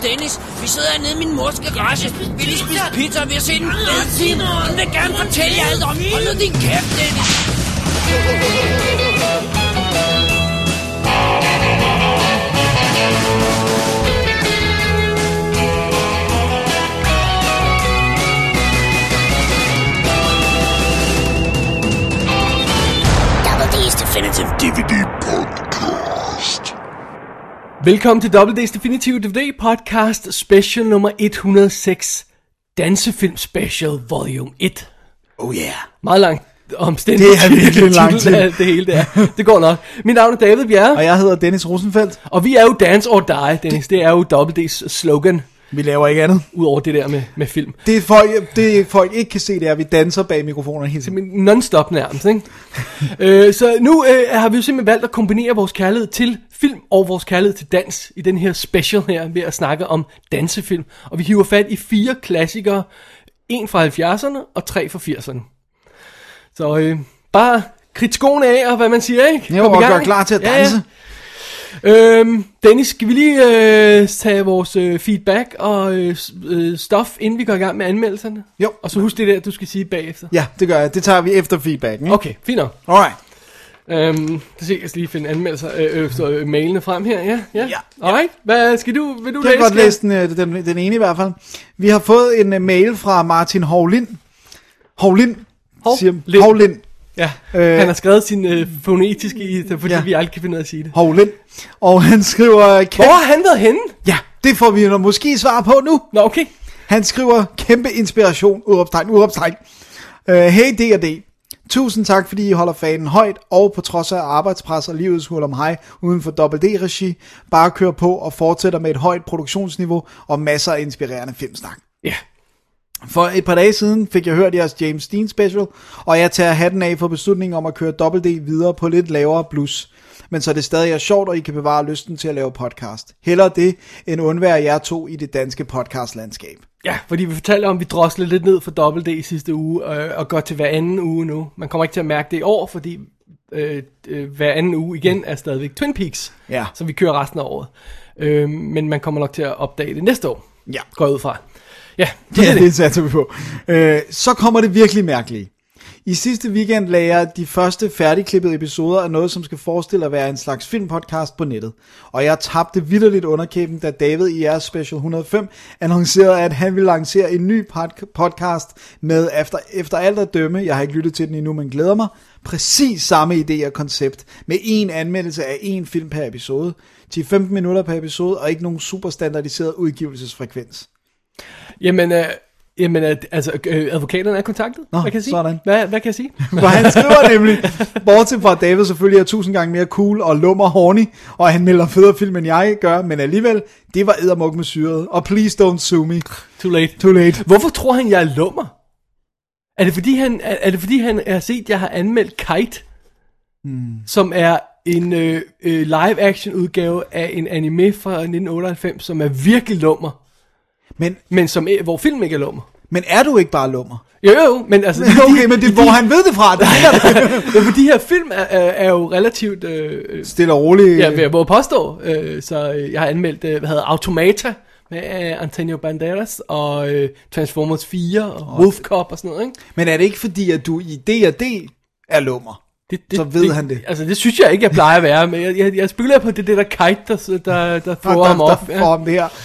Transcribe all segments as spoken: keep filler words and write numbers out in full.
Dennis. Vi sidder hernede i min mors garage. Vi lige spise pizza, og vi har set en fed film. Hun vil gerne fortælle jer alt om. Hold nu din kæft, Dennis. Double D's Definitive D V D Podcast. Velkommen til Double D's Definitive D V D Podcast special nummer et hundrede og seks. Dansefilm special volume et. Oh yeah. Meget langt omstændigt. Det er virkelig lang tid. Det hele det er. Det går nok. Mit navn er David Bjerre. Og jeg hedder Dennis Rosenfeldt. Og vi er jo Dance or Die, Dennis. Det er jo Double D's slogan. Vi laver ikke andet. Udover det der med, med film. Det folk, det folk ikke kan se, det er, at vi danser bag mikrofonerne hele tiden. Non-stop nærmest, ikke? øh, så nu øh, har vi jo simpelthen valgt at kombinere vores kærlighed til film og vores kærlighed til dans i den her special her, ved at snakke om dansefilm. Og vi hiver fat i fire klassikere. En fra halvfjerdserne og tre fra firserne. Så øh, bare kridte skoene af, og hvad man siger, ikke? Jo, og gør klar til at danse. Ja, ja. Øhm, Dennis, skal vi lige øh, tage vores øh, feedback og øh, stof, inden vi går i gang med anmeldelserne? Jo. Og så husk det der, du skal sige bagefter. Ja, det gør jeg. Det tager vi efter feedbacken, ikke? Okay, fint nok. Alright. Øhm, det skal jeg lige finde anmeldelser, øh, øh, så, øh, mailene frem her, ja? Ja. Ja. Alright, hvad skal du, vil du jeg læse? Jeg kan godt læse den, den, den ene i hvert fald. Vi har fået en uh, mail fra Martin Hovlind. Hovlind. Hov, siger, Lind. Hovlind. Ja, øh, han har skrevet sin øh, fonetiske i det, fordi ja. vi aldrig kan finde ud af at sige det. Hovlind. Og han skriver... Kæmpe... Hvor har han været henne? Ja, det får vi måske svar på nu. Nå, okay. Han skriver, kæmpe inspiration, udopstegn, udopstegn. Uh, hey D og D. Tusind tak, fordi I holder fanen højt, og på trods af arbejdspres og livets hul om hej uden for Double D-regi, bare kører på og fortsætter med et højt produktionsniveau og masser af inspirerende filmsnak. Ja. Yeah. For et par dage siden fik jeg hørt jeres James Dean special, og jeg tager hatten af for beslutningen om at køre Double D videre på lidt lavere blus. Men så det stadig er sjovt, og I kan bevare lysten til at lave podcast. Hellere det, end undvære jer to i det danske podcastlandskab. Ja, fordi vi fortalte om, at vi drosler lidt ned for Double D i sidste uge, øh, og går til hver anden uge nu. Man kommer ikke til at mærke det i år, fordi øh, øh, hver anden uge igen er stadigvæk Twin Peaks, ja. som vi kører resten af året. Øh, men man kommer nok til at opdage det næste år, ja. går jeg ud fra. Ja, det, ja, det. det satte vi på. Øh, så kommer det virkelig mærkeligt. I sidste weekend lagde jeg de første færdigklippede episoder af noget, som skal forestille at være en slags filmpodcast på nettet. Og jeg tabte vitterligt underkæben, da David i jeres special et hundrede og fem annoncerede, at han ville lancere en ny pod- podcast med, efter, efter alt at dømme, jeg har ikke lyttet til den endnu, men glæder mig, præcis samme idé og koncept, med en anmeldelse af en film per episode, ti til femten minutter per episode, og ikke nogen super standardiseret udgivelsesfrekvens. Jamen, øh, jamen altså, øh, advokaterne er kontaktet. Nå, hvad kan jeg sige? Sådan. Hvad, hvad kan jeg sige? For han skriver nemlig, bortset fra David selvfølgelig er tusind gange mere cool og lummer horny, og han melder federe film, end jeg gør, men alligevel, det var eddermuk med syret. Og please don't sue me. Too late. Too late. Hvorfor tror han, jeg er lummer? Er det fordi, han, er, er det fordi, han har set, at jeg har anmeldt Kite, hmm. som er en øh, øh, live-action udgave af en anime fra nitten otteoghalvfems, som er virkelig lummer. Men, men som, hvor film ikke er lummer. Men er du ikke bare lummer? Jo, jo, men altså... Okay, de, men det er, hvor de, han ved det fra. Det ja, for de her film er, er, er jo relativt... Øh, stille og roligt. Ja, vil jeg både påstå. Øh, så jeg har anmeldt, øh, hvad hedder Automata, med øh, Antonio Banderas, og øh, Transformers fire, og okay. Wolf Cop og sådan noget, ikke? Men er det ikke fordi, at du i D og D er lummer? Det, det, så ved det, han det. Altså, det synes jeg ikke, jeg plejer at være, men jeg, jeg, jeg spekulerer på, det det der Kite, der, der, der får ham op. Der får ham det her.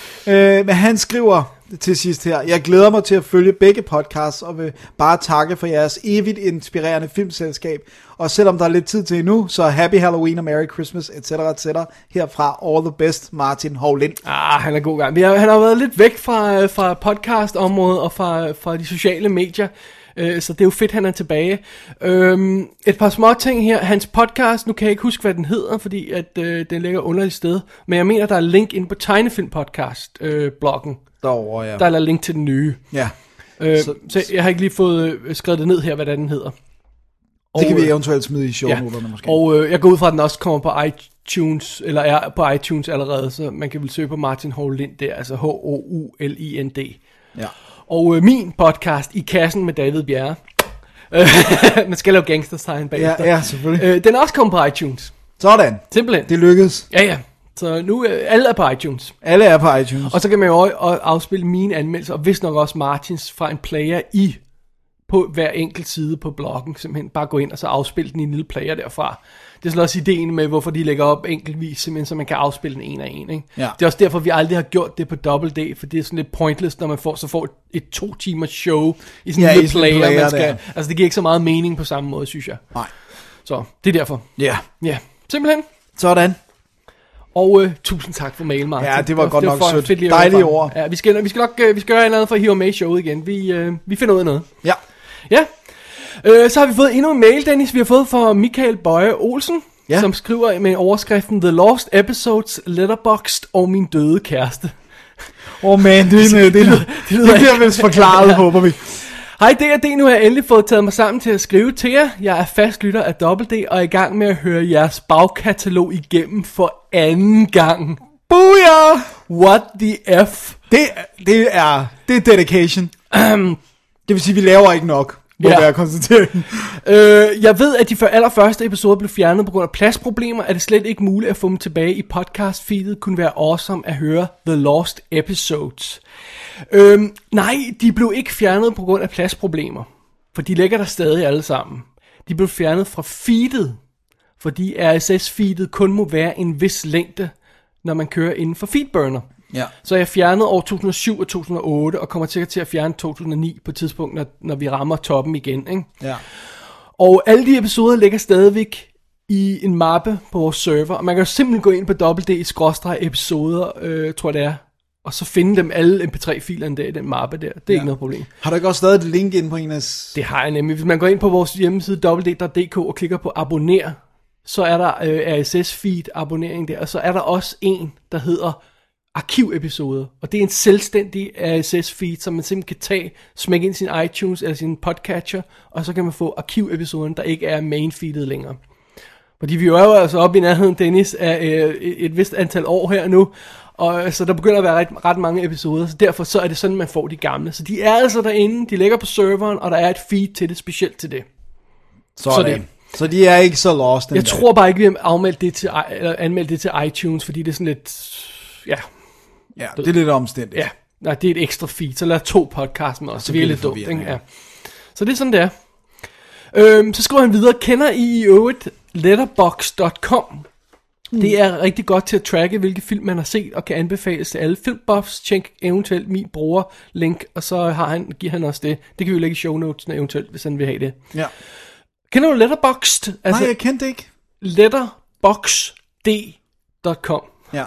Øh, men han skriver til sidst her, jeg glæder mig til at følge begge podcasts, og vil bare takke for jeres evigt inspirerende filmselskab. Og selvom der er lidt tid til endnu, så Happy Halloween og Merry Christmas, et cetera et cetera. Herfra, all the best, Martin Hovlind. Ah, han er god gang. Har, han har været lidt væk fra, fra podcast-området og fra, fra de sociale medier. Så det er jo fedt, han er tilbage. Øhm, et par små ting her. Hans podcast, nu kan jeg ikke huske, hvad den hedder, fordi at, øh, den ligger underligt sted. Men jeg mener, der er link inde på Tegnefilm Podcast-bloggen. Øh, Derovre, ja. Der er der link til den nye. Ja. Øh, så, så jeg har ikke lige fået øh, skrevet det ned her, hvad den hedder. Og, det kan vi eventuelt smide i shownoterne ja. måske. Og øh, jeg går ud fra, at den også kommer på iTunes, eller er på iTunes allerede, så man kan vel søge på Martin Hovlind der, altså H O U L I N D. Ja. Og øh, min podcast, I kassen med David Bjerre, man skal lave gangstertegn bagefter. Ja, ja, selvfølgelig. Øh, den er også kommet på iTunes. Sådan. Simpelthen. Det lykkedes. Ja, ja. Så nu er alle er på iTunes. Alle er på iTunes. Og så kan man jo også afspille mine anmeldelser, og vist nok også Martins fra en player i på hver enkelt side på bloggen. Simpelthen bare gå ind og så afspille den i en lille player derfra. Det er sådan også ideen med, hvorfor de lægger op enkeltvis, simpelthen så man kan afspille den en af en. Ikke? Ja. Det er også derfor, vi aldrig har gjort det på Double D, for det er sådan lidt pointless, når man får, så får et, et to timers show i sådan en ja, lille player. player man skal, altså det giver ikke så meget mening på samme måde, synes jeg. Nej. Så det er derfor. Ja. Yeah. Ja, simpelthen. Sådan. Og øh, tusind tak for mail, Martin. Ja, det var, det var godt det var nok sødt. Dejlige ord. Ja, vi skal, vi skal nok vi skal gøre noget for at hive med i showet igen. Vi, øh, vi finder ud af noget. Ja. Ja. Øh, så har vi fået endnu en mail, Dennis. Vi har fået fra Michael Bøje Olsen, ja. Som skriver med overskriften The Lost Episodes, Letterboxd og min døde kæreste. Åh oh man, det, det, det, det, det, det bliver vist forklaret, ja. Håber vi. Hej D og D, nu har jeg endelig fået taget mig sammen til at skrive til jer. Jeg er fast lytter af Double D og er i gang med at høre jeres bagkatalog igennem for anden gang. Booyah! What the F? Det, det er det er dedication. Um, det vil sige, at vi laver ikke nok. Må ja. være konstateringen. øh, Jeg ved, at de for allerførste episoder blev fjernet på grund af pladsproblemer. Er det slet ikke muligt at få dem tilbage i podcast-feedet? Kunne være awesome at høre The Lost Episodes. Øhm, nej, de blev ikke fjernet på grund af pladsproblemer. For de ligger der stadig alle sammen. De blev fjernet fra feedet, fordi R S S-feedet kun må være en vis længde, når man kører inden for Feedburner. Ja. Så jeg fjernede år to tusind og syv og to tusind og otte, og kommer sikkert til at fjerne to tusind og ni på et tidspunkt, når, når vi rammer toppen igen. Ikke? Ja. Og alle de episoder ligger stadigvæk i en mappe på vores server, og man kan jo simpelthen gå ind på www.episoder, øh, tror jeg det er, og så finde dem alle M P tre filerne der i den mappe der. Det er ja. Ikke noget problem. Har du ikke også stadig et link ind på en af... Det har jeg nemlig. Hvis man går ind på vores hjemmeside w w w punktum d k og klikker på abonner, så er der øh, R S S feed abonnering der, og så er der også en, der hedder arkivepisoder, og det er en selvstændig R S S feed, som man simpelthen kan tage, smække ind i sin iTunes eller sin podcatcher, og så kan man få arkivepisoderne, der ikke er main feedet længere. Fordi vi er jo altså oppe i nærheden, Dennis, af øh, et vist antal år her nu, og så der begynder at være ret, ret mange episoder, så derfor så er det sådan, man får de gamle. Så de er altså derinde, de ligger på serveren, og der er et feed til det, specielt til det. Sådan. Så det. Så de er ikke så lost. Jeg tror bare ikke, vi har anmeldt det til, eller anmeldt det til iTunes, fordi det er sådan lidt, ja... Ja, det er lidt omstændigt. Ja, nej, det er et ekstra feed, så lad to podcast med os, så, så vi er lidt dumt, ikke? Ja. Så det er sådan, det er. Øhm, så skriver han videre, kender I i øvrigt letterboxd punktum com? Mm. Det er rigtig godt til at tracke, hvilke film man har set, og kan anbefales til alle filmbuffs. Tjek eventuelt min bror link, og så har han, giver han også det. Det kan vi jo lægge i show notes eventuelt, hvis han vil have det. Ja. Kender du Letterboxd? Altså, nej, jeg kendte ikke. letterboxd punktum com. Ja.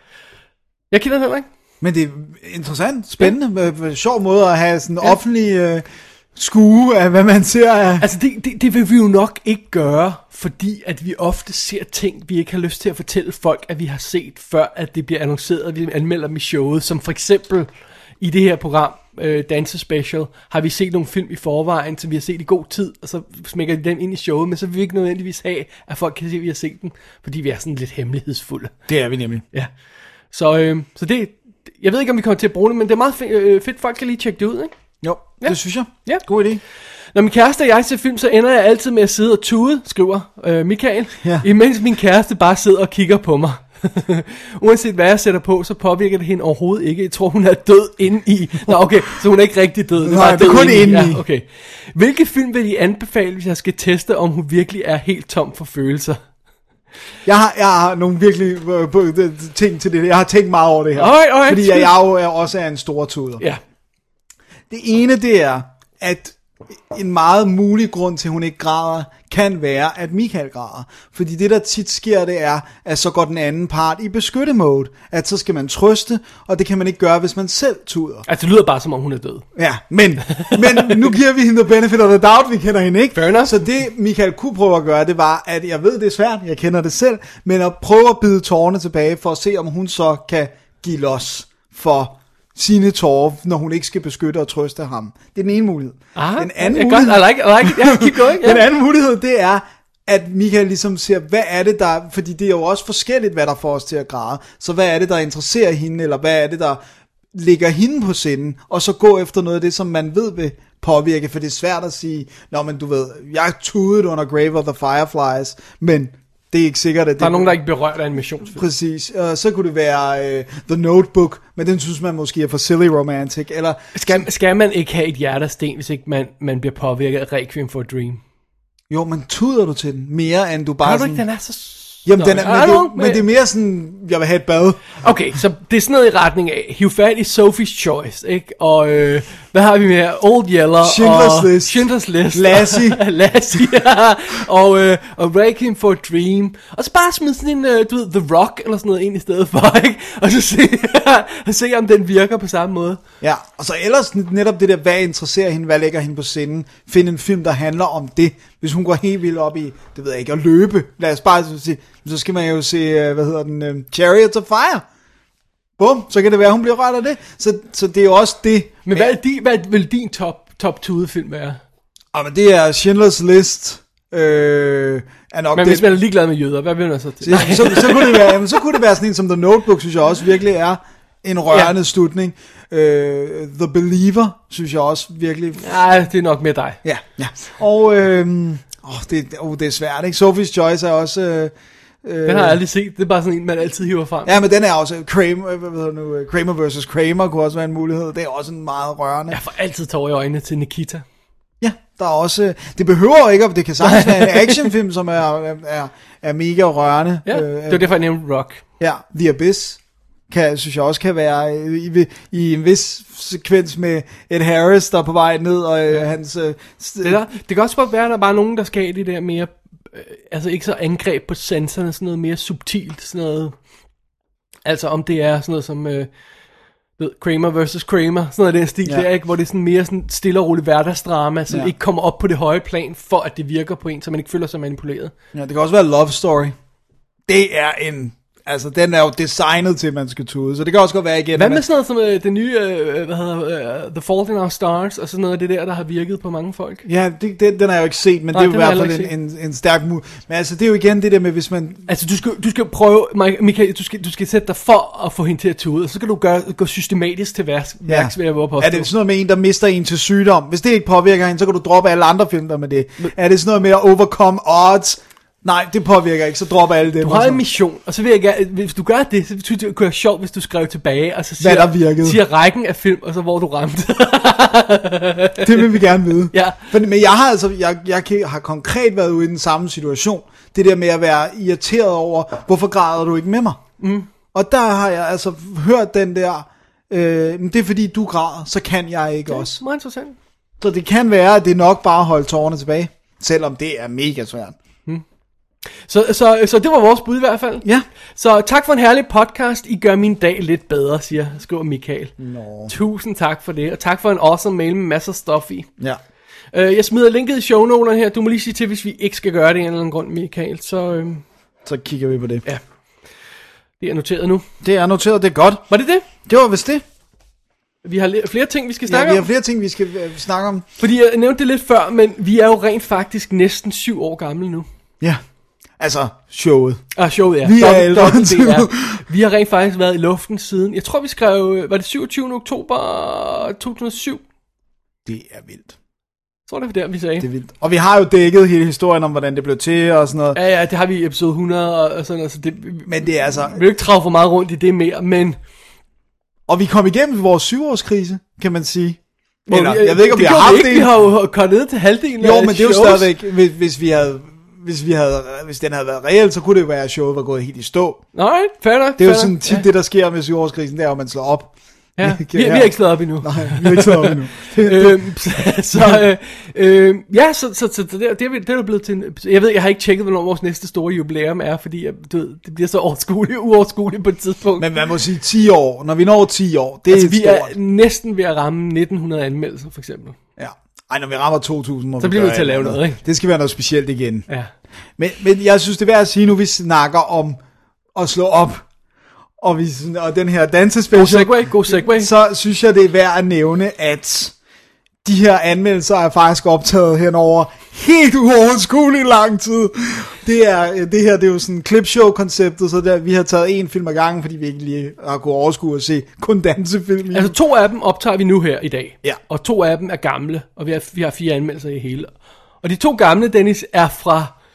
Jeg kender det heller ikke. Men det er interessant, spændende, ja. Sjov måde at have sådan en ja. offentlig uh, skue af, hvad man ser af... Altså, det, det, det vil vi jo nok ikke gøre, fordi at vi ofte ser ting, vi ikke har lyst til at fortælle folk, at vi har set, før at det bliver annonceret, at vi anmelder dem i showet. Som for eksempel i det her program, øh, Danse Special, har vi set nogle film i forvejen, som vi har set i god tid, og så smækker de dem ind i showet, men så vil vi ikke nødvendigvis have, at folk kan se, at vi har set dem, fordi vi er sådan lidt hemmelighedsfulde. Det er vi nemlig. Ja. Så, øh, så det, jeg ved ikke, om vi kommer til at bruge det, men det er meget fedt, øh, fedt folk kan lige tjekke det ud, ikke? Jo, ja. Det synes jeg. Ja. God idé. Når min kæreste og jeg ser film, så ender jeg altid med at sidde og tude, skriver øh, Michael, ja. imens min kæreste bare sidder og kigger på mig. Uanset hvad jeg sætter på, så påvirker det hende overhovedet ikke. Jeg tror, hun er død inde i. Nå, okay, så hun er ikke rigtig død. Det er, Nej, det er kun inde i. Ja, okay. Hvilke film vil I anbefale, hvis jeg skal teste, om hun virkelig er helt tom for følelser? Jeg har, jeg har nogle virkelig uh, ting til det. Jeg har tænkt meget over det her. Alright, alright, fordi jeg, jeg jo er også er en stor tuder. Ja. Det ene, det er, at en meget mulig grund til, at hun ikke græder, kan være, at Michael græder. Fordi det, der tit sker, det er, at så går den anden part i beskytte-mode. At så skal man trøste, og det kan man ikke gøre, hvis man selv tuder. Altså, det lyder bare, som om hun er død. Ja, men, men nu giver vi hende the benefit of the doubt, vi kender hende ikke. Fair enough. Så det, Michael kunne prøve at gøre, det var, at jeg ved, det er svært, jeg kender det selv, men at prøve at bide tårerne tilbage, for at se, om hun så kan give los for sine tårer, når hun ikke skal beskytte og trøste ham. Det er den ene mulighed. Aha, den anden jeg mulighed, godt, I like, I like, yeah, keep going, yeah. Den anden mulighed, det er, at Michael ligesom siger, hvad er det der, fordi det er jo også forskelligt, hvad der får os til at græde, så hvad er det, der interesserer hende, eller hvad er det, der ligger hende på sinden, og så gå efter noget af det, som man ved vil påvirke, for det er svært at sige, nå, men du ved, jeg tudede under Grave of the Fireflies, men Det er ikke sikkert, at det... Der er nogen, der ikke berørt af animationsfilm. Præcis. Uh, så kunne det være uh, The Notebook, men den synes man måske er for silly romantic, eller... Skal, skal man ikke have et hjertesten, hvis ikke man, man bliver påvirket af Requiem for a Dream? Jo, men tuder du til den mere, end du bare Har du sådan... ikke, den er så... Jamen, den er, men, know, det, men det er mere sådan, jeg vil have et bad. Okay, så det er sådan noget i retning af, hiv fat i Sophie's Choice, ikke? Og øh, hvad har vi med? Old Yeller. Schindler's og List. Schindler's List. Lassie. Lassie, ja. Og, øh, og Requiem for a Dream. Og så bare smide sådan en, øh, du ved, The Rock, eller sådan noget ind i stedet for, ikke? Og så se, og se om den virker på samme måde. Ja, og så ellers netop det der, hvad interesserer hende, hvad lægger hende på scenen. Find en film, der handler om det. Hvis hun går helt vildt op i, det ved jeg ikke, at løbe. Lad os bare sige, så skal man jo se, hvad hedder den, uh, Chariots of Fire. Bum, så kan det være, hun bliver rørt af det. Så, så det er jo også det. Men hvad, er din, hvad vil din top, top tude-film være? Ah, men det er Schindler's List. Øh, er nok men det. Hvis man er ligeglad med jøder, hvad vil man så til? Så, så, så, kunne det være, jamen, så kunne det være sådan en som The Notebook, synes jeg også virkelig er en rørende ja. slutning. Øh, The Believer, synes jeg også virkelig... Nej, det er nok med dig. Ja, ja. Og øh, åh, det, oh, det er svært, ikke? Sophie's Choice er også... Øh, den har jeg aldrig set. Det er bare sådan en, man altid hiver frem. Ja, men den er også... Kramer, hvad hedder nu, Kramer versus. Kramer kunne også være en mulighed. Det er også en meget rørende. Jeg får altid tårer i øjnene til Nikita. Ja, der er også... Det behøver ikke, det kan sagtens være en actionfilm, som er, er, er mega rørende. Ja, øh, det var derfor, jeg nævnte Rock. Ja, The Abyss. Kan, synes jeg også kan være i, i en vis sekvens med Ed Harris, der er på vej ned, og øh, hans... Øh, det, der, det kan også være, at der er bare nogen, der skal have det der mere... Øh, altså ikke så angreb på sensorerne, sådan noget mere subtilt, sådan noget... Altså om det er sådan noget som... Øh, ved, Kramer versus. Kramer, sådan noget af den stil ja. der, ikke? Hvor det er sådan mere sådan stille og roligt hverdagsdrama, som ja. ikke kommer op på det høje plan, for at det virker på en, så man ikke føler sig manipuleret. Ja, det kan også være Love Story. Det er en... Altså, den er jo designet til, at man skal tude, så det kan også godt være igen. Hvad med sådan noget som uh, det nye, uh, hvad hedder, uh, The Fault in Our Stars, og sådan noget af det der, der har virket på mange folk? Ja, det, det, den har jeg jo ikke set, men nej, det er jo i hvert fald en, en, en stærk move. Men altså, det er jo igen det der med, hvis man... Altså, du skal, du skal prøve, Michael, du skal, du skal sætte dig for at få hende til at tude, og så kan du gøre, gå systematisk til værks, ja. værks ved at være påstå. Er det sådan noget med en, der mister en til sygdom? Hvis det ikke påvirker hende, så kan du droppe alle andre film der med det. Men, er det sådan noget med at overcome odds? Nej, det påvirker ikke, så dropper alle dem. Du har en mission, og så vil jeg gerne, hvis du gør det, så synes jeg, det kunne være sjovt, hvis du skrev tilbage, og så siger, hvad der virkede. siger rækken af film, og så hvor du ramte. Det vil vi gerne vide. Ja. For, men jeg har altså, jeg, jeg har konkret været ude i den samme situation. Det der med at være irriteret over, hvorfor græder du ikke med mig? Mm. Og der har jeg altså hørt den der, øh, det er fordi du græder, så kan jeg ikke ja, også. Meget interessant. Så det kan være, at det er nok bare at holde tårerne tilbage, selvom det er mega svært. Mm. Så, så, så det var vores bud i hvert fald. Ja. Så tak for en herlig podcast. I gør min dag lidt bedre, siger, skriver Michael. Nå. Tusind tak for det. Og tak for en awesome mail med masser af stof i. Ja. Uh, jeg smider linket i shownoterne her. Du må lige sige til, hvis vi ikke skal gøre det i en eller anden grund, Michael. Så, uh... så kigger vi på det. Ja. Det er noteret nu. Det er noteret, det er godt. Var det det? Det var vist det. Vi har flere ting, vi skal snakke om. Ja, vi har om. flere ting, vi skal uh, snakke om. Fordi jeg nævnte det lidt før, men vi er jo rent faktisk næsten syv år gamle nu. Ja. Altså, showet. Ah, showet, ja. Vi er ældre. Vi har rent faktisk været i luften siden, jeg tror vi skrev, var det syvogtyvende oktober to tusind og syv? Det er vildt. Så var det der, vi sagde. Det er vildt. Og vi har jo dækket hele historien om, hvordan det blev til og sådan noget. Ja, ja, det har vi i episode hundrede og sådan noget. Så det, men det er altså... Vi vil ikke trage for meget rundt i det mere, men... Og vi kom igennem vores syvårskrise, kan man sige. Eller, vi, jeg ved ikke, om vi har haft det. Vi har jo kommet ned til halvdelen jo, men det er jo stadigvæk, hvis, hvis vi havde... Hvis, vi havde, hvis den havde været reelt, så kunne det jo være, at showet var gået helt i stå. Nej, fair nok. Det er jo sådan tit ja. det, der sker med syvårskrisen, det er, at man slår op. Ja, vi, vi har ikke slået op endnu. Nej, vi har ikke slået op endnu. øhm, så, så øh, øh, ja, så, så, så det, det, det er jo blevet til en, jeg ved, jeg har ikke tjekket, hvornår vores næste store jubilæum er, fordi du ved, det bliver så overskueligt, uoverskueligt på et tidspunkt. Men man må sige ti år, når vi når ti år, det altså, er vi stort. er næsten ved at ramme nitten hundrede anmeldelser, for eksempel. Ja. Ej, når vi rammer to tusind, må så vi bliver vi til at lave noget, ikke? Det skal være noget specielt igen. Ja. Men, men jeg synes, det er værd at sige, nu vi snakker om at slå op, og, vi, og den her dansespecial, god segway, god segway. Så synes jeg, det er værd at nævne, at de her anmeldelser er faktisk optaget hen over helt uoverskuelig lang tid. Det, er, det her, det er jo sådan clipshow-konceptet, så der, vi har taget en film ad gangen, fordi vi ikke lige har kunnet overskue at se kun dansefilm. Altså to af dem optager vi nu her i dag, ja. Og to af dem er gamle, og vi har, vi har fire anmeldelser i hele. Og de to gamle, Dennis, er fra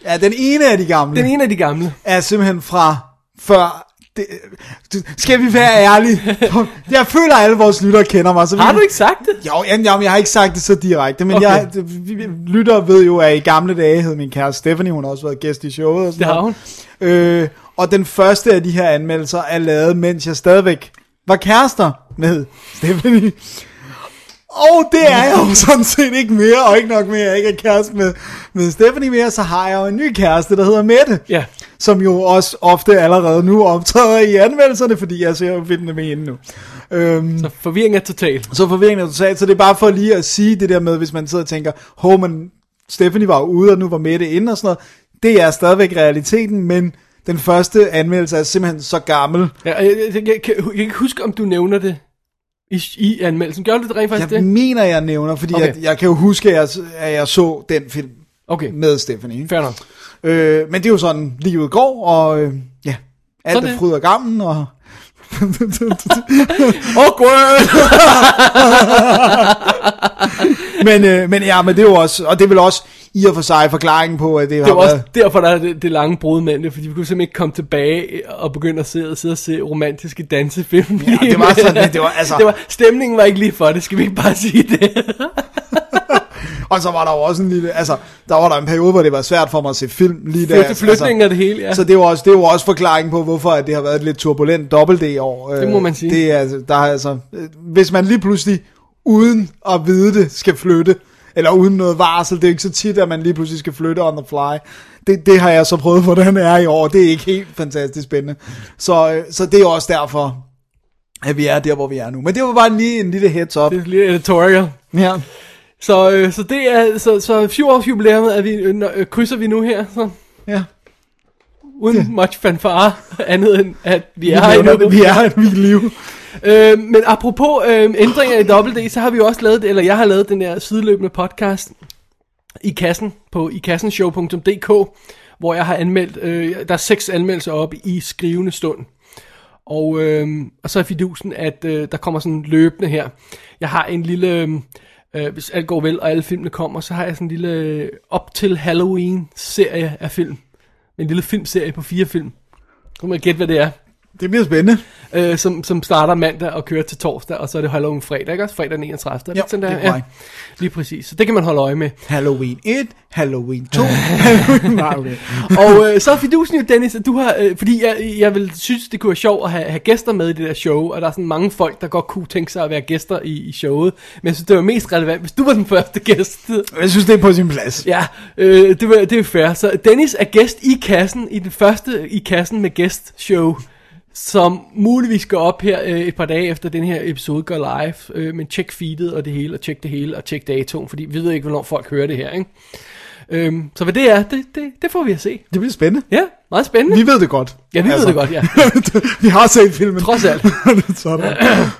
Ja, den ene af de gamle. Den ene af de gamle. Er simpelthen fra før... Det, skal vi være ærlige? Jeg føler, at alle vores lyttere kender mig. Så vi... Har du ikke sagt det? Jo, jamen, jeg har ikke sagt det så direkte, men okay. jeg, lyttere ved jo, at i gamle dage hed min kæreste Stephanie, hun har også været gæst i showet. Og sådan det har hun. Øh, og den første af de her anmeldelser er lavet, mens jeg stadigvæk var kærester med Stephanie. Og det er jeg jo sådan set ikke mere, og ikke nok mere, jeg ikke er kæreste med, med Stephanie mere, så har jeg jo en ny kæreste, der hedder Mette, ja. Som jo også ofte allerede nu optræder i anmeldelserne, fordi jeg ser jo filmene med hende nu. Øhm, så forvirring er total. Så forvirring er total, så det er bare for lige at sige det der med, hvis man sidder og tænker, hov, men Stephanie var ude, og nu var Mette inde og sådan noget. Det er stadigvæk realiteten, men den første anmeldelse er simpelthen så gammel. Ja, jeg, jeg, jeg, jeg, kan, jeg kan ikke huske, om du nævner det. I, I anmeldelsen. Gør du det rent faktisk jeg det? Jeg mener, jeg nævner, fordi okay. jeg, jeg kan jo huske, at jeg, at jeg så den film okay. med Stephanie. Fair nok. Øh, men det er jo sådan, livet går, og øh, ja, alt sådan er fryd og gammen, og... Awkward! men, øh, men ja, men det er jo også, og det er vel også i og for sig forklaringen på, at det, det har også været... derfor, der er det, det lange brud med det, fordi vi kunne simpelthen ikke komme tilbage og begynde at sidde, sidde og se romantiske dansefilm. Ja, det var sådan, det var altså... Det var, stemningen var ikke lige for det, skal vi ikke bare sige det? Og så var der jo også en lille, altså, der var der en periode, hvor det var svært for mig at se film lige der. Flytte flytningen altså, af det hele, ja. Så det var også, det var også forklaringen på, hvorfor at det har været et lidt turbulent dobbelt-D-år. Det må man sige. Det er, altså, der er altså, hvis man lige pludselig, uden at vide det, skal flytte, eller uden noget varsel, det er ikke så tit, at man lige pludselig skal flytte on the fly. Det, det har jeg så prøvet, hvordan det er i år, det er ikke helt fantastisk spændende. Så, så det er også derfor, at vi er der, hvor vi er nu. Men det var bare lige en lille heads up. Det er lige editorial. Ja. Så, øh, så det er, så, så syv års jubilæum, at vi, øh, krydser vi nu her, så. Ja. Uden ja. much fanfare, andet end at vi er vi her endnu. Vi er her i mit liv. Øh, men apropos øh, ændringer i dobbelt D, så har vi jo også lavet, eller jeg har lavet den der sideløbende podcast i kassen på i kassenshow punktum d k, hvor jeg har anmeldt, øh, der er seks anmeldelser op i skrivende stund. Og, øh, og så er fidusen, at øh, der kommer sådan løbende her. Jeg har en lille, øh, hvis alt går vel, og alle filmene kommer, så har jeg sådan en lille øh, op til Halloween-serie af film. En lille filmserie på fire film. Så må jeg gætte, hvad det er. Det bliver spændende. Øh, som, som starter mandag og kører til torsdag, og så er det Halloween fredag, ikke også? Fredag den enogtredivte Jo, sådan der? det er ja, lige præcis. Så det kan man holde øje med. Halloween et, Halloween to, Halloween... Nej, okay. Og øh, så er fidusen jo, Dennis, at du har... Øh, fordi jeg, jeg vil synes, det kunne være sjovt at have, have gæster med i det der show, og der er sådan mange folk, der godt kunne tænke sig at være gæster i, i showet. Men jeg synes, det var mest relevant, hvis du var den første gæst. Jeg synes, det er på sin plads. Ja, øh, det, var, det er fair. Så Dennis er gæst i kassen, i det første i kassen med gæst-show, som muligvis går op her øh, et par dage efter den her episode går live, øh, men tjek feedet og det hele, og tjek det hele, og tjek datoen, fordi vi ved ikke, hvornår folk hører det her, ikke? Øhm, så hvad det er, det, det, det får vi at se. Det bliver spændende. Ja, meget spændende. Vi ved det godt. Ja, vi altså. ved det godt, ja. Vi har set filmen. Trods alt. Sådan.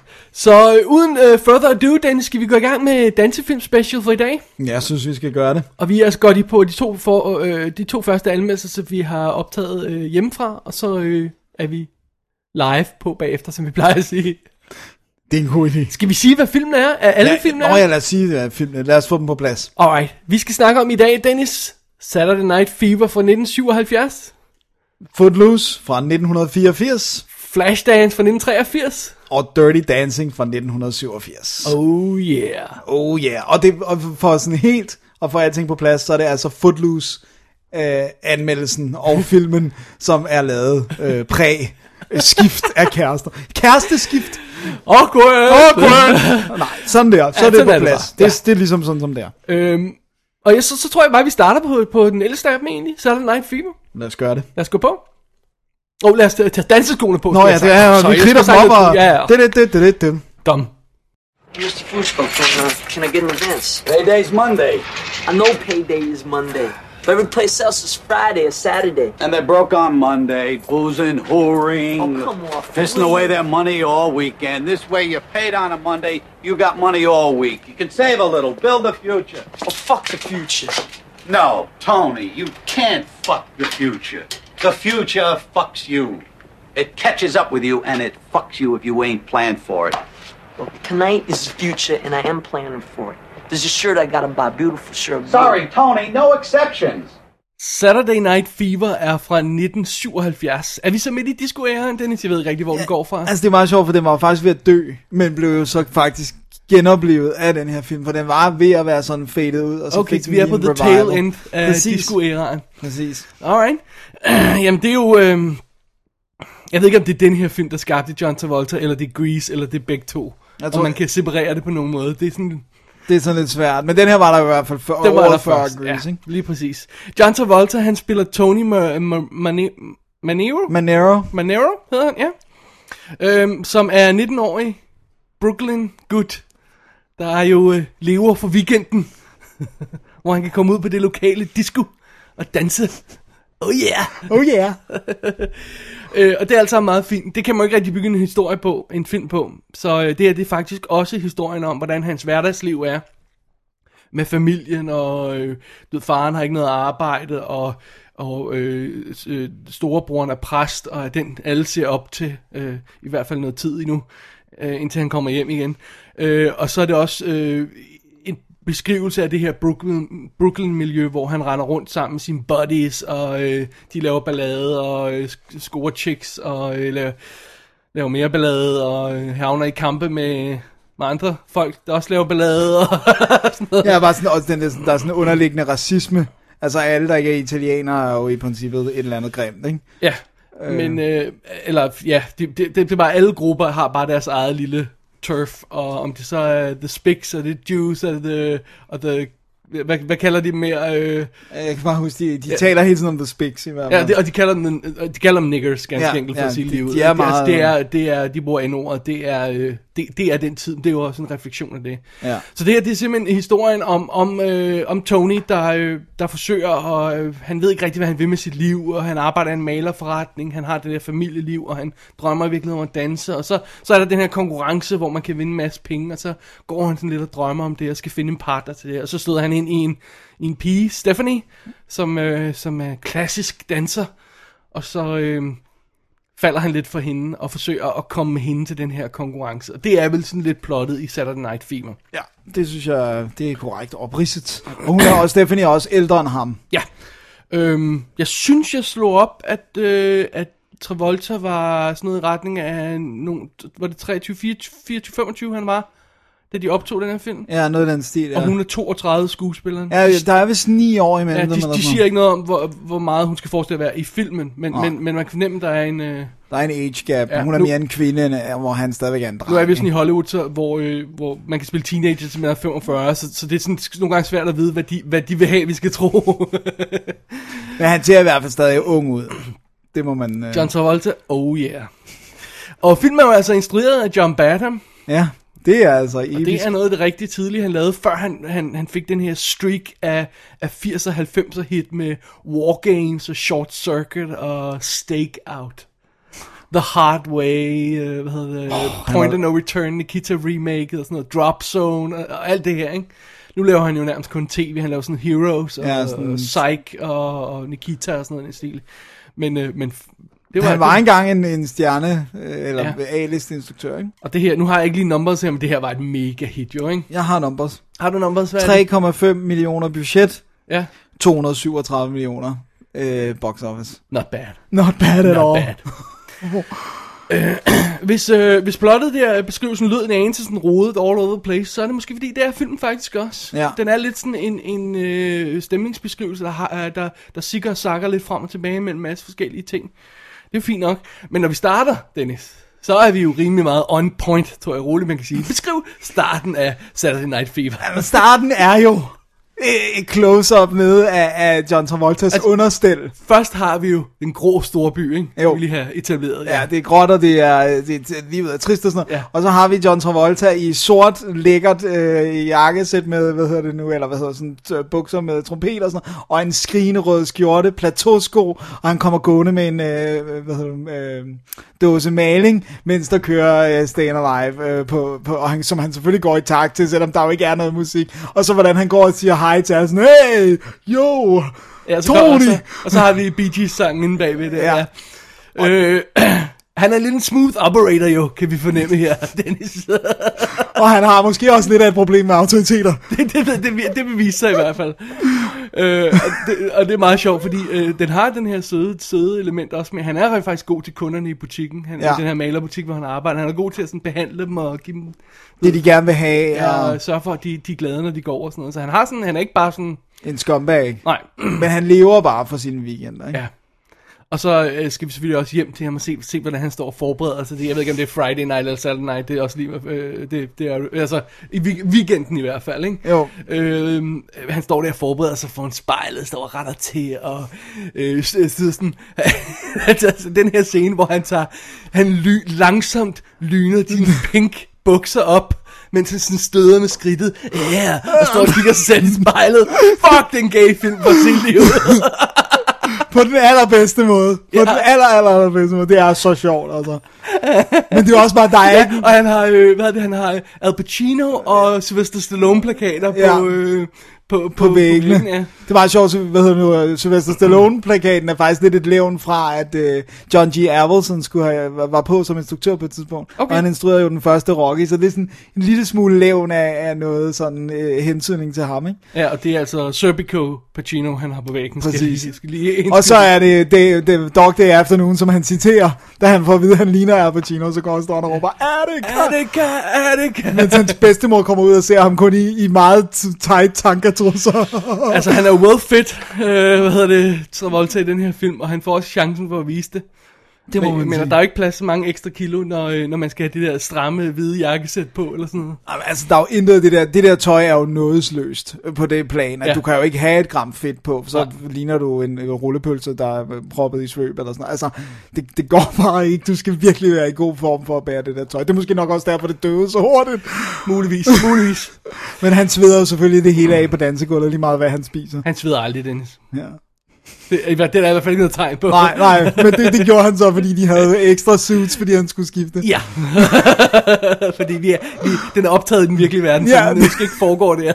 Så øh, uden øh, further ado, Dennis, skal vi gå i gang med dansefilm special for i dag? Ja, jeg synes, vi skal gøre det. Og vi er altså godt i på de to, for, øh, de to første anmeldelser, så vi har optaget øh, hjemmefra, og så øh, er vi live på bagefter, som vi plejer at sige. Det er en god idé. Skal vi sige, hvad filmen er? Er alle ja, filmene er? Nå ja, lad os sige det er filmen. Lad os få dem på plads. Alright, vi skal snakke om i dag, Dennis, Saturday Night Fever fra nitten syvoghalvfjerds. Footloose fra nitten fireogfirs. Flashdance fra nitten treogfirs. Og Dirty Dancing fra nitten syvogfirs. Oh yeah. Oh yeah. Og, det, og for sådan helt, og for alting på plads, så er det altså Footloose øh, anmeldelsen og filmen, som er lavet øh, præg skift af kærester. Kæresteskift. Awkward. Awkward. Nej, sådan der. Så ja, er det på plads. Det, ja. det, det er ligesom sådan som der. Øhm, og jeg, så, så tror jeg bare, vi starter på, på den ældste af dem egentlig. Saturday Night Fever. Lad os gøre det. Lad os gå på. Og oh, lad os tage danseskoene på. Nå ja, det er jo. Vi kridter dem op og... Ja, ja. Det, det, det, det, det. Dum. mister Fusco, can, uh, can I get an advance? Payday's Monday. I know payday is Monday. But every place else is Friday or Saturday. And they broke on Monday, boozing, whoring, Oh, come off, pissing please. away their money all weekend. This way you're paid on a Monday, you got money all week. You can save a little, build a future. Oh, fuck the future. No, Tony, you can't fuck the future. The future fucks you. It catches up with you and it fucks you if you ain't planned for it. Well, tonight is the future, and I am planning for it. There's a shirt I got to buy, beautiful shirt. Sorry, Tony, no exceptions. Saturday Night Fever er fra nitten syvoghalvfjerds. Er vi så midt i disco-æren, Dennis? Jeg ved ikke rigtig, hvor ja, den går fra. Altså, det er meget sjovt, for den var faktisk ved at dø, men blev jo så faktisk genoplevet af den her film, for den var ved at være sådan fadet ud. Og så okay, fik så vi er på the revival. tail end af disco-æraen. Præcis. Alright. Jamen, det er jo... Øh... Jeg ved ikke, om det er den her film, der skabte John Travolta, eller det er Grease, eller det er begge to. Jeg tror, og man kan separere det på nogen måde. Det er sådan... Det er sådan lidt svært, men den her var der i hvert fald for, den var der før først. Grease, ja, ikke? lige præcis. John Travolta, han spiller Tony Mar- Mar- Mane- Manero? Manero. Manero hedder han, ja. Øhm, som er nitten-årig Brooklyn gut, der er jo øh, lever for weekenden, hvor han kan komme ud på det lokale disco og danse. Oh yeah! Oh yeah! øh, og det er altså meget fint. Det kan man jo ikke rigtig bygge en historie på, en film på. Så øh, det her, det er faktisk også historien om, hvordan hans hverdagsliv er. Med familien, og øh, du ved, faren har ikke noget arbejde, og, og øh, øh, storebroren er præst, og er den alle ser op til, øh, i hvert fald noget tid endnu, øh, indtil han kommer hjem igen. Øh, og så er det også øh, en beskrivelse af det her Brooklyn, Brooklyn-miljø, hvor han render rundt sammen med sine buddies, og øh, de laver ballade, og øh, scorer chicks, og øh, laver, laver mere ballade, og øh, havner i kampe med... med andre folk, der også laver ballade og sådan noget. Ja, bare sådan, også den der, der er sådan en underliggende racisme. Altså alle, der ikke er italienere, er jo i princippet et eller andet grimt, ikke? Ja, øh. men, øh, eller, ja, det, det, det er bare, alle grupper har bare deres eget lille turf, og om det så er The Spics, og det er Jews, og the, og the Hvad, hvad kalder de mere? Øh... Jeg kan bare huske, de, de ja. taler hele tiden om The Spics i hvert fald. Ja, det, og de kalder dem, de kalder dem niggers, ganske ja, enkelt for ja, at sige de, livet. De er meget... altså, det, er, det er, de bruger n-ordet, det er, øh, det, det er den tid, det er jo også en refleksion af det. Ja. Så det her, det er simpelthen historien om, om, øh, om Tony, der, øh, der forsøger, og øh, han ved ikke rigtig, hvad han vil med sit liv, og han arbejder i en malerforretning, han har det der familieliv, og han drømmer virkelig om at danse, og så, så er der den her konkurrence, hvor man kan vinde en masse penge, og så går han sådan lidt og drømmer om det, og skal finde en partner til det, og så støder han ind i en i en pige, Stephanie, som, øh, som er klassisk danser, og så øh, falder han lidt for hende, og forsøger at komme med hende til den her konkurrence. Og det er vel sådan lidt plottet i Saturday Night Fever. Ja, det synes jeg, det er korrekt opridset. Og hun er også, Stephanie er også ældre end ham. Ja. Øhm, jeg synes, jeg slog op, at, øh, at Travolta var sådan noget i retning af, nogle, var det treogtyve, fireogtyve, femogtyve han var? Da de optog den her film. Ja, noget af den stil, ja. Og hun er toogtredive skuespilleren. Ja, der er vist ni år imellem ja, de, dem. de siger ikke noget om, hvor, hvor meget hun skal forestille at være i filmen, men, men, men man kan fornemme, der er en... Øh... Der er en age gap. Ja, hun er nu, mere en kvinde, end, hvor han stadigvæk er en dreng. Nu er vi sådan i Hollywood, så, hvor, øh, hvor man kan spille teenager til man er femogfyrre, så, så det er sådan nogle gange svært at vide, hvad de, hvad de vil have, vi skal tro. Men han ser i hvert fald stadig ung ud. Det må man... Øh... John Travolta, oh yeah. Og filmen er jo altså instrueret af John Badham. Ja. Det er altså episk. Og det er noget af det rigtig tidlige, han lavede, før han, han, han fik den her streak af, af firserne og halvfemserne hit med War Games og Short Circuit og Stake Out. The Hard Way, uh, hvad hedder det, oh, Point of No Return, Nikita Remake og sådan noget, Drop Zone og, og alt det her, ikke? Nu laver han jo nærmest kun tv, han laver sådan Heroes og, ja, sådan... og Psych og, og Nikita og sådan noget i stil. Men, uh, men det var, han var det, engang en, en stjerne, eller ja. A-list instruktør, ikke? Og det her, nu har jeg ikke lige numbers her, men det her var et mega hit, jo, ikke? Jeg har numbers. Har du numbers? tre komma fem millioner budget, ja. to hundrede syvogtredive millioner øh, box office. Not bad. Not bad at Not all. Bad. øh, hvis, øh, hvis plottet der beskrivelsen lød en anelse sådan rodet all over the place, så er det måske fordi, det er filmen faktisk også. Ja. Den er lidt sådan en, en øh, stemningsbeskrivelse, der, har, der, der sikker og sakker lidt frem og tilbage mellem en masse forskellige ting. Det er fint nok. Men når vi starter, Dennis, så er vi jo rimelig meget on point, tror jeg roligt, man kan sige. Beskriv starten af Saturday Night Fever. Ja, starten er jo et close-up nede af, af John Travoltas altså, understel. Først har vi jo den grå store by, ikke? Jo. Vi lige har etableret. Ja, ja det er gråt, og det er, det er livet er trist og sådan noget. Ja. Og så har vi John Travolta i sort, lækkert øh, jakkesæt med, hvad hedder det nu, eller hvad hedder sådan, t- bukser med trompet og sådan noget, og en skrigende rød skjorte, plateausko, og han kommer gående med en, øh, hvad hedder det, øh, dåse maling, mens der kører øh, Stayin' Alive, øh, på, på, og han, som han selvfølgelig går i takt til, selvom der jo ikke er noget musik. Og så hvordan han går og siger hej til sådan, hey, yo, ja, så Tony! Og så, og så har vi Bee Gees sangen inde bagved det. Ja. Ja. Øh, han er lidt en smooth operator jo, kan vi fornemme her, Dennis. Og han har måske også lidt af et problem med autoriteter. det, det, det, det, det vil vise sig i hvert fald. øh, og, det, og det er meget sjovt, fordi øh, den har den her søde, søde element også, men han er rent faktisk god til kunderne i butikken. Han, ja. I den her malerbutik, hvor han arbejder. Han er god til at sådan behandle dem og give dem... Det de gerne vil have. Ja, og... og sørge for, at de, de er glade, når de går og sådan noget. Så han har sådan, han er ikke bare sådan... En scumbag. Nej. Men han lever bare for sine weekender, ikke? Ja. Og så øh, skal vi selvfølgelig også hjem til ham og se, se hvordan han står og forbereder sig. Jeg ved ikke, om det er Friday night eller Saturday night. Det er også lige... Øh, det, det er, altså, i weekenden i hvert fald, ikke? Jo. Øh, han står der og forbereder sig foran spejlet, står og retter til, og øh, sådan... altså, den her scene, hvor han tager... Han ly, langsomt lyner dine pink bukser op, mens han sådan støder med skridtet. Ja, yeah, og står og kigger sig selv i spejlet. Fuck, den gay film for sin liv. På den allerbedste måde. På ja. den aller, aller, allerbedste måde. Det er så sjovt, altså. Men det er også bare dig, ja, og han har, øh, hvad er det, han har Al Pacino og Sylvester Stallone plakater ja. på, øh, på, på, på væggene. Ja. Det var sjovt, hvad hedder nu, Sylvester Stallone-plakaten er faktisk lidt et levn fra, at uh, John G. Avildsen skulle have, var på som instruktør på et tidspunkt. Okay. Og han instruerede jo den første Rocky, så det er sådan en lille smule levn af, af noget sådan uh, hensynning til ham, ikke? Ja, og det er altså Serpico Pacino, han har på væggen. Præcis. Skal, skal lige og så er det, det, det Dog Day Afternoon, som han citerer, da han får at vide, at han ligner Al Pacino, så går han står og råber, Attica! Attica! Attica! Mens hans bedstemor kommer ud og ser ham kun i, i meget tight tankertrusser. Altså, han er well fit, øh, hvad hedder det, Travolta i den her film, og han får også chancen for at vise det. Det må men, men der er jo ikke plads til mange ekstra kilo, når, når man skal have det der stramme, hvide jakkesæt på, eller sådan noget. Altså, der er jo intet det der, det der tøj er jo nådesløst på det plan, at ja. Du kan jo ikke have et gram fedt på, så ja. Ligner du en, en rullepølse, der er proppet i svøb, eller sådan noget. Altså, det, det går bare ikke, du skal virkelig være i god form for at bære det der tøj. Det er måske nok også derfor, det døde så hurtigt. Muligvis, muligvis. Men han sveder jo selvfølgelig det hele af på dansegulvet, lige meget hvad han spiser. Han sveder aldrig, Dennis. Ja. Det, det er der i hvert fald ikke noget tegn på. Nej, nej, men det, det gjorde han så, fordi de havde ekstra suits, fordi han skulle skifte. Ja, fordi vi er, vi, den er optaget i den virkelige verden, ja. Så den måske ikke foregår der.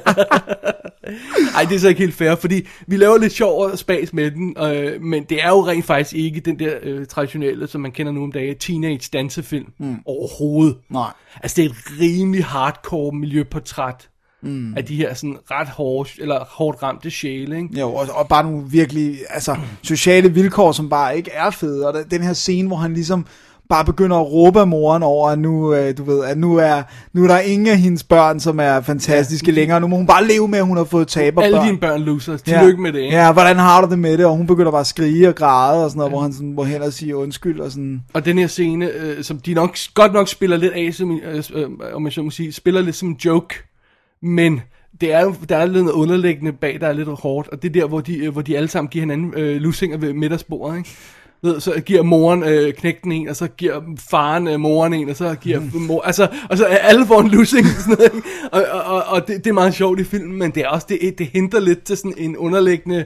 Ej, det er så ikke helt fair, fordi vi laver lidt sjov og spas med den, øh, men det er jo rent faktisk ikke den der øh, traditionelle, som man kender nu om dagen, teenage dansefilm mm. overhovedet. Nej. Altså det er et rimelig hardcore miljøportræt. Mm. Af de her sådan ret hårde, eller hårdt ramte sjæle, ikke? Jo, og, og bare nogle virkelig, altså, sociale vilkår, som bare ikke er fede, og der, den her scene, hvor han ligesom bare begynder at råbe af moren over, at nu, øh, du ved, at nu er, nu er der ingen af hendes børn, som er fantastiske ja. længere, nu må hun bare leve med, at hun har fået taberbørn. Alle dine børn losers, tillykke ja. med det, ikke? Ja, hvordan har du det med det? Og hun begynder bare at skrige og græde, og sådan noget, ja. hvor han sådan, hvor hen og siger undskyld, og sådan. Og den her scene, øh, som de nok, godt nok spiller lidt af, som, øh, øh, om man så må sige, spiller lidt som en joke, men det er jo, der er lidt noget underliggende bag, der er lidt hårdt, og det er der, hvor de, hvor de alle sammen giver hinanden øh, lusinger ved middagsbordet, ikke? Ved, så giver moren øh, knægten en, og så giver faren øh, moren en, og så giver mm. mor, altså, og så er alle får en lusing, sådan noget, ikke? Og, og, og det, det er meget sjovt i filmen, men det er også, det, det henter lidt til sådan en underliggende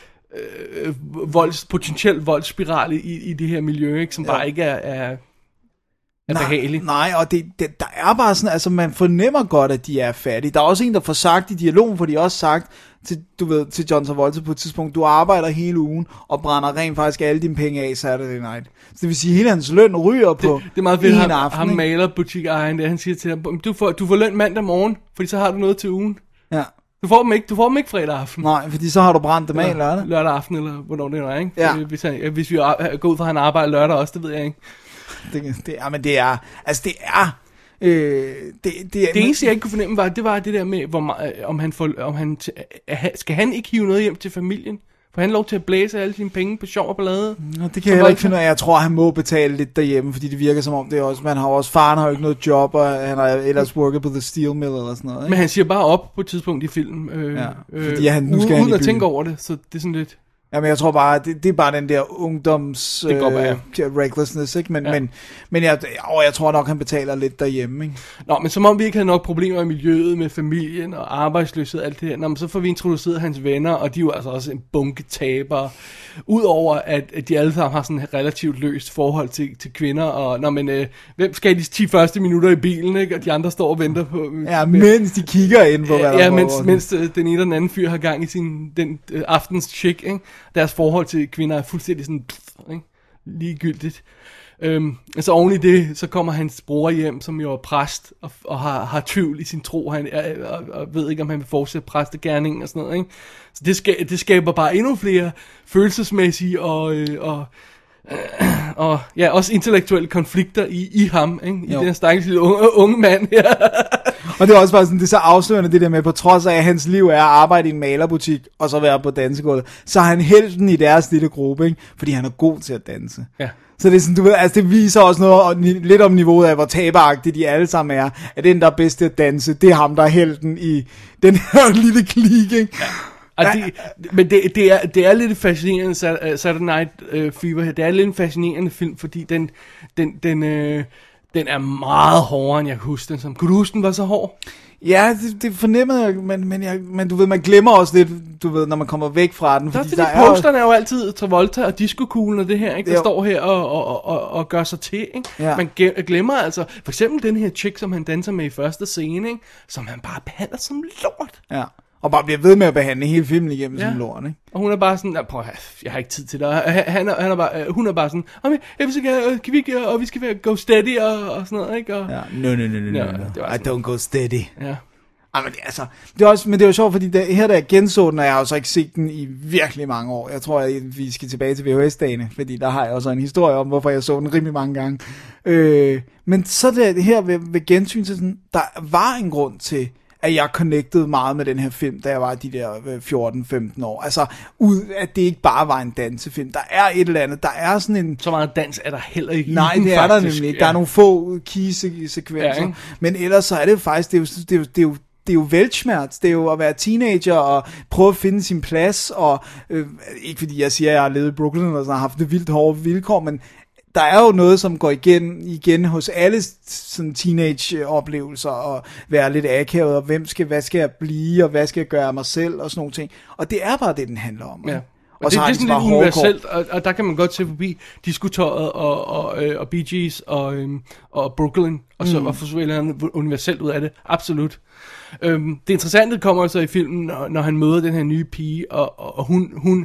øh, volds, potentiel voldsspiral i, i det her miljø, ikke? Som ja. bare ikke er... er Nej, nej, og det, det, der er bare sådan, altså man fornemmer godt, at de er fattige. Der er også en, der får sagt i dialogen, for de har også sagt til, du ved, til John Travolta på et tidspunkt, du arbejder hele ugen og brænder rent faktisk alle dine penge af Saturday night. Så det vil sige, at hele hans løn ryger på det, det er meget fedt, en ham, aften. Ham maler butikejeren der, han siger til ham, du får, du får løn mandag morgen, fordi så har du noget til ugen. Ja. Du får dem ikke, du får dem ikke fredag aften. Nej, fordi så har du brændt dem af lørdag. Lørdag aften, eller hvornår det er, ikke? Ja. Hvis, han, hvis vi går ud fra, at han arbejder lørdag også, det ved jeg ikke. Det, det er, men det er, altså det er, øh, det, det er... Det eneste, jeg ikke kunne fornemme, var, det var det der med, hvor meget, om han får, om han, skal han ikke hive noget hjem til familien? For han lov til at blæse alle sine penge på sjov og ballade? Nå, det kan jeg heller ikke finde ud af. Jeg tror, han må betale lidt derhjemme, fordi det virker som om det er også, man har også, faren har jo ikke noget job, og han har ellers worket på The Steel Mill eller sådan noget, ikke? Men han siger bare op på et tidspunkt i filmen, øh, ja, fordi han, nu skal uden han i at tænke over det, så det er sådan lidt... Jamen jeg tror bare, det, det er bare den der ungdoms det går bare, ja. uh, recklessness, ikke? Men, ja. men, men jeg, og jeg tror nok, han betaler lidt derhjemme, ikke? Nå, men som om vi ikke havde nok problemer i miljøet med familien og arbejdsløshed og alt det her. Nå, men så får vi introduceret hans venner, og de er jo altså også en bunke tabere. Udover at, at de alle sammen har sådan et relativt løst forhold til, til kvinder, og nå, men øh, hvem skal de ti første minutter i bilen, ikke? Og de andre står og venter på... Ja, med, mens de kigger ind på, hvad ja, der ja, mens, mens øh, den ene og den anden fyr har gang i sin den øh, aftens chick, ikke? Deres forhold til kvinder er fuldstændig sådan, pff, ikke? Ligegyldigt. Øhm, altså oven i det, så kommer hans bror hjem, som jo er præst, og, og har, har tvivl i sin tro, han er, og, og ved ikke, om han vil fortsætte præstegerningen og sådan noget, ikke? Så det, ska, det skaber bare endnu flere følelsesmæssige og, øh, og, øh, og ja, også intellektuelle konflikter i, i ham, ikke? I jo. Den her stakkels lille unge, unge mand her. Og det er også bare sådan, det er så afslørende det der med, på trods af, at hans liv er at arbejde i en malerbutik, og så være på dansegulvet, så er han helten i deres lille gruppe, ikke? Fordi han er god til at danse. Ja. Så det er sådan, du ved, altså det viser også noget, lidt om niveauet af, hvor taberagtige de alle sammen er. At den, der er bedst til at danse, det er ham, der er helten i den her lille klik, ikke? Ja. Og det, men det, det, er, det er lidt fascinerende, Saturday Night uh, Fever her, det er lidt en fascinerende film, fordi den, den, den, øh, den er meget hårdere, end jeg kan huske den som. Kunne du huske, den var så hård? Ja, det, det fornemmede jeg, men, men, jeg, men du ved, man glemmer også lidt, du ved, når man kommer væk fra den. Fordi der er posterne er jo altid Travolta og disco-kuglen og det her, ikke? Der jo. står her og, og, og, og gør sig til, ikke? Ja. Man glemmer altså, for eksempel den her chick, som han danser med i første scene, ikke? Som han bare behandler som lort. Ja, og bare bliver ved med at behandle hele filmen igennem ja. Som lort, ikke? Og hun er bare sådan, prøv jeg har ikke tid til det. Han, han er, han er bare, hun er bare sådan, okay, jeg vil så gerne, kan vi ikke, og vi skal være go steady og, og sådan noget, ikke? Og, ja, no, no, no, no, no, no. I don't go steady. Ja. Ej, men, det, altså, det er også, men det er jo sjovt, fordi det, her da jeg genså den, og jeg har jo så ikke set den i virkelig mange år. Jeg tror, at vi skal tilbage til V H S-dagene, fordi der har jeg også en historie om, hvorfor jeg så den rimelig mange gange. Øh, men så det her ved, ved gensyn, så sådan, der var en grund til, at jeg connectede meget med den her film, da jeg var de der fjorten femten år. Altså, ud at det ikke bare var en dansefilm. Der er et eller andet, der er sådan en... Så meget dans er der heller ikke. Nej, det er faktisk, der nemlig ikke. Der er nogle få key-sekvenser. Ja, men ellers så er det jo faktisk, det er jo, det er jo, det er jo det er jo velschmerz, det er jo at være teenager og prøve at finde sin plads, og øh, ikke fordi jeg siger, at jeg har levet i Brooklyn og sådan, har haft det vildt hårde vilkår, men der er jo noget, som går igen, igen hos alle sådan teenage-oplevelser, og være lidt akavet, og hvem skal, hvad skal jeg blive, og hvad skal jeg gøre af mig selv, og sådan nogle ting. Og det er bare det, den handler om. Ja. Og, og det, det er sådan lidt universelt, og, og der kan man godt se forbi diskotøjet og, og, øh, og Bee Gees og, øhm, og Brooklyn, og så mm. og få så universelt ud af det. Absolut. Øhm, det interessante kommer så i filmen, når, når han møder den her nye pige, og, og, og hun... hun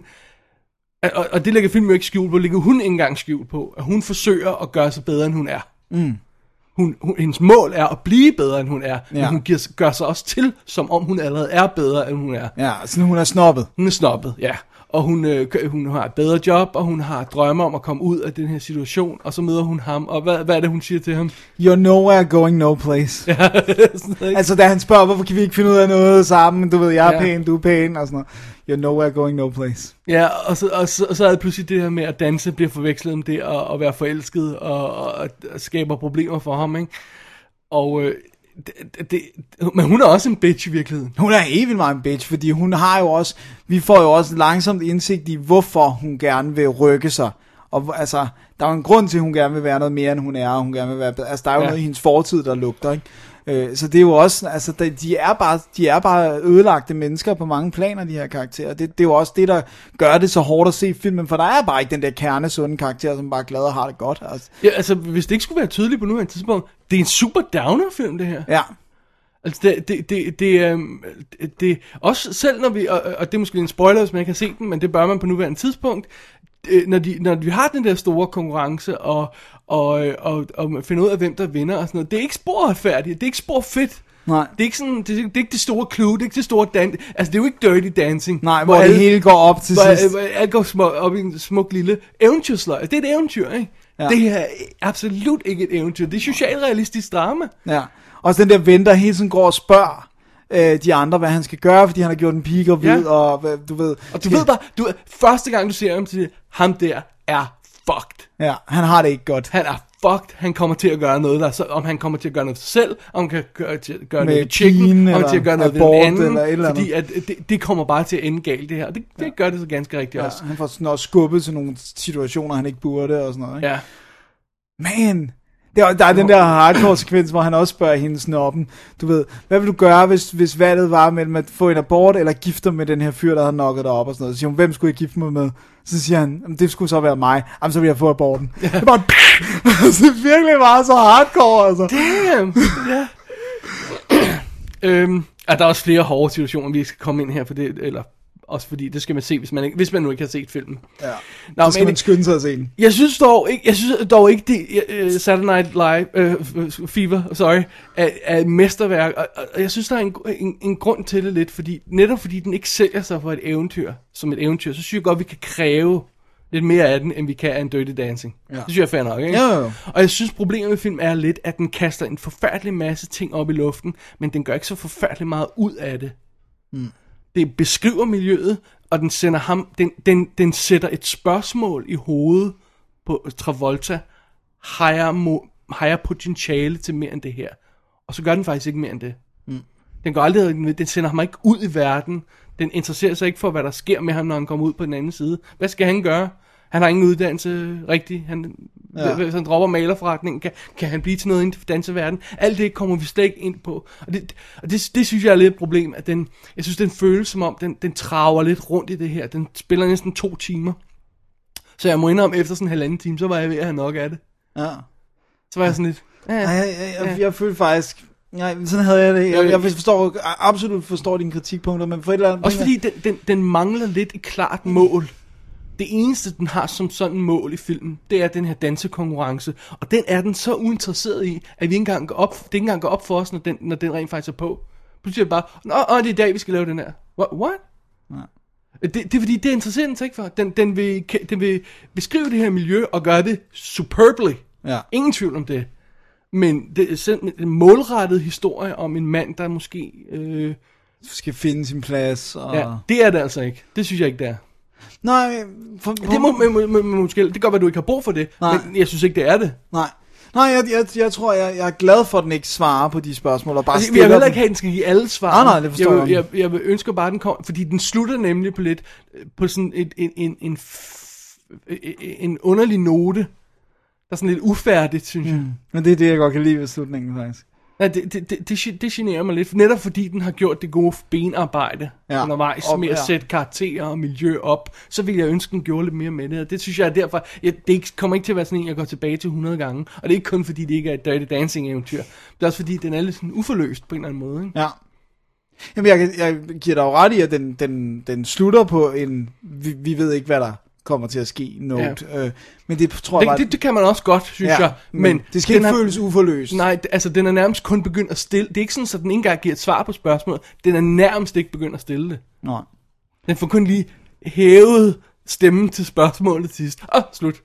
og, og det lægger filmen jo ikke skjult på, lægger hun ikke engang skjult på, at hun forsøger at gøre sig bedre, end hun er. Mm. Hun, hun, hendes mål er at blive bedre, end hun er, ja. Men hun giver, gør sig også til, som om hun allerede er bedre, end hun er. Ja, så hun er snobbet. Hun er snobbet, ja. Og hun, øh, hun har et bedre job, og hun har drømme om at komme ud af den her situation, og så møder hun ham, og hvad, hvad er det, hun siger til ham? You're nowhere going no place. Ja, altså, da han spørger, hvorfor kan vi ikke finde ud af noget sammen, du ved, jeg er ja. pæn, du er pæn, og sådan noget. You're nowhere going no place. Ja, og så, og, så, og så er det pludselig det her med, at danse bliver forvekslet med det, og, og være forelsket, og, og, og skaber problemer for ham, ikke? Og... Øh, Det, det, men hun er også en bitch i virkeligheden. Hun er helt vildt meget en bitch, fordi hun har jo også, vi får jo også langsomt indsigt i, hvorfor hun gerne vil rykke sig. Og altså, der er jo en grund til, at hun gerne vil være noget mere, end hun er, og hun gerne vil være bedre. Altså, der er jo ja. noget i hendes fortid, der lugter, ikke? Øh, så det er jo også, altså, de er bare, de er bare ødelagte mennesker på mange planer, de her karakterer. Det, det er jo også det, der gør det så hårdt at se filmen, for der er bare ikke den der kernesunde karakter, som bare er glad og har det godt. Altså. Ja, altså, hvis det ikke skulle være tydeligt på nuværende tidspunkt, det er en super downer-film, det her. Ja. Altså, det, det, det, det, um, det, det også selv når vi, og, og det er måske en spoiler, hvis man ikke har set den, men det bør man på nuværende tidspunkt, når, de, når vi har den der store konkurrence, og, og, og, og finder ud af, hvem der vinder, og sådan noget, det er ikke spor retfærdigt, det er ikke spor fedt. Nej. Det er ikke sådan, det er, det er ikke det store clue, det er ikke det store dans, altså det er jo ikke Dirty Dancing. Nej, hvor, hvor det alle, hele går op til hvor, sidst. Hvor alt går smuk, op i en smuk lille eventyrsløg. Det er et eventyr, ikke? Ja. Det her er absolut ikke et eventyr, det er socialrealistisk drama. Ja, også den der ven, der hele tiden går og spørger øh, de andre, hvad han skal gøre, fordi han har gjort en pige og ved, ja. og du ved. Og du skal... ved bare, du, første gang du ser ham, til ham der er fucked. Ja, han har det ikke godt. Han er fucked, han kommer til at gøre noget der, så, om han kommer til at gøre noget for sig selv, om han kan gøre, til at gøre noget ved chicken, om han til at gøre noget ved den anden, eller fordi at det, det kommer bare til at ende galt det her, det, det ja. gør det så ganske rigtigt ja, også. Han får sådan også skubbet til nogle situationer, han ikke burde og sådan noget, ikke? Ja. Man, der, der er den der hardcore sekvens, hvor han også spørger hende snoppen, du ved, hvad vil du gøre, hvis, hvis valget var mellem at få en abort, eller gifte med den her fyr, der har nokket dig op og sådan noget. Så siger hun, hvem skulle jeg gifte mig med? Så siger han, det skulle så være mig. Jamen, så vil jeg få aborten. Ja. Det er bare, det er virkelig meget så hardcore, altså. Damn, ja. øhm, er der er også flere hårde situationer, vi skal komme ind her, for det, eller også fordi det skal man se, hvis man, ikke, hvis man nu ikke har set filmen. Ja. Nå, så skal men, man skynde sig at se den. Jeg synes dog ikke, jeg synes dog ikke det uh, Saturday Night Live uh, Fever, sorry, er, er et mesterværk, og, og jeg synes der er en, en, en grund til det lidt, fordi netop fordi den ikke sælger sig for et eventyr, som et eventyr, så synes jeg godt, vi kan kræve lidt mere af den, end vi kan af en Dirty Dancing. Ja. Det synes jeg er fair nok, ikke? Jo, jo. Og jeg synes, problemet med film er lidt, at den kaster en forfærdelig masse ting op i luften, men den gør ikke så forfærdelig meget ud af det. Mm. Det beskriver miljøet, og den sender ham, den, den, den sætter et spørgsmål i hovedet på Travolta. Har jeg, mo, har jeg potentiale til mere end det her? Og så gør den faktisk ikke mere end det. Mm. Den går aldrig, den sender ham ikke ud i verden. Den interesserer sig ikke for, hvad der sker med ham, når han kommer ud på den anden side. Hvad skal han gøre? Han har ingen uddannelse rigtig. Han, ja. Hvis han dropper malerforretningen, kan, kan han blive til noget inden for danseverdenen? Alt det kommer vi slet ikke ind på. Og det, og det, det synes jeg er lidt et problem. At den, jeg synes, den føles som om, den, den traver lidt rundt i det her. Den spiller næsten to timer. Så jeg må indrømme, efter sådan en halvanden time, så var jeg ved at have nok af det. Ja. Så var jeg sådan lidt... Ja, ja, jeg, jeg, jeg, jeg følte faktisk... Nej, sådan havde jeg det. Jeg, jeg forstår, absolut forstår dine kritikpunkter, men for et eller andet... Også fordi den, den, den mangler lidt et klart mål. Det eneste, den har som sådan mål i filmen, det er den her dansekonkurrence. Og den er den så uinteresseret i, at vi ikke engang går op, det ikke engang går op for os, når den, når den rent faktisk er på. Pludselig er det bare, nå, åh, det er i dag, vi skal lave den her. What? What? Ja. Det, det er fordi, det interesserer den sig ikke for. Den, den, vil, den vil beskrive det her miljø og gøre det superbly. Ja. Ingen tvivl om det. Men det er selv en målrettet historie om en mand, der måske... Øh, skal finde sin plads. Og... Ja, det er det altså ikke. Det synes jeg ikke, det er. Nej, for, for, det må, må, må, må, måske, det kan godt være, du ikke har brug for det, nej. Men jeg synes ikke, det er det. Nej, nej jeg, jeg, jeg tror, jeg, jeg er glad for, at den ikke svarer på de spørgsmål. Og bare altså, jeg vil heller ikke have, at den skal give alle svar. Nej, nej, det forstår jeg. Jeg, jeg, jeg vil ønske bare, at den kommer, fordi den slutter nemlig på lidt, på sådan et, en, en, en, en underlig note, der er sådan lidt ufærdigt, synes jeg. Mm. Men det er det, jeg godt kan lide ved slutningen, faktisk. Ja, det, det, det, det, det generer mig lidt, netop fordi den har gjort det gode benarbejde ja. undervejs op, med at ja. sætte karakterer og miljø op, så vil jeg ønske, den gjorde lidt mere med det, og det synes jeg er derfor, jeg, det ikke, kommer ikke til at være sådan en, jeg går tilbage til hundrede gange, og det er ikke kun fordi, det ikke er et Dirty Dancing eventyr, det er også fordi, den er lidt sådan uforløst på en eller anden måde. Ikke? Ja. Jamen, jeg, jeg giver dig jo ret i, at den, den, den slutter på en, vi, vi ved ikke, hvad der kommer til at ske note. Ja. Øh, men det tror jeg det, bare... Det, det kan man også godt, synes ja, jeg. Men, men det skal ikke føles uforløst. Nej, altså den er nærmest kun begyndt at stille. Det er ikke sådan, at den ikke engang giver et svar på spørgsmålet. Den er nærmest ikke begyndt at stille det. Nej. Den får kun lige hævet stemmen til spørgsmålet til sidst. Åh, slut.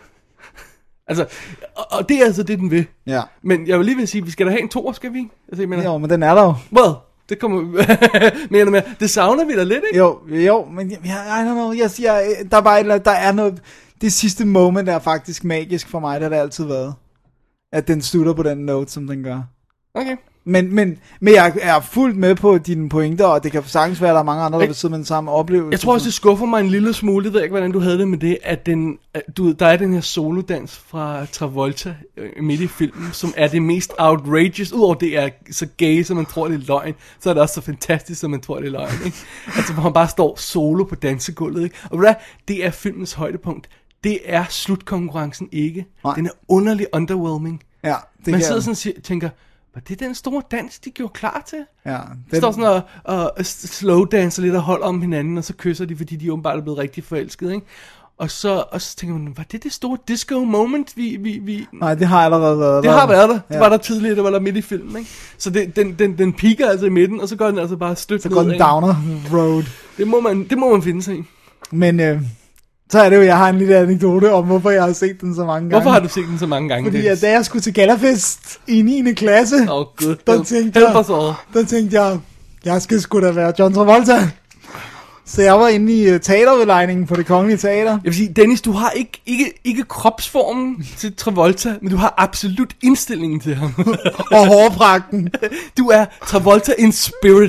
Altså, og, og det er altså det, den vil. Ja. Men jeg vil lige vil sige, vi skal da have en toer, skal vi? Altså, jeg mener, jo, men den er der jo. Well, det kommer mener med. Det savner vi da lidt, ikke? Jo, jo, men jeg, I don't know, jeg siger, der er bare et eller andet, der er noget, det sidste moment er faktisk magisk for mig, det har det altid været. At den slutter på den note, som den gør. Okay. Men, men, men jeg er fuldt med på dine pointer, og det kan sagtens være, at der er mange andre, der vil sidde med den samme oplevelse. Jeg tror også, det skuffer mig en lille smule, det ved jeg ikke, hvordan du havde det med det, at den, du, der er den her solodans fra Travolta øh, midt i filmen, som er det mest outrageous, udover det er så gay, som man tror, det er løgn, så er det også så fantastisk, som man tror, det er løgn, ikke? Altså, hvor han bare står solo på dansegulvet, ikke? Og hvad, det er filmens højdepunkt. Det er slutkonkurrencen ikke. Nej. Den er underlig underwhelming. Ja, det man sidder sådan og tænker, var det den store dans, de gjorde klar til? Ja. Den... står sådan og, og, og slow dancer lidt og holder om hinanden, og så kysser de, fordi de åbenbart er blevet rigtig forelskede, ikke? Og så, og så tænker man, var det det store disco moment, vi... vi, vi... Nej, det har allerede været det der. Det har været der. Ja. Det var der tidligere, det var der midt i filmen, ikke? Så det, den, den, den piker altså i midten, og så går den altså bare stødt ned. Så går den downer road. Det må man, det må man finde sig i. Men... Øh... Så er det jo, jeg har en lille anekdote om, hvorfor jeg har set den så mange gange. Hvorfor har du set den så mange gange? Fordi at da jeg skulle til Gallafest i niende klasse, oh, God. der, tænkte jeg, der tænkte jeg, jeg skal sgu da være John Travolta. Så jeg var inde i uh, teaterudlejningen på Det Kongelige Teater. Jeg vil sige, Dennis, du har ikke, ikke, ikke kropsformen til Travolta, men du har absolut indstillingen til ham. Og hårpragten. Du er Travolta in spirit.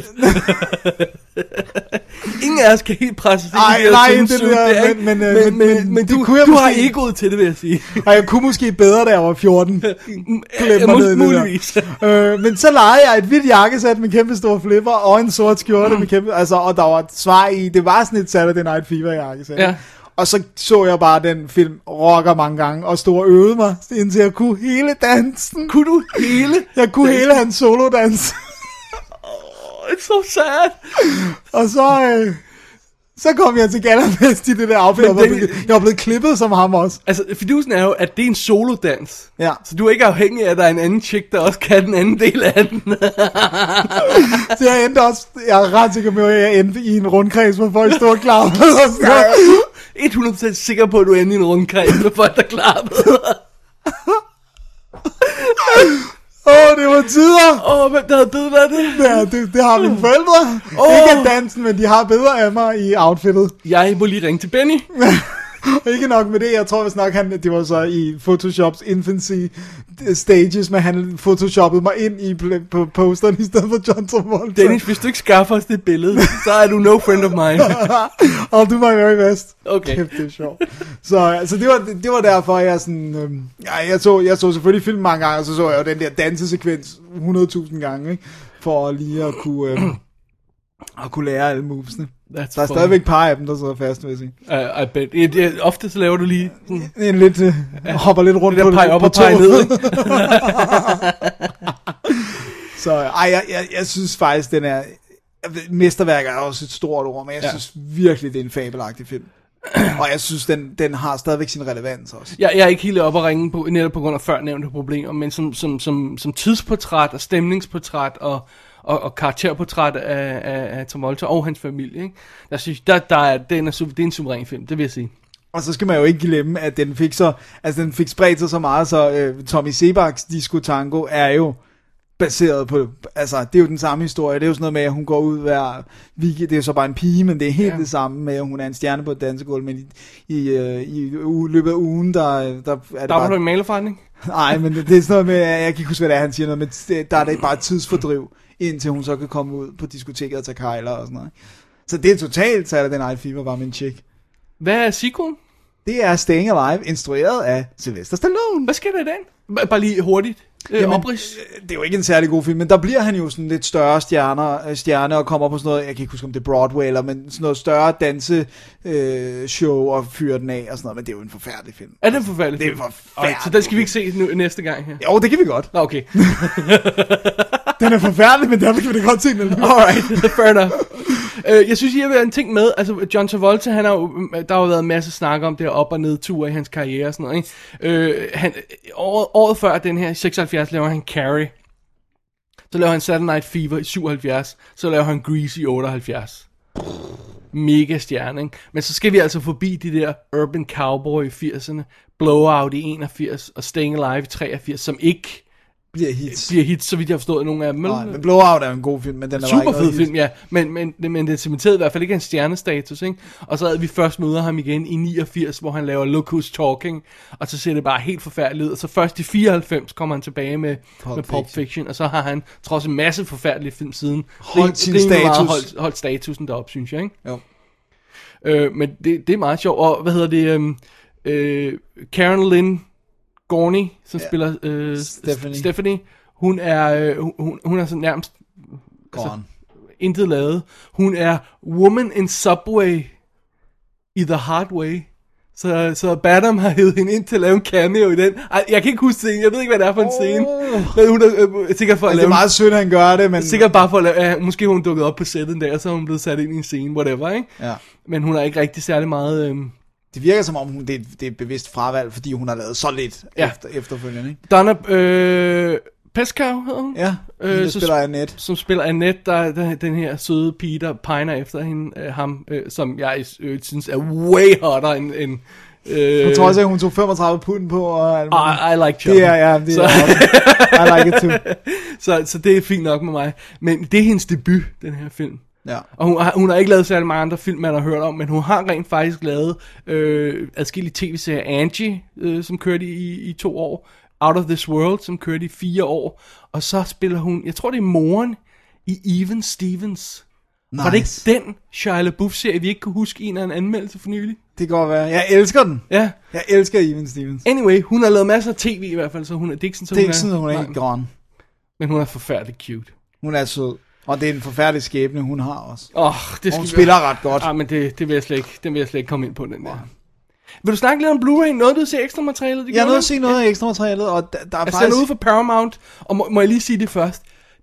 Ingen af os kan helt presse det. Ej, nej, det der, men, men, men, men, men, men du, du måske... har egoet til det, vil jeg sige. Og jeg kunne måske bedre, da jeg var fjorten. Ja, mus- muligvis. øh, men så legede jeg et hvidt jakkesæt med kæmpe store flipper, og en sort skjorte med kæmpe, altså, og der var et svar i, det var sådan et Saturday Night Fever jakkesæt. Ja. Og så så jeg bare den film rocker mange gange, og stod og øvede mig, indtil jeg kunne hele dansen. Kunne du hele? Jeg kunne dansen. Hele hans solodans. It's so sad. Og så, øh, Så kom jeg til Gallerfest i det der outfit, og den... jeg var blevet klippet som ham også. Altså, fidusen er jo, at det er en solodans. Ja. Så du er ikke afhængig af, at der er en anden chick, der også kan den anden del af den. Så jeg endte også, jeg er ret sikker med, at jeg endte i en rundkreds, hvor folk stod og klappede. hundrede procent sikker på, at du endte i en rundkreds med folk, der klappede. Åh, oh, det var tider. Åh, oh, hvem der havde billeder af det? Ja, det, det har mine forældre. Oh. Ikke af dansen, men de har billeder af mig i outfittet. Jeg må lige ringe til Benny. Ikke nok med det, jeg tror vist nok, han, det var så i Photoshops infancy stages, men han photoshoppede mig ind i på posteren i stedet for John Travolta. Dennis, hvis du ikke skaffer os det billede, så er du no friend of mine. I'll do my very best. Okay. Kæft, det er sjovt. Så altså, det, var, det var derfor, jeg sådan... Øhm, ja, jeg, så, jeg så selvfølgelig film mange gange, og så så jeg jo den der dansesekvens hundrede tusind gange, ikke? For lige at kunne... Øhm, at kunne lære alle movesene. Der er funny. Stadigvæk et par af dem, der sidder fast, vil jeg sige. Uh, I bet. It, it, ofte så laver du lige... Sådan, en lidt, uh, hopper lidt rundt det der på, pege op på og pege ned, ikke? Så ej, jeg, jeg, jeg synes faktisk, den er... Mesterværk er også et stort ord, men jeg ja. synes virkelig, det er en fabelagtig film. Og jeg synes, den, den har stadigvæk sin relevans også. Jeg, jeg er ikke helt oppe at ringe på, netop på grund af førnævnte problemer, men som, som, som, som tidsportræt og stemningsportræt og, og, og karakterportræt af, af, af Travolta og hans familie, ikke? Der synes der, der er, den er, det er en suveræn film, det vil jeg sige. Og så skal man jo ikke glemme, at den fik så, altså den fik spredt sig så meget, så øh, Tommy Sebaks Disco Tango er jo baseret på, altså det er jo den samme historie, det er jo sådan noget med, at hun går ud hver weekend, det er jo så bare en pige, men det er helt ja. det samme med, at hun er en stjerne på et dansegulv, men i, i, uh, i u- løbet af ugen, der, der er det der bare... Der var du en malerforretning? Nej, men det, det er sådan noget med, jeg kan ikke huske, hvad det er, han siger noget, men det, der er det bare et tidsfordriv, indtil hun så kan komme ud på diskoteket og tage kejler og sådan noget. Så det er totalt Saturday Night Fever bare med en chick. Hvad er sequelen? Det er Staying Alive, instrueret af Sylvester Stallone. Hvad sker der i den? Bare lige hurtigt. Jamen, oprids. Det er jo ikke en særlig god film, men der bliver han jo sådan lidt større stjerner, stjerne og kommer på sådan noget, jeg kan ikke huske om det er Broadway, eller men sådan noget større danse øh, show og fyrer den af og sådan noget, men det er jo en forfærdelig film. Er det en forfærdelig film? Det er en forfærdelig. Så den skal vi ikke se nu, næste gang her? Jo, det kan vi godt. Nå, okay. Den er forfærdelig, men derfor kan vi da godt se den. Alright, fair enough. Uh, jeg synes, jeg vil have en ting med, altså John Travolta, han har jo, der har jo været en masse snak om det op- og nedture i hans karriere og sådan noget, ikke? Uh, han, året, året før den her, seksoghalvfjerds, laver han Carrie. Så laver han Saturday Night Fever i syvoghalvfjerds, så laver han Grease i otteoghalvfjerds. Mega stjerne, ikke? Men så skal vi altså forbi de der Urban Cowboy i firserne, Blowout i enogfirs og Staying Alive i treogfirs, som ikke bliver hits. Bliver hits, så vidt jeg har forstået nogle af dem. Nej, men Blowout er en god film, men den er super fed film, ja. Men, men, men det cementerede i hvert fald ikke en stjernestatus, ikke? Og så havde vi først møder ham igen i niogfirs, hvor han laver Look Who's Talking, og så ser det bare helt forfærdeligt ud. Og så først i fireoghalvfems kommer han tilbage med Pulp, med Pulp Fiction. Fiction, og så har han trods en masse forfærdelige film siden holdt sin status. Holdt, holdt statusen deroppe, synes jeg, ikke? Jo. Øh, men det, det er meget sjovt. Og hvad hedder det? Øh, øh, Karen Lynn Gorney, som ja. spiller øh, Stephanie. Stephanie. Hun er, øh, hun, hun er sådan nærmest altså, intet lavet. Hun er woman in Subway i The Hard Way. Så, så Badham har hævet hende ind til at lave en cameo i den. Ej, jeg kan ikke huske scenen. Jeg ved ikke, hvad det er for en scene. Oh. Men hun er øh, sikkert for at altså, lave... Det er meget synd, at han gør det, men... Sikkert bare for at lave... Ja, måske hun dukket op på sættet der, og så er hun blevet sat ind i en scene, whatever, ikke? Ja. Men hun er ikke rigtig særlig meget... Øh, Det virker som om, hun, det, det er et bevidst fravalg, fordi hun har lavet så lidt ja. efter, efterfølgende, ikke? Donna øh, Pescow hedder hun. Ja, øh, som spiller Annette. Som spiller Annette, der, der den her søde pige, der piner efter hende, øh, ham, øh, som jeg øh, synes er way hotter end... end øh, jeg tror også, at hun tog femogtredive pund på. Og, I, I like Chubby. Det er, ja, det så. er I like it too. så, så det er fint nok med mig. Men det er hendes debut, den her film. Ja. Og hun har, hun har ikke lavet særlig mange andre film, man har hørt om, men hun har rent faktisk lavet øh, adskillige tv-serier. Angie, øh, som kørte i, i to år. Out of This World, som kørte i fire år. Og så spiller hun, jeg tror det er moren, i Even Stevens. Nice. Var det ikke den Shia LaBeouf-serie, vi ikke kunne huske en af en anmeldelse for nylig? Det kan godt være. Jeg elsker den. Ja. Jeg elsker Even Stevens. Anyway, hun har lavet masser af tv i hvert fald, så hun er, det er ikke sådan, så det er hun ikke sådan, er, hun er helt grøn. Men hun er forfærdeligt cute. Hun er sød. Og det er en forfærdelig skæbne, hun har også. Oh, det hun spiller være... ret godt. Ah, men det, det vil jeg slet ikke, den vil jeg slet ikke komme ind på, den der. Vil du snakke lidt om Blu-ray? Noget du ser ekstra materialet? Jeg er nødt til at se noget af ekstra materialet, og der, der er altså, faktisk... den er ude for Paramount, og må, må jeg lige sige det først.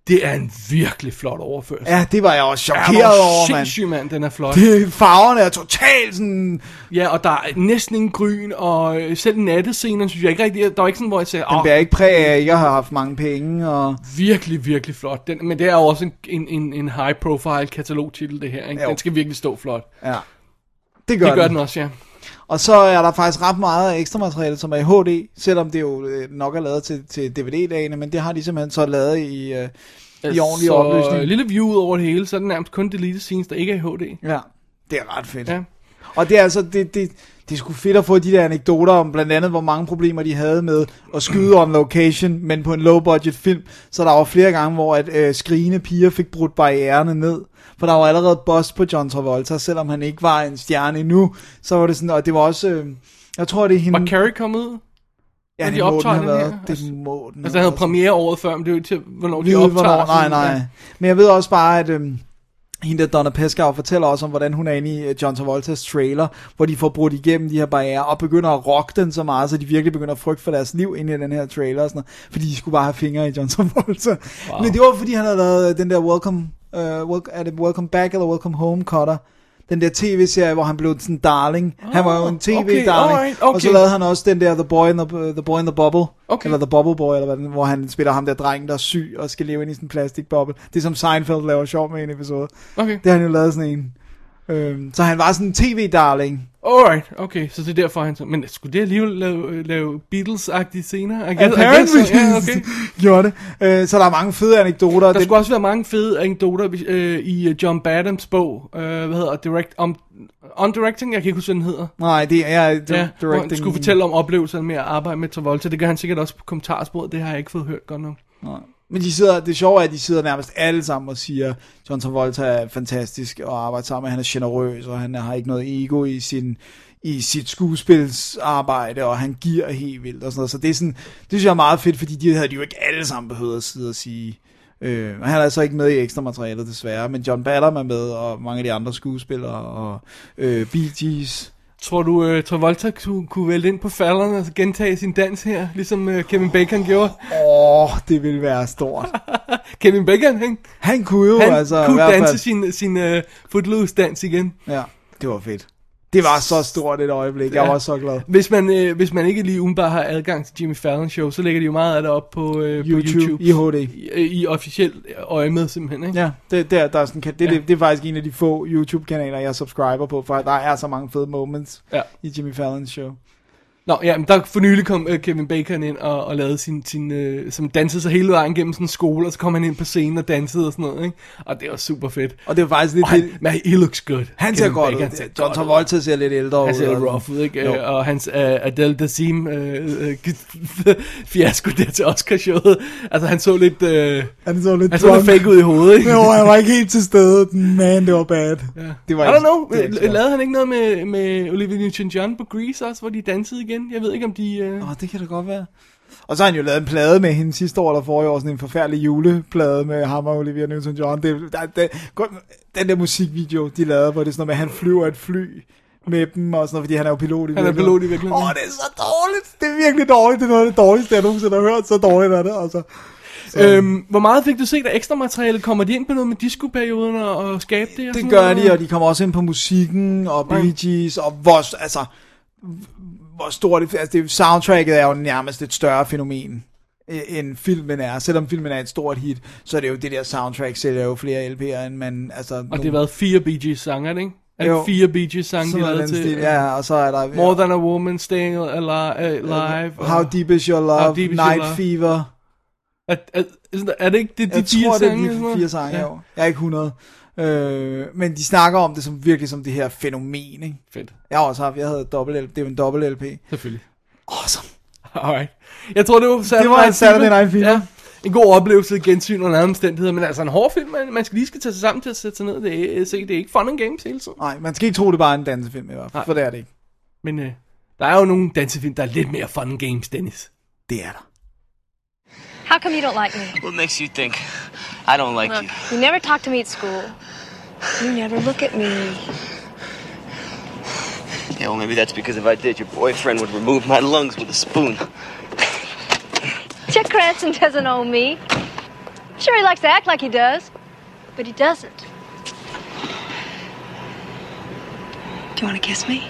Det er en virkelig flot overførsel. Ja, det var jeg også chokeret ja, over, mand. Sindssygt, mand, den er flot. Det, farverne er totalt sådan... Ja, og der er næsten ingen gryn, og selv nattescenen, synes jeg ikke rigtig... Der er ikke sådan, hvor jeg siger... Den åh, bliver ikke præg af, at jeg ikke har haft mange penge, og... Virkelig, virkelig flot. Den, men det er jo også en, en, en, en high-profile katalogtitel, det her. Ikke? Den skal virkelig stå flot. Ja, det gør, det gør den. den også, ja. Og så er der faktisk ret meget ekstra materiale, som er i H D, selvom det jo nok er lavet til, til D V D-dagene, men det har de simpelthen så lavet i, uh, i ordentlig så opløsning. Så lille view ud over det hele, så er det nærmest kun deleted scenes, der ikke er i H D. Ja, det er ret fedt. Ja. Og det er altså, det, det, det er sgu fedt at få de der anekdoter om blandt andet, hvor mange problemer de havde med at skyde on location, men på en low budget film, så der var flere gange, hvor at øh, skrigende piger fik brudt barriererne ned. For der var allerede buzz på John Travolta, selvom han ikke var en stjerne endnu, så var det sådan, og det var også, øh, jeg tror det er hende... Var Carrie kommet ud? Ja, det de må den have været. Her? Det altså, må den altså, der havde premiere året før, men det er jo ikke til, hvornår de Ved, optager. Hvornår, nej, nej. Men jeg ved også bare, at øhm, hende der Donna Pescow fortæller også om, hvordan hun er inde i John Travoltas trailer, hvor de får brudt igennem de her barrierer, og begynder at rocke den så meget, så de virkelig begynder at frygte for deres liv inde i den her trailer, og sådan noget, fordi de skulle bare have fingre i John Travolta. Wow. Men det var fordi, han havde lavet den der Welcome, uh, welcome, er det Welcome Back eller Welcome Home cutter. Den der tv-serie, hvor han blev sådan darling. Oh, han var jo en tv-darling. Okay, alright, okay. Og så lavede han også den der The Boy in the, uh, the, Boy in the Bubble. Okay. Eller The Bubble Boy, eller hvad den, hvor han spiller ham der drengen, der er syg og skal leve ind i sådan en plastikboble. Det er som Seinfeld laver sjov med en episode. Okay. Det har han jo lavet sådan en. Øhm, så han var sådan en tv-darling. Alright, okay, så det er derfor han så... Men skulle det alligevel lave, lave Beatles-agtige scener? I guess, Apparently, I guess so. Yeah, okay. Gjorde det. Øh, så der er mange fede anekdoter. Der det... skulle også være mange fede anekdoter øh, i John Badhams bog. Øh, hvad hedder direct, om, on Directing? Jeg kan ikke huske, hvad den hedder. Nej, det er ja, ja, Directing. Han skulle fortælle om oplevelserne med at arbejde med Travolta. Det gør han sikkert også på kommentarsporet. Det har jeg ikke fået hørt godt nok. Nej. Men de sidder, det sjove er, at de sidder nærmest alle sammen og siger, John Travolta er fantastisk at arbejde sammen med, han er generøs, og han har ikke noget ego i sin i sit skuespilsarbejde, og han giver helt vildt og sådan noget. Så det er sådan, det synes jeg er meget fedt, fordi de havde de jo ikke alle sammen behøvet at sidde og sige. Øh, han er altså ikke med i ekstra materialet desværre, men John Badham er med, og mange af de andre skuespillere, og øh, Bee Gees. Tror du, uh, Travolta kunne, kunne vælge ind på falderne og gentage sin dans her, ligesom uh, Kevin Bacon gjorde? Åh, oh, det ville være stort. Kevin Bacon, han, han kunne jo han altså... kunne danse fald... sin, sin uh, Footloose-dans igen. Ja, det var fedt. Det var så stort et øjeblik, jeg ja. var så glad. Hvis man, øh, hvis man ikke lige umiddelbart har adgang til Jimmy Fallon Show, så lægger de jo meget af det op på, øh, YouTube, på YouTube. I H D. I, i officielt øje med simpelthen, ikke? Ja, det, der, der er sådan, det, ja. det, det er faktisk en af de få YouTube-kanaler, jeg subscriber på, for der er så mange fede moments ja. i Jimmy Fallon Show. Nå, ja, men der for nylig kom uh, Kevin Bacon ind og, og lavede sin, sin uh, som dansede sig hele vejen gennem sådan en skole, og så kom han ind på scenen og dansede og sådan noget, ikke? Og det var super fedt. Og det var faktisk lidt... Han, men he looks good. Han ser godt ud. John Travolta ser lidt ældre ud. Han ser lidt rough ud, ikke? No. Og hans uh, Adele Dazeem uh, uh, fiasko der til Oscar-showet. Altså, han så lidt... Uh, han så lidt, han så lidt fake ud i hovedet, ikke? Jo, han var ikke helt til stede. Man, det var bad. Ja. Det var I don't know. Ikke, lavede han ikke noget med, med Olivia Newton-John på Grease også, hvor de dansede igen? Jeg ved ikke, om de... Øh... Åh, det kan da godt være. Og så har han jo lavet en plade med hende sidste år, der forrige år, sådan en forfærdelig juleplade med ham og Olivia Newton-John. Det, der, der, den der musikvideo, de lavede, hvor det er sådan noget med, at han flyver et fly med dem og sådan noget, fordi han er jo pilot i Han er pilot i virkeligheden. Åh, det er så dårligt. Det er virkelig dårligt. Det er noget af det dårligste, jeg nogensinde har hørt. Så dårligt er det, altså. Øhm, hvor meget fik du set af ekstra materiale? Kommer de ind på noget med disco-perioderne og skabe det? Og det gør noget? De, og de kommer også ind på musikken og Bee Gees og hvor, altså... hvor stort det, altså det, soundtracket er jo nærmest et større fænomen end filmen er. Selvom filmen er et stort hit, så er det jo det der soundtrack sælger jo flere L P'er end man, altså... Og nogle... det har været fire Bee Gees sanger, ikke? Er det jo, fire Bee Gees sange, de lavede til? Stil, ja, og så er der... More ja. Than a Woman, Staying Alive... Uh, How Deep Is Your Love, Night Love. Fever... Er, er, er det ikke det, de jeg fire tror, sange? Jeg tror, det er de fire sange, ja. Jo. Jeg er ikke hundrede. Øh, men de snakker om det som virkelig som det her fænomen, ikke? Fedt. Jeg har også haft, jeg havde dobbelt L P, det var en dobbelt L P. Selvfølgelig. Awesome. Alright. Jeg tror det var Saturday Det var en Saturday Night Fever. Ja. En god oplevelse, gensyn under andre omstændigheder, men altså en hård film, man, man skal lige skal tage sig sammen til at sætte sig ned og det, se, det er ikke fun and games hele tiden. Nej, man skal ikke tro, det er bare en dansefilm i hvert fald, for det er det ikke. Men øh, der er jo nogle dansefilm, der er lidt mere fun and games, Dennis. Det er der. How come you don't like me? What makes you think I don't like Look, you? You never talk to me at school. You never look at me. Yeah, well, maybe that's because if I did, your boyfriend would remove my lungs with a spoon. Jack Cranston doesn't owe me. Sure, he likes to act like he does, but he doesn't. Do you want to kiss me?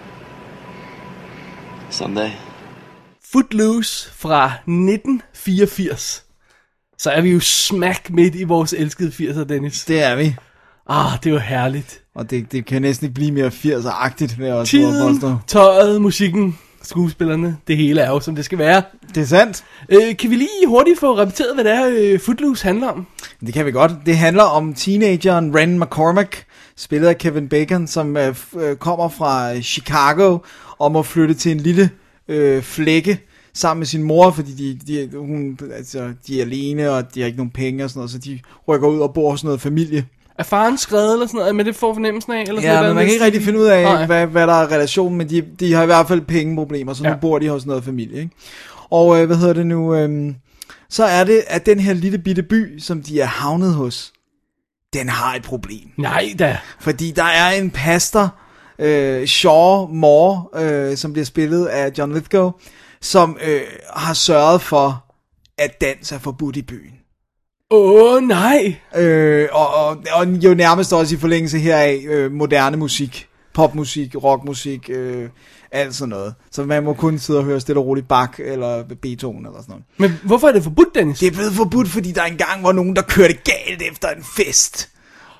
Someday. Footloose fra nitten fireogfirs. Så er vi jo smack midt i vores elskede firser, Dennis. Det er vi. Ah, det var herligt. Og det, det kan næsten ikke blive mere firser-agtigt, vil jeg også Tiden, tøjet, musikken, skuespillerne, det hele er jo, som det skal være. Det er sandt. Øh, kan vi lige hurtigt få repeteret, hvad det er, øh, Footloose handler om? Det kan vi godt. Det handler om teenageren Ren McCormack, spillet af Kevin Bacon, som øh, øh, kommer fra Chicago og må flytte til en lille øh, flække sammen med sin mor, fordi de, de, hun, altså, de er alene, og de har ikke nogen penge og sådan noget, så de rykker ud og bor hos noget familie. Er faren skrevet eller sådan noget, med det får fornemmelsen af? Eller sådan ja, noget, men man kan ikke rigtig finde ud af, Nej. hvad, hvad der er relationen, men de, de har i hvert fald pengeproblemer, så nu ja. bor de hos noget familie, ikke? Og øh, hvad hedder det nu, øh, så er det, at den her lille bitte by, som de er havnet hos, den har et problem. Nej da. Fordi der er en pastor, øh, Shaw Moore, øh, som bliver spillet af John Lithgow, som øh, har sørget for, at dans er forbudt i byen. Åh, oh, nej. Øh, og, og, og jo nærmest også i forlængelse heraf øh, moderne musik, popmusik, rockmusik, øh, alt sådan noget. Så man må kun sidde og høre stille og roligt Bach eller Beethoven eller sådan noget. Men hvorfor er det forbudt, Dennis? Det er blevet forbudt, fordi der engang var nogen, der kørte galt efter en fest.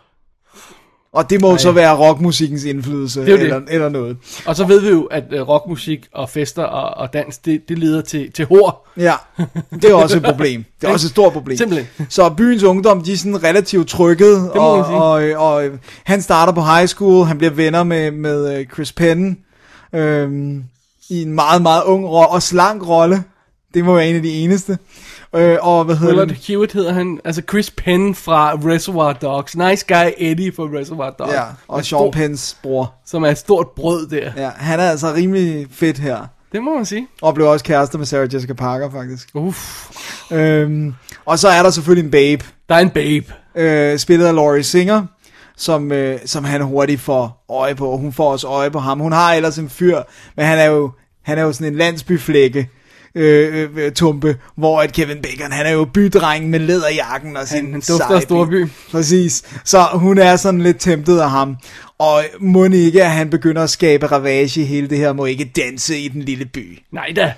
Og det må jo så være rockmusikkens indflydelse eller, eller noget. Og så ved vi jo, at uh, rockmusik og fester og, og dans, det, det leder til, til hår. Ja, det er også et problem. Det er også et stort problem. Simpelthen. Så byens ungdom, de er sådan relativt trykket, og, og, og, og han starter på high school, han bliver venner med, med Chris Penn, øhm, i en meget, meget ung ro- og slank rolle. Det må være en af de eneste. Øh, og hvad hedder Willard Hewitt hedder han, altså Chris Penn fra Reservoir Dogs. Nice guy Eddie fra Reservoir Dogs. Ja, og Sean Penns bror. Som er et stort brød der. Ja, han er altså rimelig fedt her. Det må man sige. Og blev også kærester med Sarah Jessica Parker, faktisk. Uff. Øhm, og så er der selvfølgelig en babe. Der er en babe. Øh, spillet af Laurie Singer, som, øh, som han hurtigt får øje på. Og hun får også øje på ham. Hun har ellers en fyr, men han er jo, han er jo sådan en landsbyflække. Øh, øh, tumpe, hvor at Kevin Bacon, han er jo bydrengen med læderjakken og sin han, han dufter af storby. Præcis. Så hun er sådan lidt temptet af ham. Og må ikke, at han begynder at skabe ravage i hele det her, må ikke danse i den lille by. Nej da.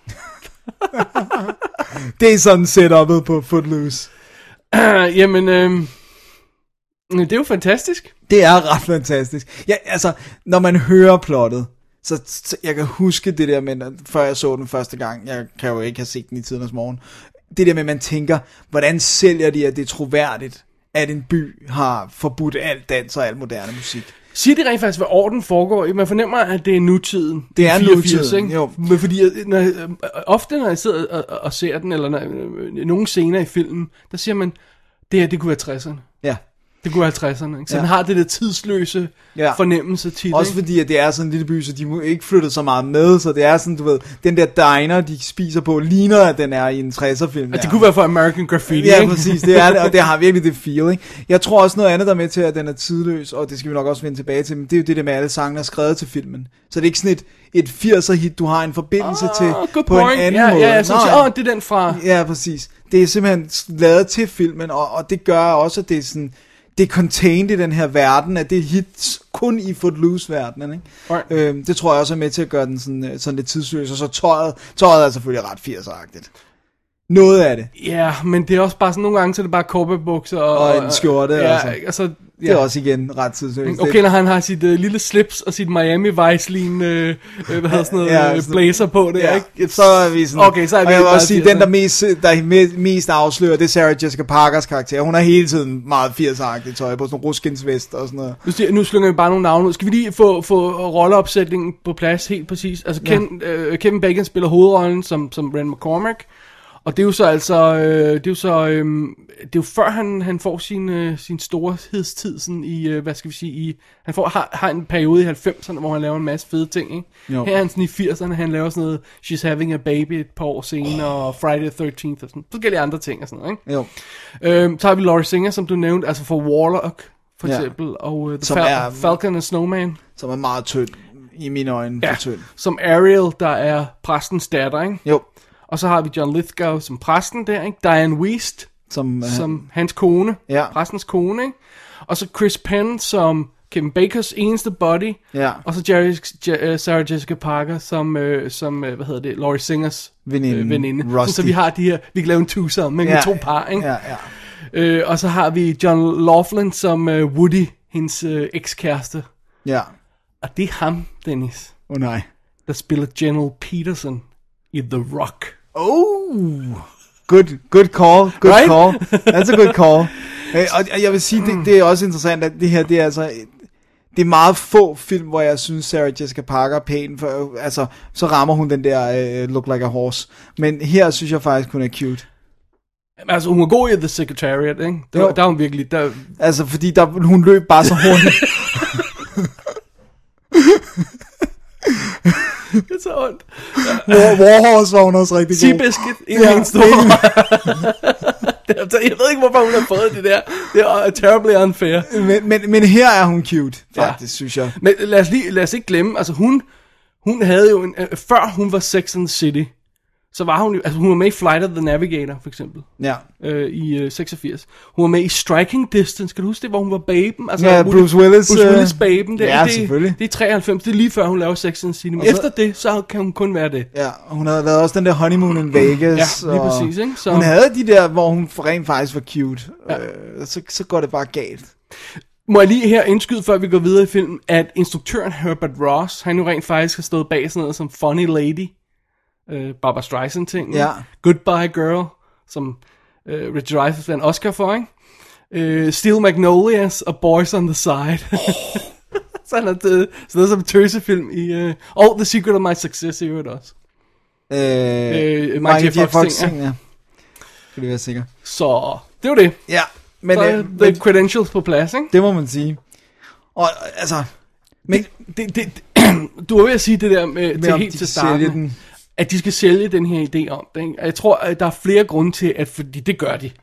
Det er sådan setup'et på Footloose. Uh, jamen, øh, det er jo fantastisk. Det er ret fantastisk. Ja, altså, når man hører plottet, Så, så jeg kan huske det der med, før jeg så den første gang, jeg kan jo ikke have set den i tidernes morgen, det der med, at man tænker, hvordan sælger de, at det er troværdigt, at en by har forbudt alt dans og alt moderne musik. Siger det rent faktisk, hvad orden foregår i? Man fornemmer, at det er nutiden. Det er fireogfirs, nutiden, ikke? jo. Men fordi, når jeg, ofte når jeg sidder og, og ser den, eller når, nogle scener i filmen, der siger man, det her, det kunne være tresserne. Ja. Det kunne være halvtredserne, ikke? Så ja. den har det der tidsløse ja. fornemmelse tit. Også ikke? fordi, at det er sådan en lille by, så de må ikke flytte så meget med, så det er sådan, du ved, den der diner, de spiser på, ligner, at den er i en tresser-film. At det kunne være for American Graffiti, ja, ikke? præcis, det er det, og det har virkelig det feel, ikke? Jeg tror også noget andet, der er med til, at den er tidløs, og det skal vi nok også vende tilbage til, men det er jo det der med, alle sangene er skrevet til filmen. Så det er ikke sådan et, et firser-hit, du har en forbindelse oh, til på point. en anden ja, måde. Ja, ja, så åh, oh, det er den fra... Ja, præcis. Det er simpelthen lavet til filmen, og, og det gør også, at det er sådan... Det er contained i den her verden, at det er hits kun i Footloose-verdenen, ikke? Right. Øhm, det tror jeg også er med til at gøre den sådan, sådan lidt tidsløs, og så tøjet, tøjet er selvfølgelig ret firser-agtigt. Noget af det. Ja, men det er også bare sådan, nogle gange, så er det bare cowboybukser og... Og en skjorte, ja, altså. altså. Det er også igen ret tidsløst. Okay, når han har sit uh, lille slips og sit Miami Vice-lignende, uh, hvad hedder sådan noget, ja, uh, blazer på det, ja, ikke? Så er vi sådan... Okay, så er vi og jeg vil også sige, den der firserne. mest, der mest afslører, det er Sarah Jessica Parkers karakter. Hun har hele tiden meget firser-agtigt tøj på, sådan en ruskinsvest og sådan noget. Nu, siger, nu slynger vi bare nogle navne ud. Skal vi lige få, få rolleopsætningen på plads helt præcis? Altså, Ken, ja. uh, Kevin Bacon spiller hovedrollen som, som Ren McCormack. Og det er jo så altså, øh, det er jo så, øh, det er jo før han, han får sin, øh, sin storhedstid sådan i, øh, hvad skal vi sige, i, han får, har, har en periode i halvfemserne, hvor han laver en masse fede ting, ikke? Jo. Her er han sådan i firserne, han laver sådan noget, She's Having a Baby et par år senere, oh. og Friday the thirteenth og sådan forskellige andre ting og sådan noget, ikke? Jo. Øh, så har vi Laurie Singer, som du nævnte, altså for Warlock, for ja. eksempel, og uh, The som Fal- er, Falcon and Snowman. Som er meget tynd, i mine øjne, ja, for tynd. Som Ariel, der er præstens datter, ikke? Jo. Og så har vi John Lithgow som præsten der, ikke? Diane Wiest. Som, som uh, hans kone, ja. præstens kone, ikke? Og så Chris Penn som Kevin Bacons eneste buddy, ja. og så Jerry, Je, uh, Sarah Jessica Parker som, uh, som uh, hvad hedder det, Laurie Singers veninde, uh, veninde. Så, så vi har de her, vi kan lave en twosome med ja. to par, ikke? Ja, ja. Uh, og så har vi John Laughlin som uh, Woody, hendes uh, ekskæreste. Ja. Og det er ham, Dennis. Åh oh, nej. Der spiller General Peterson i The Rock. Oh, good, good call, good right? call. That's a good call. Og jeg vil sige, det, det er også interessant, at det her, det er altså, det er meget få film, hvor jeg synes, Sarah Jessica Parker er pæn, for, altså, så rammer hun den der uh, look like a horse. Men her synes jeg faktisk, hun er cute. Altså, hun var god i The Secretariat, ikke? Der, der var hun virkelig, der... Altså, fordi der, hun løb bare så hurtigt. Det er så ondt. War, Warhorse var hun også rigtig god. Seabiscuit, en af hendes store. Jeg ved ikke, hvorfor hun har fået det der. Det er terribly unfair. Men, men, men her er hun cute, faktisk, ja. Synes jeg. Men lad os, lige, lad os ikke glemme, altså hun, hun havde jo, en, før hun var Sex and the City, så var hun jo, altså hun var med i Flight of the Navigator, for eksempel. Ja. Øh, I øh, seksogfirs. Hun var med i Striking Distance, kan du huske det, hvor hun var baben? Altså, ja, Bruce Willis. Bruce Willis baben. Det, ja, det, selvfølgelig. Det er treoghalvfems, det er lige før hun laver Sex and the City. Men så, efter det, så kan hun kun være det. Ja, og hun havde lavet også den der Honeymoon in Vegas. Ja, lige præcis, ikke? Så... Hun havde de der, hvor hun rent faktisk var cute. Ja. Øh, så, så går det bare galt. Må jeg lige her indskyde, før vi går videre i filmen, at instruktøren Herbert Ross, han jo rent faktisk har stået bag sådan noget som Funny Lady, uh, Barbra Streisand ting, ja. Goodbye Girl, som uh, Richard Dreyfuss vandt Oscar for, ikke? Uh, Steel Magnolias og Boys on the Side. Oh. Sådan noget, sådan noget som tøsefilm i, uh, og The Secret of My Success i øvrigt også. Øh, uh, Michael J. Fox ting, ja. ja. Skal det være sikker. Så, det var det. Ja. Men, så øh, the men, credentials på plads, ikke? Det må man sige. Og altså... Men, det, det, det, du var ved at sige det der med, med til helt til starten, at de skal sælge den her idé om det, ikke? Jeg tror, at der er flere grunde til, at fordi det gør de.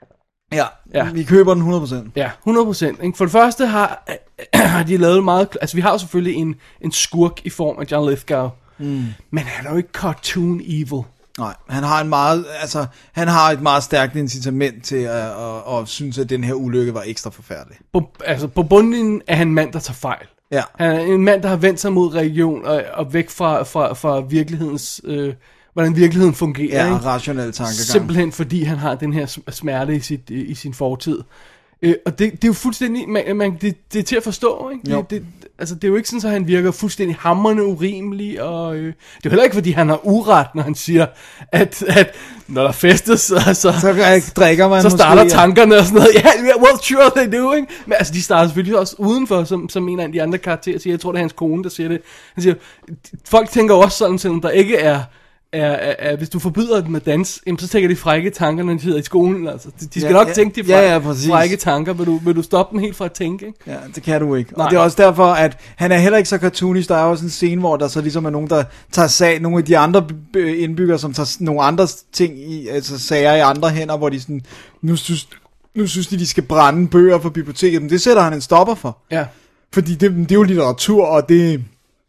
Ja, ja. Vi køber den hundrede procent. Ja, hundrede procent. Ikke? For det første har, har de lavet meget... Altså, vi har jo selvfølgelig en, en skurk i form af John Lithgow, mm. men han er jo ikke cartoon evil. Nej, han har en meget, altså, han har et meget stærkt incitament til at, at, at, at synes, at den her ulykke var ekstra forfærdelig. På, altså, på bundlinjen er han en mand, der tager fejl. Ja. Han er en mand, der har vendt sig mod religion og, og væk fra, fra, fra virkelighedens, øh, hvordan virkeligheden fungerer. Ja, ikke? rationelle tankegang. Simpelthen fordi han har den her smerte i, sit, i sin fortid. Øh, og det, det er jo fuldstændig, man, man, det, det er til at forstå, ikke? Det, det, altså, det er jo ikke sådan, at han virker fuldstændig hamrende urimelig, og øh, det er jo heller ikke, fordi han har uret, når han siger, at, at når der festes, så, så, så drikker man så starter måske, tankerne og sådan noget. Ja, yeah, well, sure they do, ikke? Men altså, de starter selvfølgelig også udenfor, som, som en af de andre karakterer siger. Jeg tror, det er hans kone, der siger det. Han siger, folk tænker også sådan, selvom der ikke er... Er, er, er, hvis du forbyder dem at danse, jamen, så tænker de frække tanker, når de sidder i skolen. Altså. De, de skal ja, nok ja, tænke de frække, ja, ja, frække tanker. Vil du, vil du stoppe dem helt fra at tænke? Ikke? Ja, det kan du ikke. Nej. Og det er også derfor, at han er heller ikke så cartoonisk. Der er også en scene, hvor der så ligesom er nogen, der tager sag, nogle af de andre indbyggere, som tager nogle andre ting i, altså sager i andre hænder, hvor de sådan, nu synes, nu synes de, de skal brænde bøger på biblioteket. Men det sætter han en stopper for. Ja. Fordi det, det er jo litteratur, og det...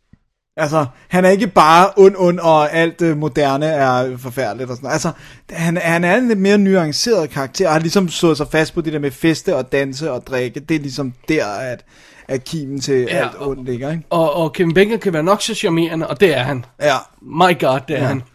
Altså, han er ikke bare ond, ond, og alt øh, moderne er forfærdeligt og sådan noget. Altså, han, han er en lidt mere nuanceret karakter, og har ligesom slået sig fast på det der med feste og danse og drikke. Det er ligesom der, at, at kimen til ja, alt ondt ligger, ikke? Og, og Kevin Bacon kan være nok så charmerende, og det er han. Ja. My god, det er ja. han.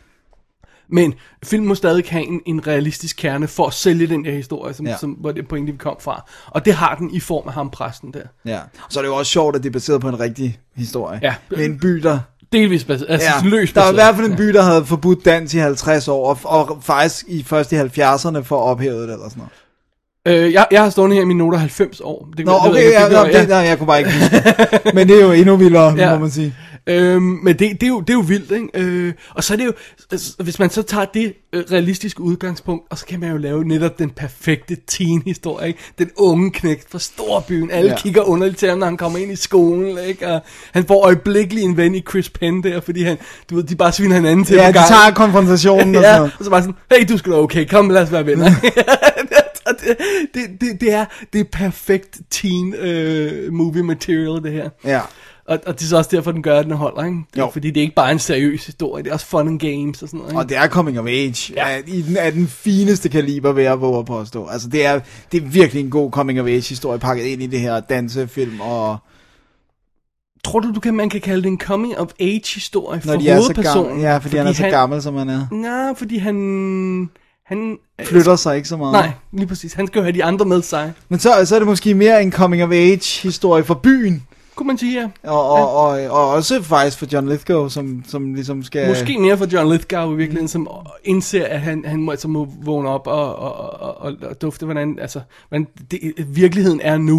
Men filmen må stadig have en, en realistisk kerne for at sælge den der historie, som, ja. som, hvor det pointe, vi kom fra. Og det har den i form af ham, præsten der. Ja, så er det jo også sjovt, at det er baseret på en rigtig historie. Ja. Med en by, der... Delvis baseret, altså ja. løs baseret. Der er i hvert fald en by, der havde forbudt dans i halvtreds år, og, og faktisk i først i halvfjerdserne for at ophæve det eller sådan noget. Øh, jeg, jeg har stående her i mine noter halvfems år. Det, Nå, det, okay, det, ja, det, ja, det, det, ja. jeg kunne bare ikke huske. Men det er jo endnu vildere, ja. må man sige. Øhm, men det, det, er jo, det er jo vildt, ikke? Øh, og så er det jo, altså, hvis man så tager det øh, realistiske udgangspunkt, og så kan man jo lave netop den perfekte teen-historie, ikke? Den unge knægt fra storbyen, alle ja. kigger underligt til ham, når han kommer ind i skolen, ikke? Og han får øjeblikkeligt en ven i Chris Penn der, fordi han, du ved, de bare sviner hinanden til. Ja, de tager konfrontationen og ja, sådan noget. og så bare sådan, hey, du skal da okay, kom, lad os være venner. det, det, det, det, er, det er perfekt teen øh, movie material, det her. Ja. Og, og det er så også derfor, den gør, at den holder, ikke? Jo. Fordi det er ikke bare en seriøs historie, det er også fun and games og sådan noget, ikke? Og det er coming of age. Ja. Ja. I den, er den fineste kaliber, vil jeg våge at påstå. Altså, det er, det er virkelig en god coming of age historie, pakket ind i det her dansefilm, og... Tror du, du kan, man kan kalde det en coming of age historie for Når de er så hovedpersonen? gammel, ja, fordi, fordi han er så han, gammel, som han er. Nej, fordi han... Han Flytter sig ikke så meget. Nej, lige præcis. Han skal jo have de andre med sig. Men så, så er det måske mere en coming of age historie for byen. Kunne man sige, ja. Og, og, ja. og, og også faktisk for John Lithgow, som, som ligesom skal... Måske mere for John Lithgow i virkeligheden, som indser, at han, han må, altså må vågne op og, og, og, og, og dufte, hvordan, altså, hvordan det, virkeligheden er nu.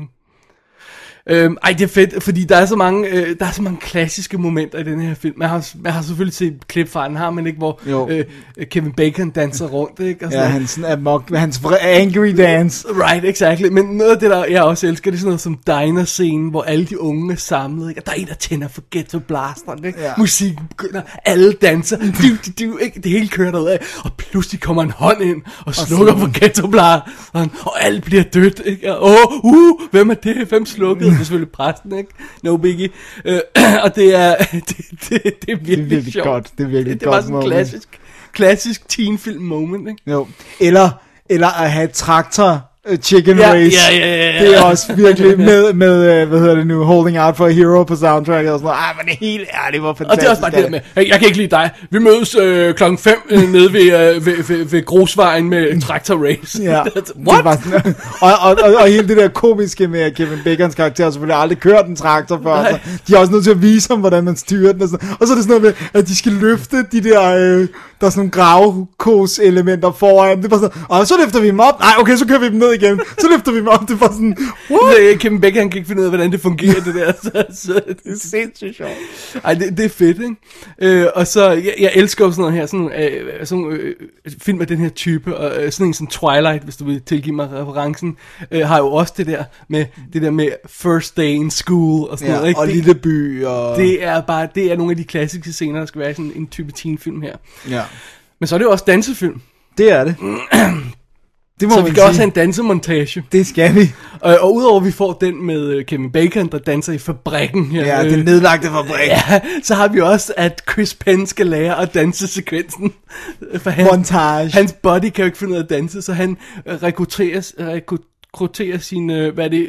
Øhm, ej, det er fedt, fordi der er så mange, øh, der er så mange klassiske momenter i den her film. Man har, man har selvfølgelig set klip fra den, har man ikke, hvor øh, Kevin Bacon danser rundt, ikke? Og ja, hans amok, hans angry dance. Right, exactly. Men noget af det, der jeg også elsker, det er sådan noget som diner-scenen, hvor alle de unge er samlet, ikke? Og der er en, der tænder for Ghetto Blasteren, ikke? Ja. Musikken begynder, alle danser, du, du, du, ikke? Det hele kører derudad, og pludselig kommer en hånd ind og slukker for Ghetto Blasteren, og alle bliver dødt, ikke? Og åh, uh, hvem er det? Hvem slukkede? Det er selvfølgelig præsten, ikke? No biggie. Øh, og det er, det, det, det er virkelig, det er virkelig sjovt. godt. Det er virkelig det, det godt var sådan en klassisk, klassisk teenfilm moment, ikke? Jo. Eller, eller at have traktor chicken ja, race. Ja, ja, ja, ja. Det er også virkelig med, med, hvad hedder det nu, Holding Out for a Hero på soundtracket og sådan noget. Ej, men helt ærligt, hvor fantastisk. Og det er også bare det der med, hey, jeg kan ikke lide dig. Vi mødes øh, klokken fem øh, nede ved, øh, ved, ved, ved grusvejen med en traktor race. Ja. What? Var sådan, og, og, og, og hele det der komiske med, at Kevin Bacons karakter selvfølgelig aldrig kørt en traktor før. Så de er også nødt til at vise ham, hvordan man styrer den. Og, sådan. Og så er det sådan noget med, at de skal løfte de der, øh, der er sådan nogle gravkos-elementer foran. Det er bare sådan, og så løfter vi dem op. Nej, okay, så kører vi dem ned igen. Så løfter vi dem op. Det er bare sådan, what? Kevin Bacon, han kan ikke finde ud af, hvordan det fungerer, det der. Så, så det er sindssygt sjovt. Ej, det, det er fedt, ikke? Øh, og så, jeg, jeg elsker jo sådan noget her, sådan, øh, sådan øh, film af den her type, og øh, sådan en som Twilight, hvis du vil tilgive mig referencen, øh, har jo også det der med, det der med first day in school, og sådan ja, noget, ikke? Og det, lille by, og... Det er bare, det er nogle af de klassiske scener, der skal være i sådan en type teenfilm her. Ja. Men så er det jo også dansefilm. Det er det. Det må så vi skal sige. Også have en dansemontage. Det skal vi. Og, og udover at vi får den med Kevin Bacon, der danser i fabrikken her. Ja, øh, den nedlagte fabrik. Ja, så har vi også, at Chris Penn skal lære at danse sekvensen. For han, montage. Hans body kan jo ikke finde ud af at danse, så han rekrutterer, rekrutterer sin, hvad er det,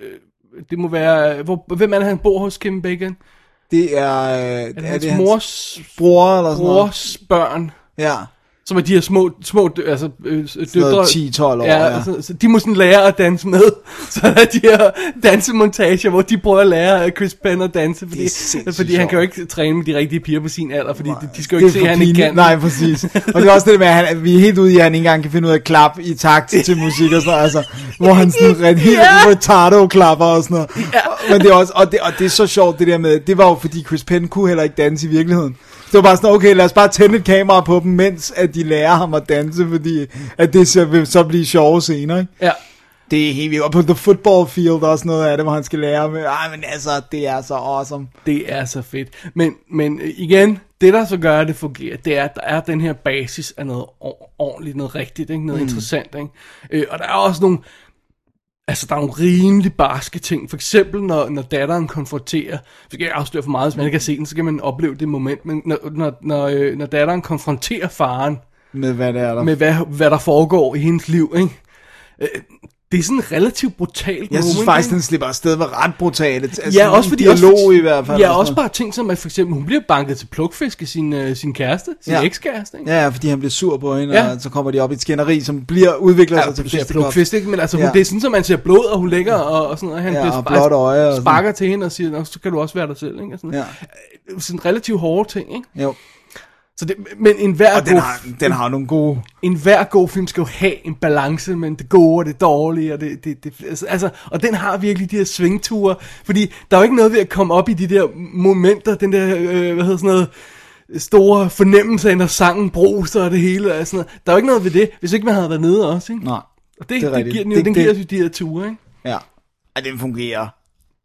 det må være, hvor, hvem er det, han bor hos Kevin Bacon? Det er, er, det er hans det hans mors bror eller sådan noget? Brors børn. Ja. Som er de her små, små altså, øh, døtre. ti tolv år, ja. ja. Så, så de må sådan lære at danse med. Så der er de her dansemontager, hvor de prøver at lære Chris Penn at danse. Fordi, fordi han kan jo ikke træne med de rigtige piger på sin alder, fordi de, de skal jo ikke se, at han ikke kan. Nej, præcis. Og det er også det med, at han, vi er helt ude i, at han ikke engang kan finde ud af at klappe i takt til musik og sådan noget. Altså, hvor han sådan helt yeah. retardo klapper og sådan noget. Yeah. Men det er også, og det, og det er så sjovt det der med, det var jo fordi Chris Penn kunne heller ikke danse i virkeligheden. Det var bare sådan, okay, lad os bare tænde et kamera på dem, mens at de lærer ham at danse, fordi at det så vil så blive sjove scener, ikke? Ja. Det er helt vildt. Og på The Football Field også noget af det, hvor han skal lære med, ej, men altså, det er så awesome. Det er så fedt. Men, men igen, det der så gør, at det fungerer, det er, at der er den her basis af noget ordentligt, noget rigtigt, ikke? Noget mm. interessant, ikke? Øh, og der er også nogle... Altså, der er nogle rimelig barske ting. For eksempel, når, når datteren konfronterer... Så kan jeg afsløre for meget, hvis man ikke har set den, så kan man opleve det moment. Men når, når, når, når datteren konfronterer faren... Med hvad der er der. Med hvad, hvad der foregår i hendes liv, ikke? Øh, det er sådan en relativt brutalt moment. Jeg synes faktisk, den slipper afsted med ret brutalt. Altså, ja, også fordi... dialog også, i hvert fald. Ja, også bare ting som, at for eksempel, hun bliver banket til plukfisk af sin, uh, sin kæreste, sin ja. ekskæreste, ikke? Ja, fordi han bliver sur på hende, ja. og så kommer de op i et skænderi, som bliver udviklet ja, sig til fisk. Plukfisk, ikke? Men altså, hun, ja. det er sådan, som man ser blod, og hun ligger og, og sådan noget. Han ja, bliver og blåt øje og sparker til hende og siger, så kan du også være dig selv, ikke? Og sådan, ja. sådan relativt hårde ting, ikke? Jo. Så det, men en hver og den har, den har nogle gode... En hver god film skal jo have en balance mellem det gode og det dårlige, og det, det, det, altså, og den har virkelig de her svingture, fordi der er jo ikke noget ved at komme op i de der momenter, den der, øh, hvad hedder sådan noget, store fornemmelse af, når sangen bruser og det hele, og sådan noget. Der er jo ikke noget ved det, hvis ikke man havde været nede også, ikke? Nej, og det, det, det giver den jo, det, den giver os jo de her ture, ikke? Ja, og den fungerer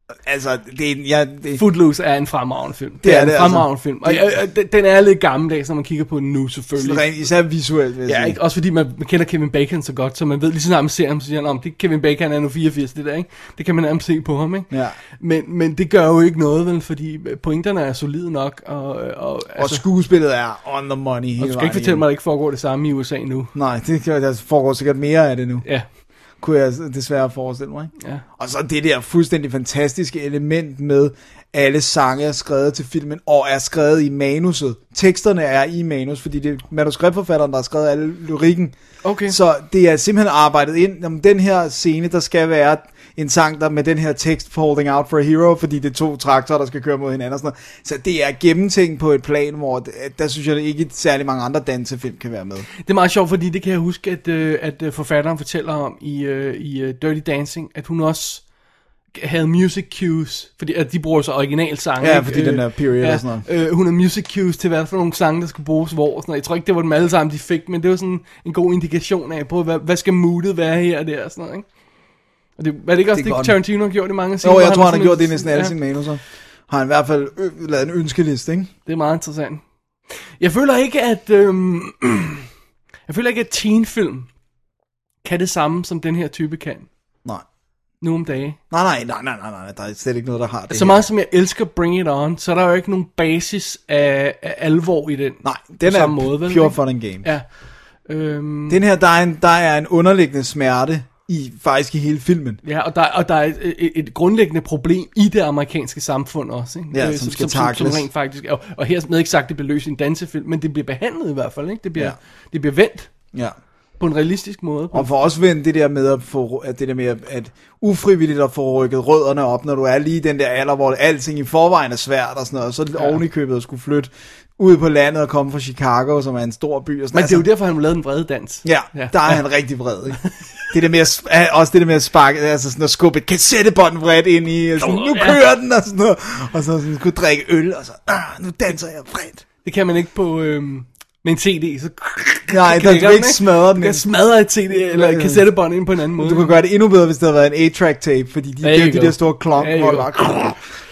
Altså, det er, ja, det... Footloose er en fremragende film. Det, det er, er en det, fremragende altså. film. Og, og, og den er lidt gammeldags, når man kigger på den nu, selvfølgelig. Rent, især visuelt, vil jeg Ja, sige. ikke? Også fordi man, man kender Kevin Bacon så godt, så man ved lige så snart man ser ham, så siger han, om det Kevin Bacon er nu fireogfirs, det der, ikke? Det kan man nærmest se på ham, ikke? Ja. Men, men det gør jo ikke noget, vel, fordi pointerne er solide nok, og, og, Og altså, skuespillet er on the money hele og du skal vejen ikke fortælle igennem. mig, at der ikke foregår det samme i U S A nu. Nej, det kan, der foregår sikkert mere af det nu. Ja, Kunne jeg desværre forestille mig. Ikke? ja. Og så det der fuldstændig fantastiske element med, alle sange er skrevet til filmen, og er skrevet i manuset. Teksterne er i manus, fordi det er manuskriptforfatteren, der har skrevet alle lyrikken. Okay. Så det er simpelthen arbejdet ind. Om den her scene, der skal være en sang, der med den her tekst, Holding Out for a Hero, fordi det er to traktorer, der skal køre mod hinanden og sådan noget. Så det er gennemtænkt på et plan, hvor der synes jeg det ikke særlig mange andre dansefilm kan være med. Det er meget sjovt, fordi det kan jeg huske, at, øh, at forfatteren fortæller om i, øh, i uh, Dirty Dancing, at hun også havde music cues, fordi at de bruger så originalsange. Ja, ikke? fordi den der period ja, og sådan noget. Øh, hun har music cues til hvad for nogle sange, der skulle bruges hvor. Og sådan noget. Jeg tror ikke, det var dem alle sammen, de fik, men det var sådan en god indikation af, på hvad, hvad skal moodet være her og der og sådan noget, ikke? Og det, var det ikke også Det er det, godt. Tarantino har gjort i mange scener? Jo, jeg hvor tror, han har sådan gjort en- det i næsten alle ja, sine manuser. Har han i hvert fald ø- lavet en ønskeliste, ikke? Det er meget interessant. Jeg føler ikke, at... Øhm, jeg føler ikke, at teenfilm kan det samme, som den her type kan. Nej. Nu om dagen. Nej, nej, nej, nej, nej, nej, der er slet ikke noget, der har det Så her. meget som jeg elsker Bring It On, så er der jo ikke nogen basis af, af alvor i den. Nej, den på er samme måde, vel, pure ikke? fun and game. Ja. Øhm, Den her, der er, en, der er en underliggende smerte i faktisk i hele filmen. ja, og der, og der er et, et, et grundlæggende problem i det amerikanske samfund også. Ikke? Ja, Øh, som skal som, som tackles. rent faktisk, og, og her med ikke sagt, det bliver løst i en dansefilm, men det bliver behandlet i hvert fald. Ikke? Det, bliver, Ja. det bliver vendt Ja. på en realistisk måde. Og for os ven det der med at få, at det der med at, at ufrivilligt at få rykket rødderne op, når du er lige i den der alder, hvor alting i forvejen er svært og sådan noget, og så ja. oven i købet at skulle flytte ud på landet og komme fra Chicago, som er en stor by. Og sådan. Men det er jo derfor, han har lavet en vrede dans. Ja, ja, der er han rigtig vred, ikke? Det der med at, sp- også det der med at sparke, altså sådan at skubbe et kassettebånd vredt ind i, og sådan, nu kører den, og sådan noget, og så sådan, skulle drikke øl, og så, ah, nu danser jeg vredt. Det kan man ikke på... Øhm, med en C D, så... Nej, kan der, det du godt, ikke smadre Du den. kan smadre et C D eller et kassettebånd ind på en anden måde. Du kan gøre det endnu bedre, hvis det havde været en eight-track tape, fordi de, There det er you de go. der store klonk, There you hvor go. bare...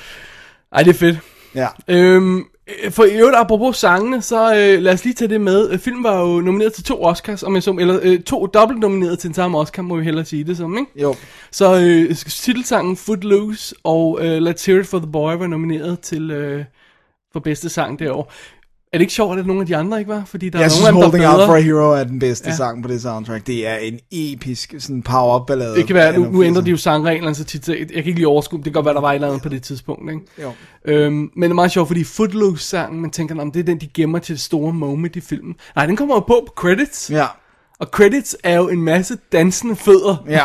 Ej, det er fedt. Ja. Øhm, for i øvrigt, apropos sangene, så øh, lad os lige tage det med. Øh, Filmen var jo nomineret til to Oscars, om jeg så, eller øh, to dobbelt nomineret til den samme Oscar, må vi hellere sige det som, ikke? Jo. Så øh, titelsangen Footloose og øh, Let's Hear It For The Boy var nomineret til øh, for bedste sang det år. Er det ikke sjovt, at nogle af de andre ikke var? Fordi der Jeg er synes, nogle af dem, Holding der er Out bedre. for a Hero er den bedste Ja. ja. sang på det soundtrack. Det er en episk sådan power-up ballade. Det kan være, nu, nu ændrer de jo sangreglerne så tit, så jeg kan ikke lige overskue, det kan godt være, der var et eller andet på det tidspunkt, ikke? Jo. Øhm, men det er meget sjovt, fordi Footloose-sangen, man tænker, om det er den, de gemmer til det store moment i filmen. Nej, den kommer jo på på credits, Ja. og credits er jo en masse dansende fødder. Ja.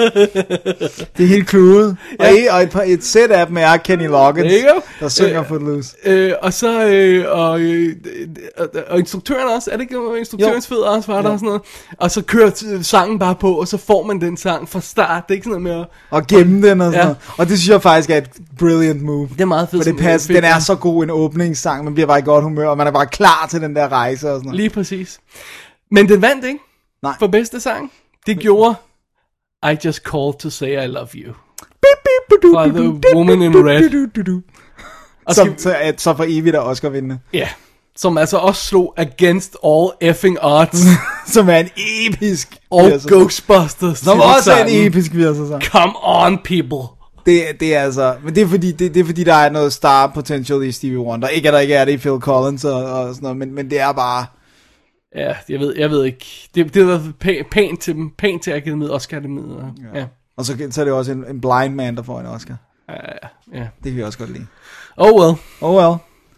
Det er helt cluet. Ja. Og, et, og et, par- et sæt af dem er Kenny Loggins, There you go. der synger Øh, Footloose. Øh, og så, øh, og, øh, og, og instruktøren også, er det ikke instruktørens fødder også, var der Jo. og sådan noget? Og så kører t- sangen bare på, og så får man den sang fra start, det er ikke sådan noget med at... Og gemme den og sådan Ja. noget. Og det synes jeg faktisk er et brilliant move. Det er meget fedt. For det som- passer, fedt, den er ja. så god en åbningssang, man bliver bare i godt humør, og man er bare klar til den der rejse og sådan noget. Lige præcis. Men den vandt ikke Nej. for bedste sang. Det gjorde I Just Called To Say I Love You. Fra The Woman in Red. Og Som, skal, så, at, så for evigt er Oscar vindende. ja, som altså også slog Against All Effing Odds Som er en episk og virser- Ghostbusters. Som også er en titelsangen. episk virser. Come on, people. Det, det er altså, men det er fordi, det, det er fordi der er noget star potential i Stevie Wonder. Ikke at der ikke er det i Phil Collins og, og sådan noget, men, men det er bare, Ja, jeg ved, jeg ved ikke. Det, det har været pæ- pænt til dem, pænt til akademiet, Oscar-akademiet. Og, ja. Ja. og så, så er det også en, en blind man, der får en Oscar. Ja, ja. Det kan vi også godt lide. Oh well. Oh well.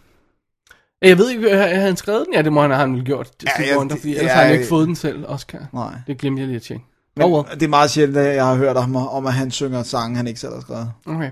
Jeg ved ikke, har han skrevet den? Ja, det må han have han vel gjort. Det Ja, ja, ja, Wonder, det- fordi ellers ja, har han ja, ikke fået den selv, Oscar. Nej. Det glemte jeg lige at tjekke. Men Oh well. det er meget sjældent, at jeg har hørt om, om at han synger sange, han ikke selv har skrevet. Okay.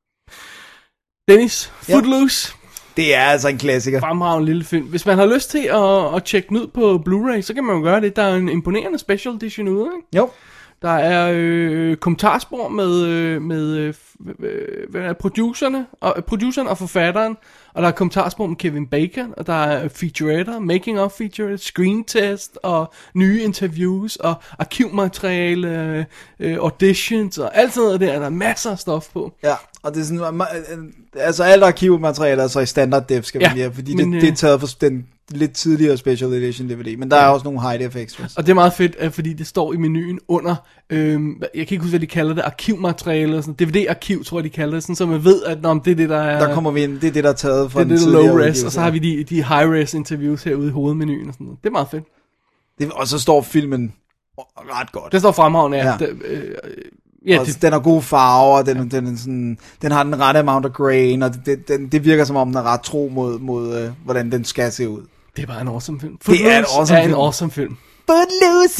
Dennis, Footloose. Det er altså en klassiker. Fremragende lille film. Hvis man har lyst til at, at tjekke den ud på Blu-ray, så kan man jo gøre det. Der er en imponerende special edition ude, ikke? Jo. Der er øh, kommentarspor med, øh, med øh, f- øh, hvad er det, producerne, og, øh, produceren og forfatteren, og der er kommentarspor med Kevin Bacon, og der er featuretter, making of feature, screen test, og nye interviews, og arkivmateriale, øh, auditions, og alt sådan noget der. Der er masser af stof på. Ja, og det er sådan, altså alt arkivmateriale er så i standard def, skal vi ja, sige, fordi men, det, det er taget fra den lidt tidligere special edition D V D, men der ja. er også nogle hide effects. Og det er meget fedt, fordi det står i menuen under, øhm, jeg kan ikke huske, hvad de kalder det, arkivmateriale, sådan, D V D-arkiv, tror jeg, de kalder det, sådan, så man ved, at nå, det er det, der er... Der kommer vi ind, det er det, der er taget fra det den tidligere tidligere low-res, og så har vi de, de high-res interviews herude i hovedmenuen og sådan noget. Det er meget fedt. Det, og så står filmen ret godt. Det står fremragende, ja. ja. Det, øh, ja det, den har gode farver, den, den, den, sådan, den har den rette amount of grain, og det, den, det virker som om, den er ret tro mod, mod øh, hvordan den skal se ud. Det er bare en awesome film. Footloose det er en awesome er film. En awesome film. Footloose!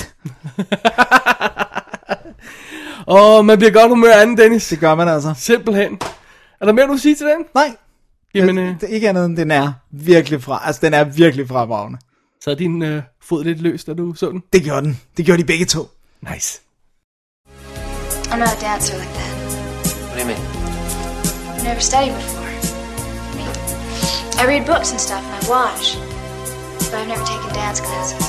Åh, man bliver godt humør anden, Dennis. Det gør man altså. Simpelthen. Er der mere, du vil sige til den? Nej. Jamen, jeg, øh... det er ikke andet end, den er virkelig fra, altså den er virkelig fremragende. Så er din øh, fod lidt løs, da du så den? Det gjorde den. Det gjorde de begge to. Nice. I'm not a dancer like that. What do you mean? I've never studied before. I mean, I read books and stuff and I watch, but I've never taken dance classes.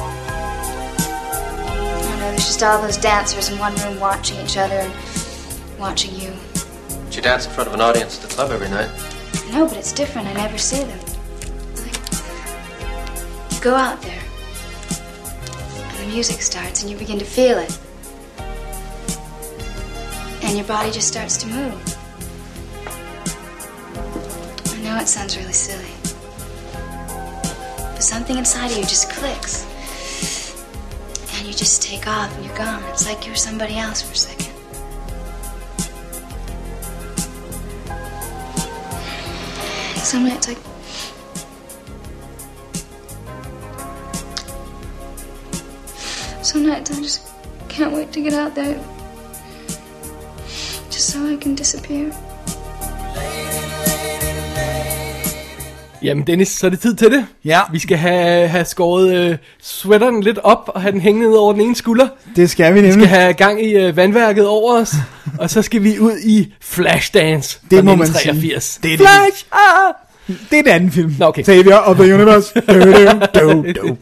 I don't know, there's just all those dancers in one room watching each other and watching you. But you dance in front of an audience at the club every night. No, but it's different. I never see them. Like, you go out there, and the music starts, and you begin to feel it. And your body just starts to move. I know it sounds really silly, but something inside of you just clicks. And you just take off and you're gone. It's like you're somebody else for a second. Some nights I... Some nights I just can't wait to get out there. Just so I can disappear. Jamen Dennis, så er det tid til det. Ja. Vi skal have, have skåret øh, sweateren lidt op og have den hængende ned over den ene skulder. Det skal vi nemlig. Vi skal have gang i øh, vandværket over os. Og så skal vi ud i Flashdance. Det må man treogfirs. sige. Det er Flash! Ah! Det er den anden film. Nå, okay. Savior of the Universe. do, do, do, do.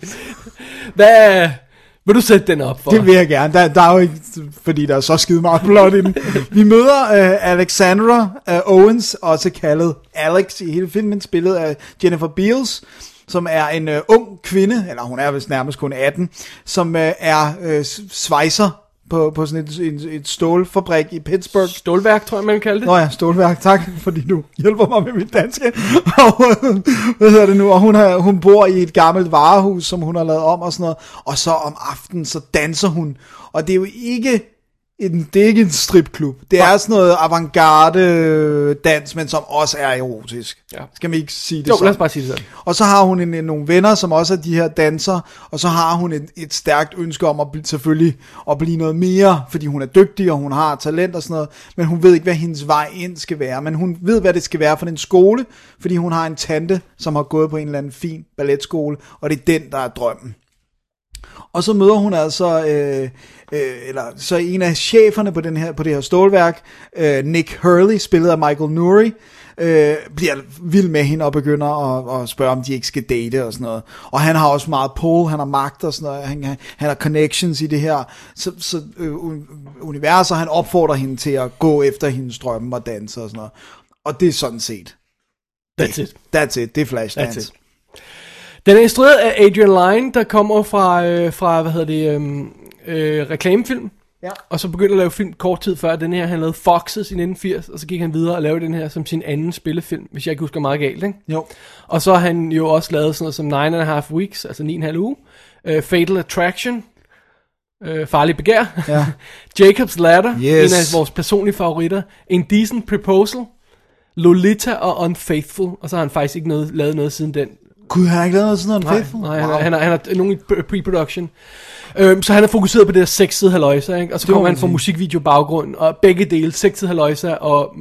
Hvad... Vil du sætte den op for? Det vil jeg gerne. Der, der er jo ikke, fordi der er så skide meget plot i den. Vi møder uh, Alexandra uh, Owens, også kaldet Alex i hele filmen, spillet af Jennifer Beals, som er en uh, ung kvinde, eller hun er vist nærmest kun atten, som uh, er uh, svejser på, på sådan et, et, et stålfabrik i Pittsburgh. Stålværk, tror jeg, man vil kalde det. Nå ja, stålværk, tak, fordi du hjælper mig med mit danske. Og, hvad hedder det nu? Og hun, har, hun bor i et gammelt varehus, som hun har lavet om og sådan noget. Og så om aftenen, så danser hun. Og det er jo ikke en, det er ikke en stripklub. Det er sådan noget avantgarde dans, men som også er erotisk. Ja. Skal man ikke sige det jo, sådan? lad os bare sige det sådan. Og så har hun en, en, nogle venner, som også er de her dansere, og så har hun et, et stærkt ønske om at blive, selvfølgelig at blive noget mere, fordi hun er dygtig, og hun har talent og sådan noget, men hun ved ikke, hvad hendes vej ind skal være. Men hun ved, hvad det skal være for den skole, fordi hun har en tante, som har gået på en eller anden fin balletskole, og det er den, der er drømmen. Og så møder hun altså, øh, øh, eller så en af cheferne på, den her, på det her stålværk, øh, Nick Hurley, spillet af Michael Nouri, øh, bliver vild med hende og begynder at, at spørge, om de ikke skal date og sådan noget. Og han har også meget pull, han har magt og sådan noget, han, han har connections i det her så, så, øh, univers, og han opfordrer hende til at gå efter hendes drømme og danse og sådan noget. Og det er sådan set. That's it. That's it, det er Flashdance. That's it. Den er instrueret af Adrian Lyne, der kommer fra, øh, fra hvad hedder det, øh, øh, reklamefilm. Ja. Og så begyndte at lave film kort tid før. Den her, han lavede Foxes i nitten firs, og så gik han videre og lavede den her som sin anden spillefilm, hvis jeg ikke husker meget galt, ikke? Jo. Og så har han jo også lavet sådan noget som Nine and a Half Weeks, altså ni og en halv uge. Uh, Fatal Attraction. Uh, Farlig begær. Ja. Jacob's Ladder. Yes. En af vores personlige favoritter. Indecent Proposal. Lolita og Unfaithful. Og så har han faktisk ikke noget, lavet noget siden den. Gud, han har ikke lavet noget sådan noget Faithful? Nej, wow. han, har, han har nogen i pre-production. Øhm, så han er fokuseret på det her sexede halløjsa, ikke? Og så kommer han fra musikvideo-baggrund, og begge dele, sexede halløjsa og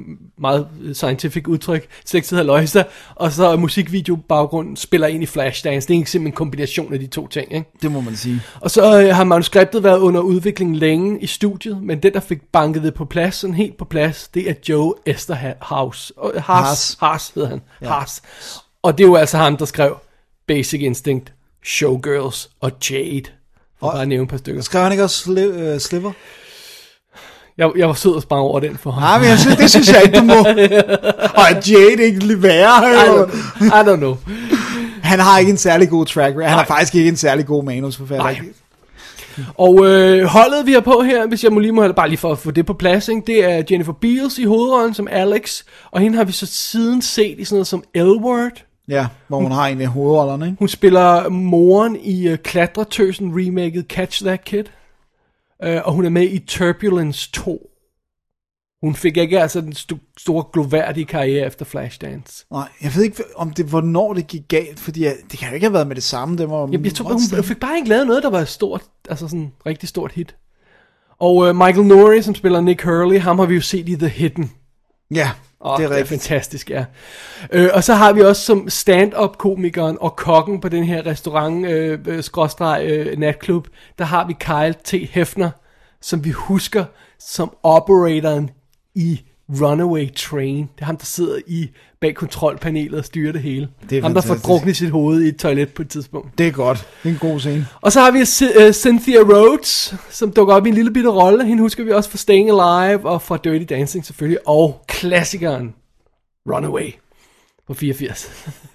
meget scientific udtryk, sexet haløjsa, og så musikvideo-baggrunden spiller ind i Flashdance. Det er ikke simpelthen en kombination af de to ting, ikke? Det må man sige. Og så øh, har manuskriptet været under udvikling længe i studiet, men den, der fik banket det på plads, sådan helt på plads, det er Joe Eszterhas. Haas. Haas hedder han. Ja. Haas. Og det er jo altså ham, der skrev Basic Instinct, Showgirls og Jade. For og bare at nævne et par stykker. Skrev han ikke også sli- uh, Sliver? Jeg, jeg var sød og sprang over den for ham. Nej, men jeg synes, det synes jeg ikke, du må. Og er Jade ikke lidt værre? I don't, I don't know. Han har ikke en særlig god track record. Han Nej. har faktisk ikke en særlig god manusforfatter. Nej. Og øh, holdet vi har på her, hvis jeg må lige må have bare lige for at få det på plads, ikke? Det er Jennifer Beals i hovedrollen som Alex, og hende har vi så siden set i sådan noget som L-Word. Ja, hvor hun, hun har en af hovedrollerne, ikke? Hun spiller moren i uh, Klatretøsen remaket Catch That Kid, uh, og hun er med i Turbulence to. Hun fik ikke altså den st- store gloværdige karriere efter Flashdance. Nej, jeg ved ikke, om det, hvornår det gik galt, fordi jeg, det kan jo ikke have været med det samme. Det var, jeg, jeg tror, hun, hun fik bare ikke lavet noget, der var stort, altså sådan rigtig stort hit. Og uh, Michael Nouri, som spiller Nick Hurley, ham har vi jo set i The Hidden. Ja, oh, det er rigtigt. Det er fantastisk, ja. Uh, og så har vi også som stand-up-komikeren og kokken på den her restaurant, uh, skråstreg, uh, natklub, der har vi Kyle T. Hefner, som vi husker som operatoren i Runaway Train. Det er ham, der sidder i bag kontrolpanelet og styrer det hele. Det er ham, der får druknet sit hoved i et toilet på et tidspunkt. Det er godt. Det er en god scene. Og så har vi uh, Cynthia Rhodes, som dukker op i en lille bitte rolle. Hende husker vi også fra Staying Alive og fra Dirty Dancing selvfølgelig. Og klassikeren Runaway på fireogfirs.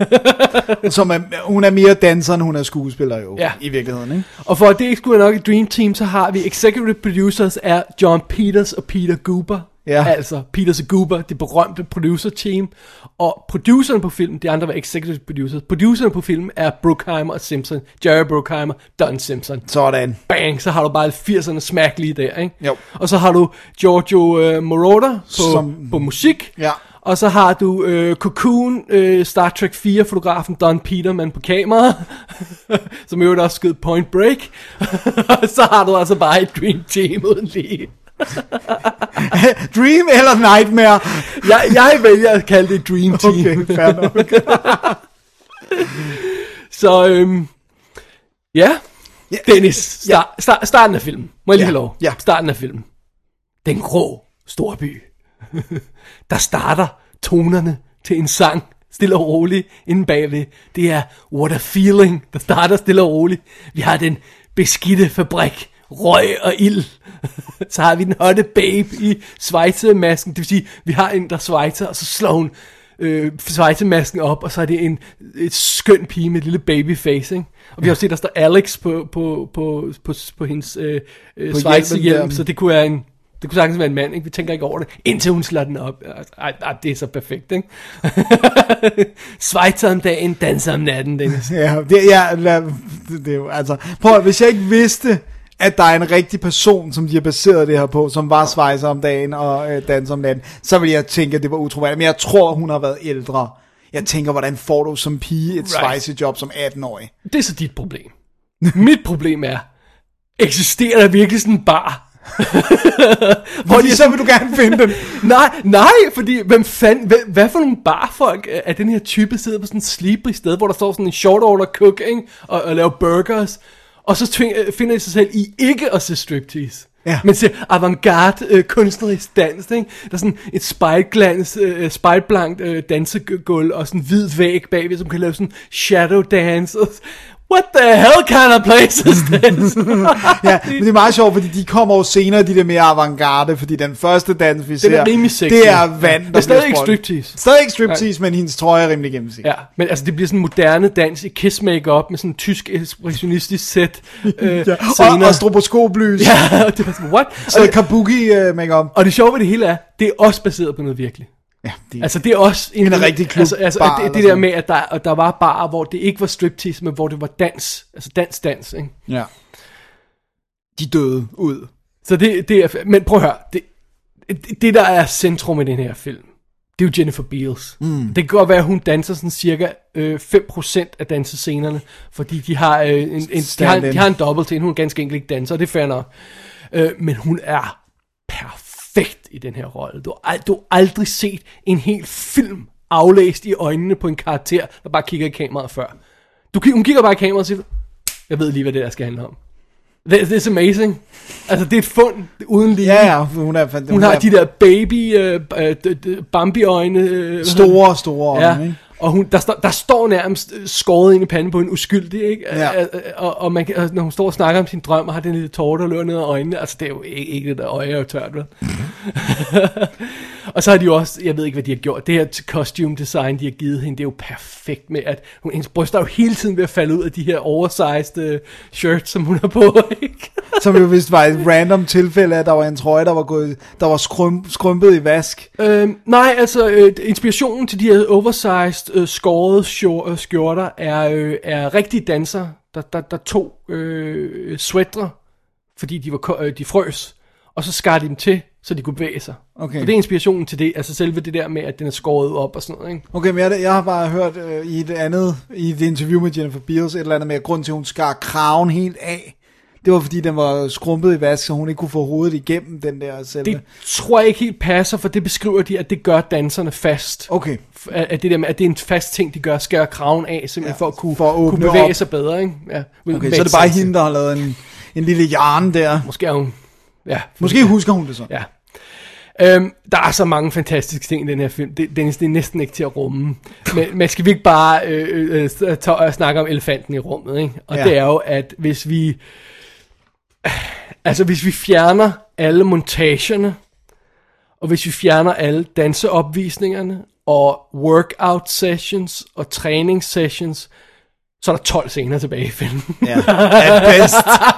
Som er, hun er mere danser, end hun er skuespiller jo, ja. I virkeligheden, ikke? Og for at det ikke skulle være nok i Dream Team, så har vi executive producers er John Peters og Peter Guber. Ja. Altså Peters og Guber, det berømte producer team. Og produceren på filmen, de andre var executive producers. Produceren på filmen er Bruckheimer og Simpson. Jerry Bruckheimer, Don Simpson. Sådan. Bang, så har du bare firserne smack lige der, ikke? Jo. Og så har du Giorgio uh, Moroder på, Som... på musik. Ja. Og så har du øh, Cocoon, øh, Star Trek fire fotografen Don Peterman på kamera, som jo også skød Point Break. Og så har du altså bare et Dream Team uden lige. Dream eller Nightmare? jeg, jeg vælger at kalde det Dream Team. Okay, fair nok. Så øhm, ja, yeah. Dennis, start, start, starten af filmen. Må jeg lige yeah. have lov? Yeah. Starten af filmen. Den grå storby. Der starter tonerne til en sang, stille og roligt, inde bagved. Det er What a Feeling, der starter stille og roligt. Vi har den beskidte fabrik, røg og ild. Så har vi den hotte babe i svejsemasken. Det vil sige, vi har en, der svejser, og så slår hun øh, svejsemasken op, og så er det en et skøn pige med et lille babyface, ikke? Og vi har også set, der står Alex på, på, på, på, på hendes øh, svejsehjelm, så det kunne være en... Det kunne sagtens være en mand, ikke? Vi tænker ikke over det, indtil hun slår den op. Ej, ej, det er så perfekt, ikke? Svejser om dagen, danser om natten, Dennis. Ja, det, ja det, det er jo, altså... Prøv at, hvis jeg ikke vidste, at der er en rigtig person, som de har baseret det her på, som var svejser om dagen og øh, danser om natten, så ville jeg tænke, at det var utroværdigt. Men jeg tror, hun har været ældre. Jeg tænker, hvordan får du som pige et right. svejsejob som atten-årig? Det er så dit problem. Mit problem er, eksisterer der virkelig sådan en bar? Hvor de, så vil du gerne finde dem. nej, nej, fordi hvem fand, hvad, hvad for nogle barfolk er den her type sidder på sådan et slibrig sted, hvor der står sådan en short order cook, ikke? Og, og laver burgers, og så tving, finder de sig selv i ikke at se striptease. Ja. Men ser avantgarde øh, kunstnerisk dans, ikke? Der er sådan et spejlglans, øh, spejlblankt øh, dansegulv og sådan en hvid væg bagved, som kan lave sådan shadow dance. Og, what the hell kind of place is this? Ja, men det er meget sjovt, fordi de kommer jo senere, de der mere avantgarde, fordi den første dans, vi ser, er rimelig sexy. Det er vand, der det er stadig ikke striptease. Stadig ikke striptease, men hendes trøje er rimelig gennemsigtig. Ja, men altså det bliver sådan en moderne dans i kiss make-up, med sådan en tysk ekspressionistisk sæt øh, ja, og, og stroboskoplys. Ja, og det var sådan, what? Så det, kabuki uh, make-up. Og det sjove ved det hele er, det er også baseret på noget virkelig. Ja, det, altså det er også en, en rigtig klub altså, altså, bar, det, det der med at der, at der var barer, hvor det ikke var striptease, men hvor det var dans, altså dans dans, ikke? Ja. De døde ud. Så det, det er, men prøv at høre, det, det der er centrum i den her film, det er jo Jennifer Beals. Mm. Det kan godt være at hun danser sådan cirka øh, fem procent af dansescenerne, fordi de har øh, en, en de har, de har en dobbelt til, hun er ganske enkelt ikke danser, og det er fair nok. Øh, men hun er perfekt perfekt i den her rolle. Du har, ald- du har aldrig set en hel film aflæst i øjnene på en karakter, der bare kigger i kameraet før. Du, hun kigger bare i kameraet og siger, jeg ved lige, hvad det der skal handle om. This is amazing. Altså, det er et fund uden lige. Ja, ja, hun er hun, hun har er, de der baby uh, uh, Bambi-øjne. Uh, store, store ja. øjne, ikke? Og hun, der, står, der står nærmest skåret ind i panden på en uskyldig, ikke? Ja. Og, og, man, og når hun står og snakker om sin drøm og har den lille tårer, der løber ned ad øjnene, altså det er jo ikke, ikke det der øje er jo tørt, vel? Og så har de jo også, jeg ved ikke hvad de har gjort, det her costume design de har givet hende, det er jo perfekt med at hun, hendes bryst er jo hele tiden ved at falde ud af de her oversized uh, shirts, som hun har på, ikke? Som jo vist var et random tilfælde, at der var en trøje, der var, gået, der var skrum, skrumpet i vask. Øhm, nej, altså øh, inspirationen til de her oversized øh, skårede skjor- øh, skjorter er, øh, er rigtige dansere, der, der, der tog øh, sweatre, fordi de, var, øh, de frøs, og så skar de dem til, så de kunne bevæge sig. Okay. Og det er inspirationen til det, altså selve det der med, at den er skåret op og sådan noget, ikke? Okay, men jeg, jeg har bare hørt øh, i et andet, i et interview med Jennifer Beals, et eller andet med, at grunden til, at hun skar kraven helt af, det var fordi, den var skrumpet i vask, så hun ikke kunne få hovedet igennem den der selve. Det tror jeg ikke helt passer, for det beskriver de, at det gør danserne fast. Okay. At, at det der med, at det er en fast ting, de gør, skærer kraven af, simpelthen ja, for at kunne, for at kunne bevæge op. sig bedre, ikke? Ja, okay, så er det bare hende, der har lavet en, en lille yarn der. Måske er hun, ja. Måske husker hun det så. Ja. Øhm, der er så mange fantastiske ting i den her film. Det, det, det er næsten ikke til at rumme. Men, men skal vi ikke bare øh, øh, tage og snakke om elefanten i rummet, ikke? Og ja. Det er jo, at hvis vi... Altså, hvis vi fjerner alle montagerne, og hvis vi fjerner alle danseopvisningerne, og workout sessions, og træning sessions, så er der tolv scener tilbage i filmen. Ja, at bedst.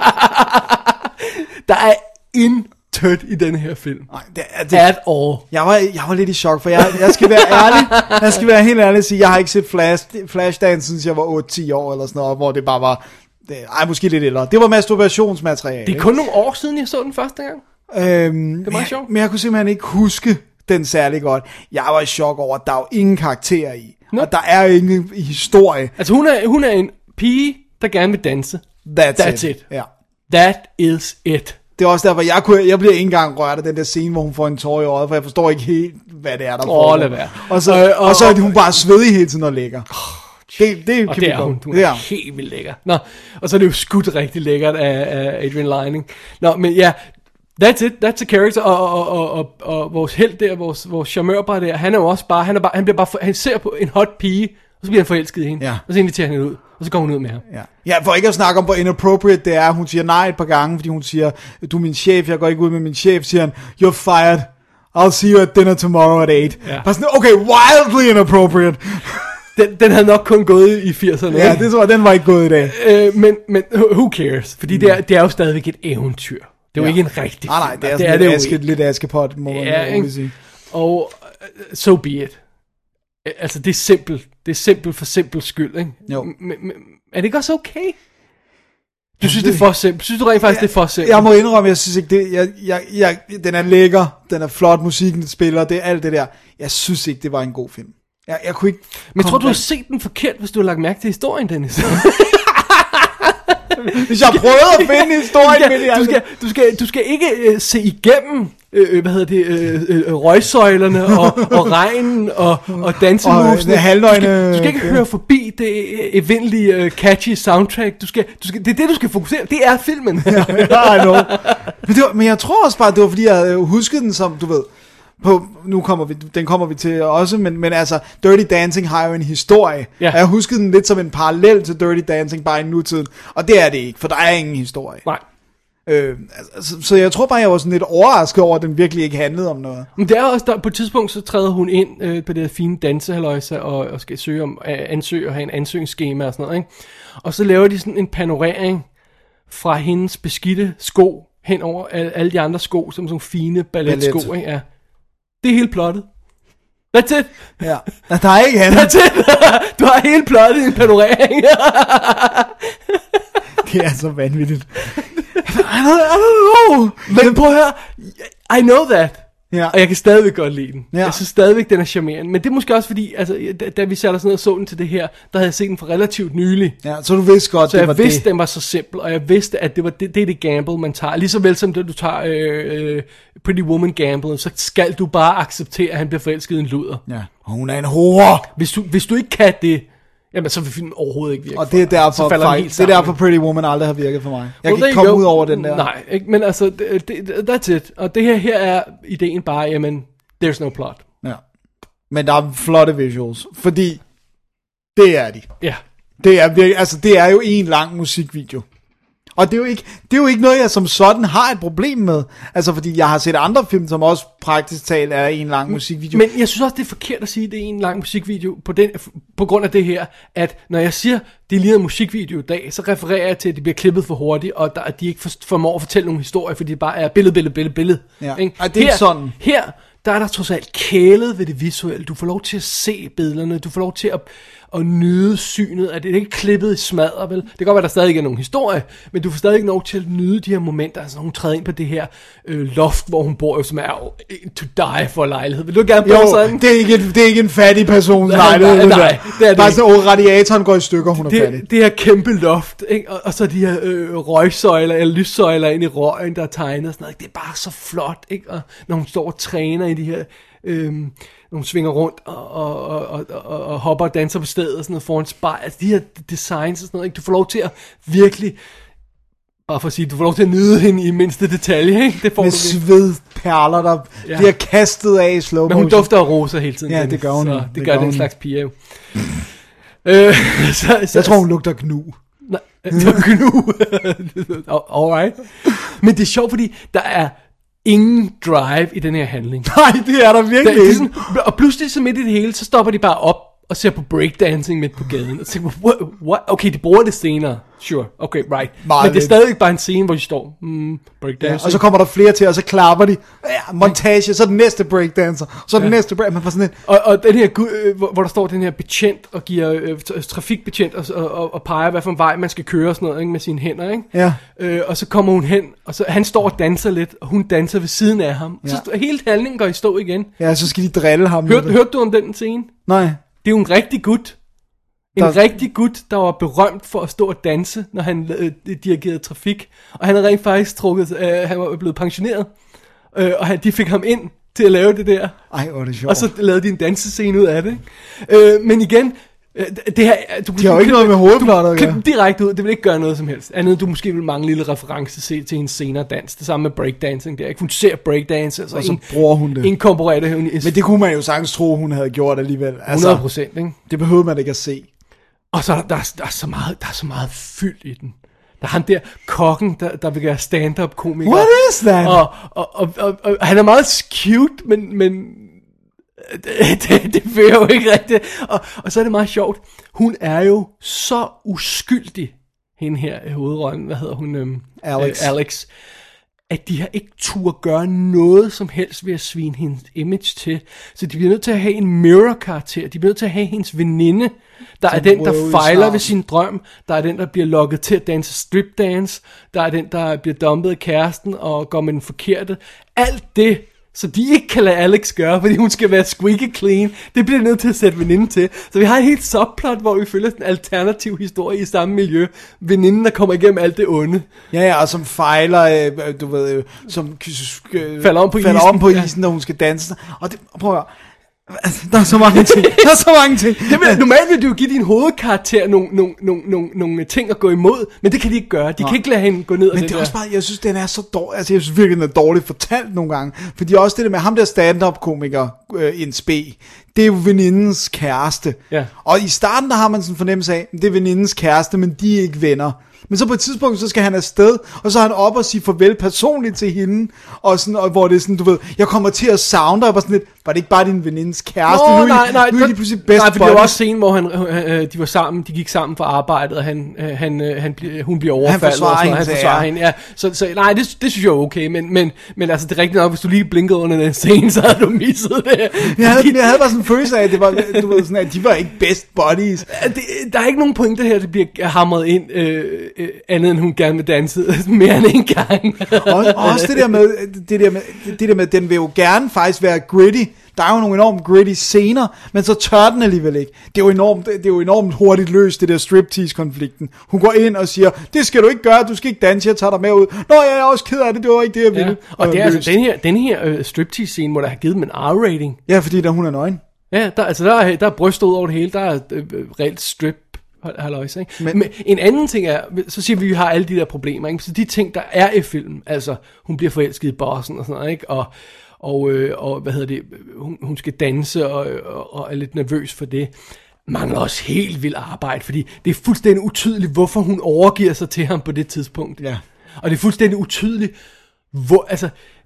Der er intet i den her film. Nej, det er det. At all. Jeg var, jeg var lidt i chok, for jeg, jeg skal være ærlig. Jeg skal være helt ærlig og sige, jeg har ikke set Flash, Flashdance, siden jeg var otte ti år eller sådan noget, hvor det bare var... Det, ej, måske lidt ældre. Det var masturbationsmateriale. Det er kun nogle år siden, jeg så den første gang. Øhm, det er meget sjovt. Men jeg kunne simpelthen ikke huske den særlig godt. Jeg var i chok over, at der er jo ingen karakterer i. No. Og der er ingen historie. Altså, hun er, hun er en pige, der gerne vil danse. That's, That's it. it. Ja. That is it. Det er også derfor, jeg, kunne, jeg bliver ikke engang rørt af den der scene, hvor hun får en tår i øjet, for jeg forstår ikke helt, hvad det er, der får. Åh, lad være. Og så, øh, og, og så er hun bare svedig hele tiden og lækker. Det, det og kan det er hun. Hun er ja. helt vildt lækker. Nå, og så er det jo skudt rigtig lækkert af, af Adrian Lining. Nå, men ja, that's it. That's a character. Og, og, og, og, og vores held der, vores, vores charmeur der, han er jo også bare, han, er bare, han bliver bare, for, han ser på en hot pige, og så bliver han forelsket i hende. Ja. Og så inviterer han hende ud, og så går hun ud med ham. Ja. Ja, for ikke at snakke om, hvor inappropriate det er. Hun siger nej et par gange, fordi hun siger, du er min chef, jeg går ikke ud med min chef. Siger han, you're fired. I'll see you at dinner tomorrow at eight. Ja. Bare sådan, okay, wildly inappropriate. Den, den havde nok kun gået i firserne. Ja, det tror jeg, den var ikke gået i dag. Øh, men, men who cares? Fordi mm. det, er, det er jo stadigvæk et eventyr. Det er jo ja. ikke en rigtig nej, nej, det er, altså, sådan det er lidt, det aske, lidt askepot, må ja, man sige. Og uh, so be it. Altså, det er simpelt. Det er simpelt for simpelt skyld, ikke? Jo. M- m- er det ikke også okay? Du synes, det er for simpelt? Synes du rent faktisk, ja, det er for simpelt? Jeg må indrømme, jeg synes ikke, det, jeg, jeg, jeg, den er lækker, den er flot, musikken spiller, det er alt det der. Jeg synes ikke, det var en god film. Jeg, jeg kunne ikke... Men tror du, du har set den forkert, hvis du har lagt mærke til historien, Dennis? Hvis jeg prøvede at finde historien med det, du skal, du skal, du skal ikke øh, se igennem, øh, hvad hedder det, øh, øh, røgsøjlerne og, og regnen og, og dansemusene. Og halvnøgne... Du skal, du skal ikke høre forbi det evindelige øh, catchy soundtrack. Du skal, du skal, det er det, du skal fokusere. Det er filmen. Ja, I know. Men, det var, men jeg tror også bare, det var fordi, jeg huskede den som, du ved... På, nu kommer vi, den kommer vi til også, men, men altså, Dirty Dancing har jo en historie, ja. Og jeg husker den lidt som en parallel til Dirty Dancing, bare i nutiden, og det er det ikke, for der er ingen historie. Nej. Øh, altså, så jeg tror bare, jeg var sådan lidt overrasket over, at den virkelig ikke handlede om noget. Men det er også, der, på et tidspunkt, så træder hun ind øh, på det her fine dansehaløjse, og, og skal søge om, øh, ansøge og have en ansøgningsskema og sådan noget, ikke? Og så laver de sådan en panorering fra hendes beskidte sko, hen over alle, alle de andre sko, som sådan fine balletsko, Ballet. ikke? Ja. Det er helt plottet. That's it. Ja. Der er ikke andet. That's it. Du har helt plottet i en panorering. Det er så vanvittigt. I don't, I don't know. Men prøv at høre. I know that. Ja. Og jeg kan stadigvæk godt lide den. Ja. Jeg synes stadigvæk, den er charmerende. Men det er måske også fordi, altså, da, da vi satte os ned og så den til det her, der havde jeg set den for relativt nylig. Ja, så du vidste godt, så det jeg var vidste, det. den var så simpel, og jeg vidste, at det var det, det er det gamble, man tager. Lige så vel som det, du tager øh, øh, Pretty Woman gamble, så skal du bare acceptere, at han bliver forelsket i en luder. Ja, og hun er en hore. Hvis du, hvis du ikke kan det, jamen så vil filmen overhovedet ikke virke. Og det er derfor, så fejl, det er derfor Pretty Woman aldrig har virket for mig. Jeg well, kan ikke komme ud over den der. Nej, ikke? Men altså, det, det, that's it. Og det her, her er ideen bare, jamen, there's no plot. Ja. Men der er flotte visuals, fordi det er de. Ja. Det er virkelig, altså det er jo en lang musikvideo. Og det er, jo ikke, det er jo ikke noget, jeg som sådan har et problem med. Altså fordi jeg har set andre film, som også praktisk talt er en lang musikvideo. Men jeg synes også, det er forkert at sige, at det er en lang musikvideo, på, den, på grund af det her, at når jeg siger, det er lige en musikvideo i dag, så refererer jeg til, at de bliver klippet for hurtigt, og der, at de ikke formår at fortælle nogle historier, fordi det bare er billede, billede, billede, billede. Ja. Ikke? Ej, det er her, ikke sådan. Her, der er der trods alt kælet ved det visuelle. Du får lov til at se billederne, du får lov til at, at nyde synet, at det er ikke klippet i smadret, vel? Det kan godt være, der stadig ikke er nogen historie, men du får stadig ikke lov til at nyde de her momenter, altså hun træder ind på det her øh, loft, hvor hun bor, som er to die for lejlighed. Vil du gerne bo jo, sådan? det er ikke en, det er ikke en fattig persons Nej, lejlighed. nej, nej, det er det bare ikke. så, radiatoren går i stykker, hun er det, fattig. det her kæmpe loft, ikke? Og, og så de her øh, røgsøjler, eller lyssøjler ind i røgen, der er tegnet og sådan noget. Det er bare så flot, ikke? Og når hun står og træner i de her, øh, når hun svinger rundt og, og, og, og, og, og hopper og danser på stedet og sådan noget foran spejl. Altså de her designs og sådan noget, ikke? Du får lov til at virkelig, bare for at sige, du får lov til at nyde hende i mindste detalje, ikke? Det får Med du svedperler, der Ja. bliver kastet af i slow Men hun motion. dufter af roser hele tiden. Ja, Dennis, det gør hun så jo. det, Det gør gør den hun. slags piger jo. øh, så, så, Jeg tror, hun lugter gnu. Nej, det var gnu. Alright. Men det er sjovt, fordi der er ingen drive i den her handling. Nej, det er der virkelig Der, det er ikke. sådan, og pludselig så midt i det hele, så stopper de bare op og ser på breakdancing midt på gaden. Og tænker, what, what? Okay, de bruger det senere. Sure, okay, right. Meget Men det er lidt. stadig bare en scene, hvor de står, mm, breakdancing. Ja, og så kommer der flere til, og så klapper de. Ja, montage, så den næste breakdancer. Så den Ja. næste break. Man får sådan et, Og, og den her, gu- øh, hvor, hvor der står den her betjent og giver øh, tra- trafikbetjent og, og, og, og peger, hvad for en vej man skal køre og sådan noget, ikke, med sine hænder, ikke? Ja. Øh, og så kommer hun hen, og så han står og danser lidt, og hun danser ved siden af ham. Ja. Så Ja. hele handlingen går i stå igen. ja, så skal de drille ham. med Hørte, det. hørte du om den scene? Nej. Det er jo en rigtig gut. En Der- rigtig gut, der var berømt for at stå og danse, når han øh, dirigerede trafik. Og han havde rent faktisk trukket, øh, han var blevet pensioneret. Øh, og han, de fik ham ind til at lave det der. Ej, hvor er det sjovt. Og så lavede de en dansescene ud af det. Ikke? Øh, men igen, øh, det her... Du, De har jo ikke noget med hovedplottet at klip gøre. den direkte ud, det vil ikke gøre noget som helst. Andet end du måske vil mange lille reference se til en senere dans. Det samme med breakdancing. Det er ikke, hun ser breakdance, altså Og så in- bruger hun det. inkorporerer det her. Men det kunne man jo sagtens tro, hun havde gjort alligevel. Altså, hundrede procent, ikke? det behøvede man ikke at se. Og så er der, der, er, der, er så meget, der er så meget fyld i den. Der er han der kokken, der, der vil gøre stand-up komiker. What is that? Og, og, og, og, og han er meget cute, men, men det, det, det fører jo ikke rigtigt. Og, og så er det meget sjovt. Hun er jo så uskyldig, hende her i hovedrollen. Hvad hedder hun? Øhm, Alex. Øh, Alex. At de har ikke tur gøre noget som helst ved at svine hendes image til. Så de bliver nødt til at have en mirror-karakter. De bliver nødt til at have hendes veninde, der er den, der bryder ud i fejler snavsen. ved sin drøm. Der er den, der bliver lokket til at danse stripdance. Der er den, der bliver dumpet af kæresten og går med den forkerte. Alt det, så de ikke kan lade Alex gøre, fordi hun skal være squeaky clean. Det bliver de nødt til at sætte veninden til. Så vi har et helt subplot, hvor vi følger sådan en alternativ historie i samme miljø. Veninden, der kommer igennem alt det onde. Ja, ja, og som fejler, øh, du ved, øh, som øh, Falder om på falder isen. om på isen, når hun skal danse. Og det, prøv at høre. Altså, der er så mange ting. Der er så mange ting. Det vil, normalt vil du jo give din hovedkarakter nogle, nogle, nogle, nogle, nogle ting at gå imod, men det kan de ikke gøre. De Nå. kan ikke lade hende gå ned ad Men det det er der. også bare, jeg synes, den er så dårlig. Altså, jeg synes virkelig, den er dårligt fortalt nogle gange. Fordi også det der med ham der stand-up-komiker, øh, en spe, det er jo venindens kæreste. Ja. Og i starten, der har man sådan en fornemmelse af, at det er venindens kæreste, men de er ikke venner. Men så på et tidspunkt, så skal han afsted, og så er han op og sige farvel personligt til hende, og, sådan, og hvor det er sådan, du ved, jeg kommer til at savne dig, og bare sådan lidt, var det ikke bare din venindes kæreste? Nå, nu, er I- nej, nej, nu er de der- pludselig best nej, for det var buddies. også scenen, hvor han, øh, de var sammen, de gik sammen for arbejdet, og han, øh, han, øh, han, bl- hun bliver overfaldet. forsvarer og sådan noget. hende, Han forsvarer ja. hende, ja. Så, så nej, det, det synes jeg er okay, men, men, men altså, det er rigtigt nok, hvis du lige blinkede under den scene, så havde du misset det. Jeg havde, jeg havde bare sådan en følelse af, at, det var, du ved, sådan, at de var ikke best buddies. Det, der er ikke nogen pointe her, der bliver hamret ind øh, øh, andet end hun gerne vil danse mere end en gang. og, også det der med, det der med, det der med, den vil jo gerne faktisk være gritty. Der er jo nogle enormt gritty scener, men så tør den alligevel ikke. Det er jo enormt, det er jo enormt hurtigt løst, det der striptease-konflikten. Hun går ind og siger, det skal du ikke gøre, du skal ikke danse, jeg tager dig med ud. Nå, jeg er også ked af det, det var ikke det, jeg ville. Ja. Og, og det er altså den her, den her uh, striptease-scene, hvor der har givet dem en R-rating. Ja, fordi der hun er nøgen. Ja, der, altså der er, der er bryster ud over det hele, der er øh, reelt strip. Halløjse, ikke? Men, Men en anden ting er, så siger vi, at vi har alle de der problemer, ikke? Så de ting, der er i filmen, altså hun bliver forelsket i bossen og sådan noget, ikke? Og, og, øh, og hvad hedder det, hun, hun skal danse og, og, og er lidt nervøs for det. Mangler også helt vildt arbejde, fordi det er fuldstændig utydeligt, hvorfor hun overgiver sig til ham på det tidspunkt. Ja. Og det er fuldstændig utydeligt, hvor, altså,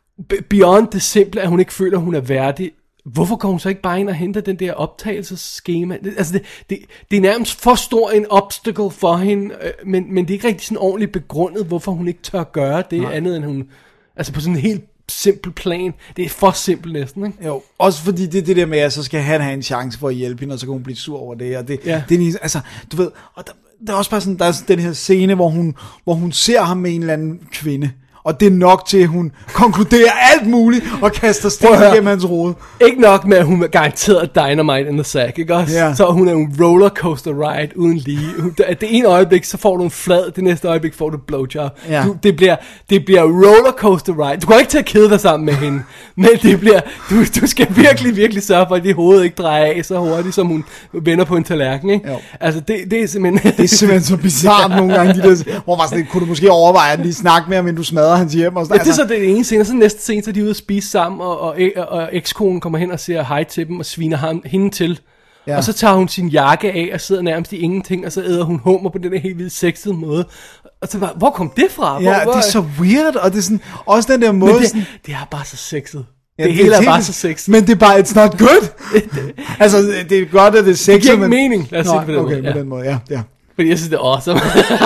beyond det simple, at hun ikke føler, at hun er værdig. Hvorfor går hun så ikke bare ind og henter den der optagelsesskema? Altså det, det, det er nærmest for stor en obstacle for hende, øh, men, men det er ikke rigtig sådan ordentligt begrundet, hvorfor hun ikke tør gøre det. Nej. Andet end hun, altså på sådan en helt simpel plan. Det er for simpelt næsten, ikke? Jo, også fordi det det der med, at så skal han have en chance for at hjælpe hende, og så kan hun blive sur over det. Og det, ja. det er altså, du ved, og der, der er også bare sådan, der er sådan den her scene, hvor hun, hvor hun ser ham med en eller anden kvinde. Og det er nok til, at hun konkluderer alt muligt og kaster sten igennem hans hoved. Ikke nok med, at hun er garanteret dynamite in the sack, ikke også? Ja. Så hun er en rollercoaster ride uden lige. Hun, det ene øjeblik, så får du en flad, det næste øjeblik får du blowjob. Ja. Du, det, bliver, det bliver rollercoaster ride. Du kan ikke til at kede dig sammen med hende, men det bliver, du, du skal virkelig, virkelig sørge for, at dit hoved ikke drejer af så hurtigt, som hun vender på en tallerken, ikke? Jo. Altså, det, det er simpelthen... Det er simpelthen så bizarrt nogle gange, de der, hvor var sådan, kunne du måske overveje at lige snakke med ham, men du smadrer hans hjem og sådan. Ja, det er så det ene scene, og så næste scene, så er de ude at spise sammen, og, og, og ekskonen kommer hen og siger hej til dem, og sviner ham, hende til. Ja. Og så tager hun sin jakke af, og sidder nærmest i ingenting, og så æder hun hummer på den der helt vildt sexede måde. Og så bare, hvor kom det fra? Hvor, ja, hvor, det er så weird, og det er sådan, også den der måde. Men det, sådan, det er bare så sexet. Ja, det, det hele er bare så sexet. Men det er bare, it's not good. altså, det er godt, at det er sexet. Det giver ikke men... mening, lad os sige det på den okay, måde. på ja. den måde, ja, ja. Fordi jeg synes, det er awesome.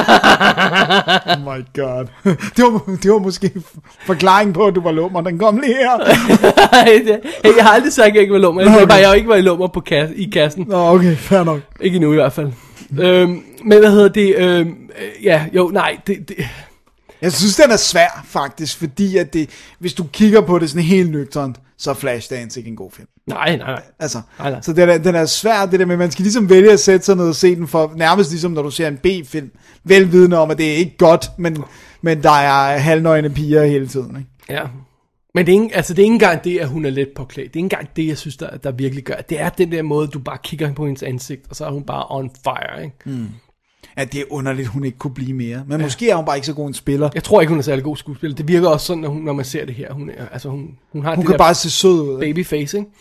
Oh my god. Det var, det var måske forklaring på, at du var lummer. Den kom lige her. Hey, jeg har aldrig sagt, at jeg ikke var lummer. Jeg sagde bare, at jeg ikke var i lummer på kasse, i kassen. Nå, okay, fair nok. Ikke endnu i hvert fald. øhm, men hvad hedder det? Øhm, ja, jo, nej. Det, det... Jeg synes, den er svær, faktisk. Fordi at det, hvis du kigger på det sådan helt nøgternt, så er Flashdance ikke en god film. Nej, nej, nej. Altså, nej, nej. Så den er, den er svær, det der med, man skal ligesom vælge at sætte sig ned og se den for, nærmest ligesom når du ser en B-film, velvidende om, at det er ikke godt, men, men der er halvnøgne piger hele tiden, ikke? Ja. Men det er, ikke, altså det er ikke engang det, at hun er let påklædt. Det er ikke engang det, jeg synes, der, der virkelig gør. Det er den der måde, du bare kigger på hendes ansigt, og så er hun bare on fire, ikke? Mm. Ja, det er underligt, hun ikke kunne blive mere. Men ja. Måske er hun bare ikke så god en spiller. Jeg tror ikke, hun er særlig god skuespiller. Det virker også sådan, når, hun, når man ser det her. Hun, er, altså hun, hun har hun det kan der bare se sød ud. Babyface, ikke?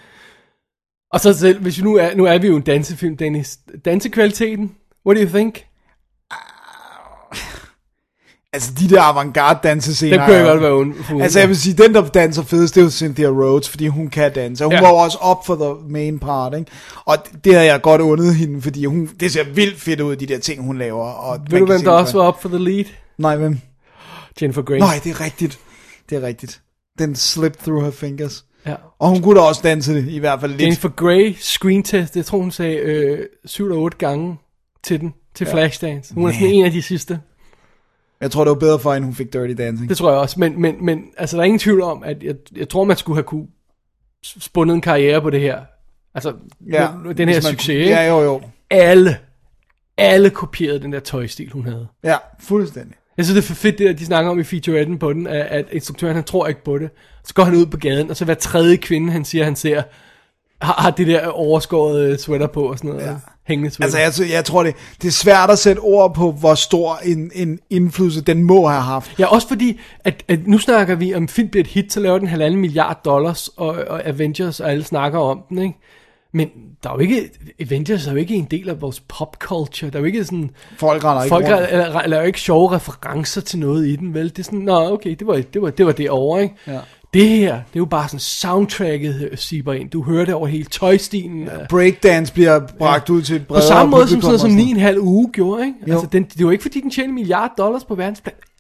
Og så selv, hvis vi nu er, nu er vi jo en dansefilm, Dennis. Dansekvaliteten, what do you think? Altså, de der avantgarde dansescener. Det kunne jeg godt være uden. Altså, jeg vil sige, den der danser fedest, det er jo Cynthia Rhodes, fordi hun kan danse. Hun ja. var også op for the main part, ikke? Og det har jeg godt undet hende, fordi hun, det ser vildt fedt ud, de der ting, hun laver. Og ved du, hvem der også var op for the lead? Nej, hvem? Jennifer Grey. Nej, det er rigtigt. Det er rigtigt. Den slipped through her fingers. Ja. Og hun kunne da også danse det, i hvert fald lidt. Jennifer Grey screen test, jeg tror hun sagde øh, syv eller otte gange til den, til ja. Flashdance. Hun er sådan en af de sidste. Jeg tror, det var bedre for hende, hun fik Dirty Dancing. Det tror jeg også, men, men, men altså, der er ingen tvivl om, at jeg, jeg tror, man skulle have kunne spundet en karriere på det her. Altså, ja, den her succes, ikke? Ja, jo, jo. Alle, alle kopierede den der tøjstil, hun havde. Ja, fuldstændig. Jeg synes, det er for fedt, det der, de snakker om i featuretten på den, at, at instruktøren, han tror ikke på det. Så går han ud på gaden, og så hver tredje kvinde, han siger, han ser, har, har det der overskåret sweater på og sådan noget. Ja. Hængende sweater. Altså, jeg, jeg tror, det, det er svært at sætte ord på, hvor stor en, en indflydelse den må have haft. Ja, også fordi, at, at nu snakker vi om, film bliver et hit, så laver den halvanden milliard dollars, og, og Avengers, og alle snakker om den, ikke? Men der er jo ikke, Avengers er jo ikke en del af vores popculture. Der er jo ikke sådan... Folk render ikke Folk er, laver ikke sjove referencer til noget i den, vel? Det er sådan, nå, okay, det var det, var, det, var det over, ikke? Ja. Det her, det er jo bare sådan soundtracket siber ind. Du hører det over hele tøjstilen. Ja, breakdance bliver bragt ja. ud til et bredere på samme måde som sådan noget som ni og en halv uge gjorde, ikke? Altså, den, det var ikke fordi, den tjente milliard dollars på verdensplan.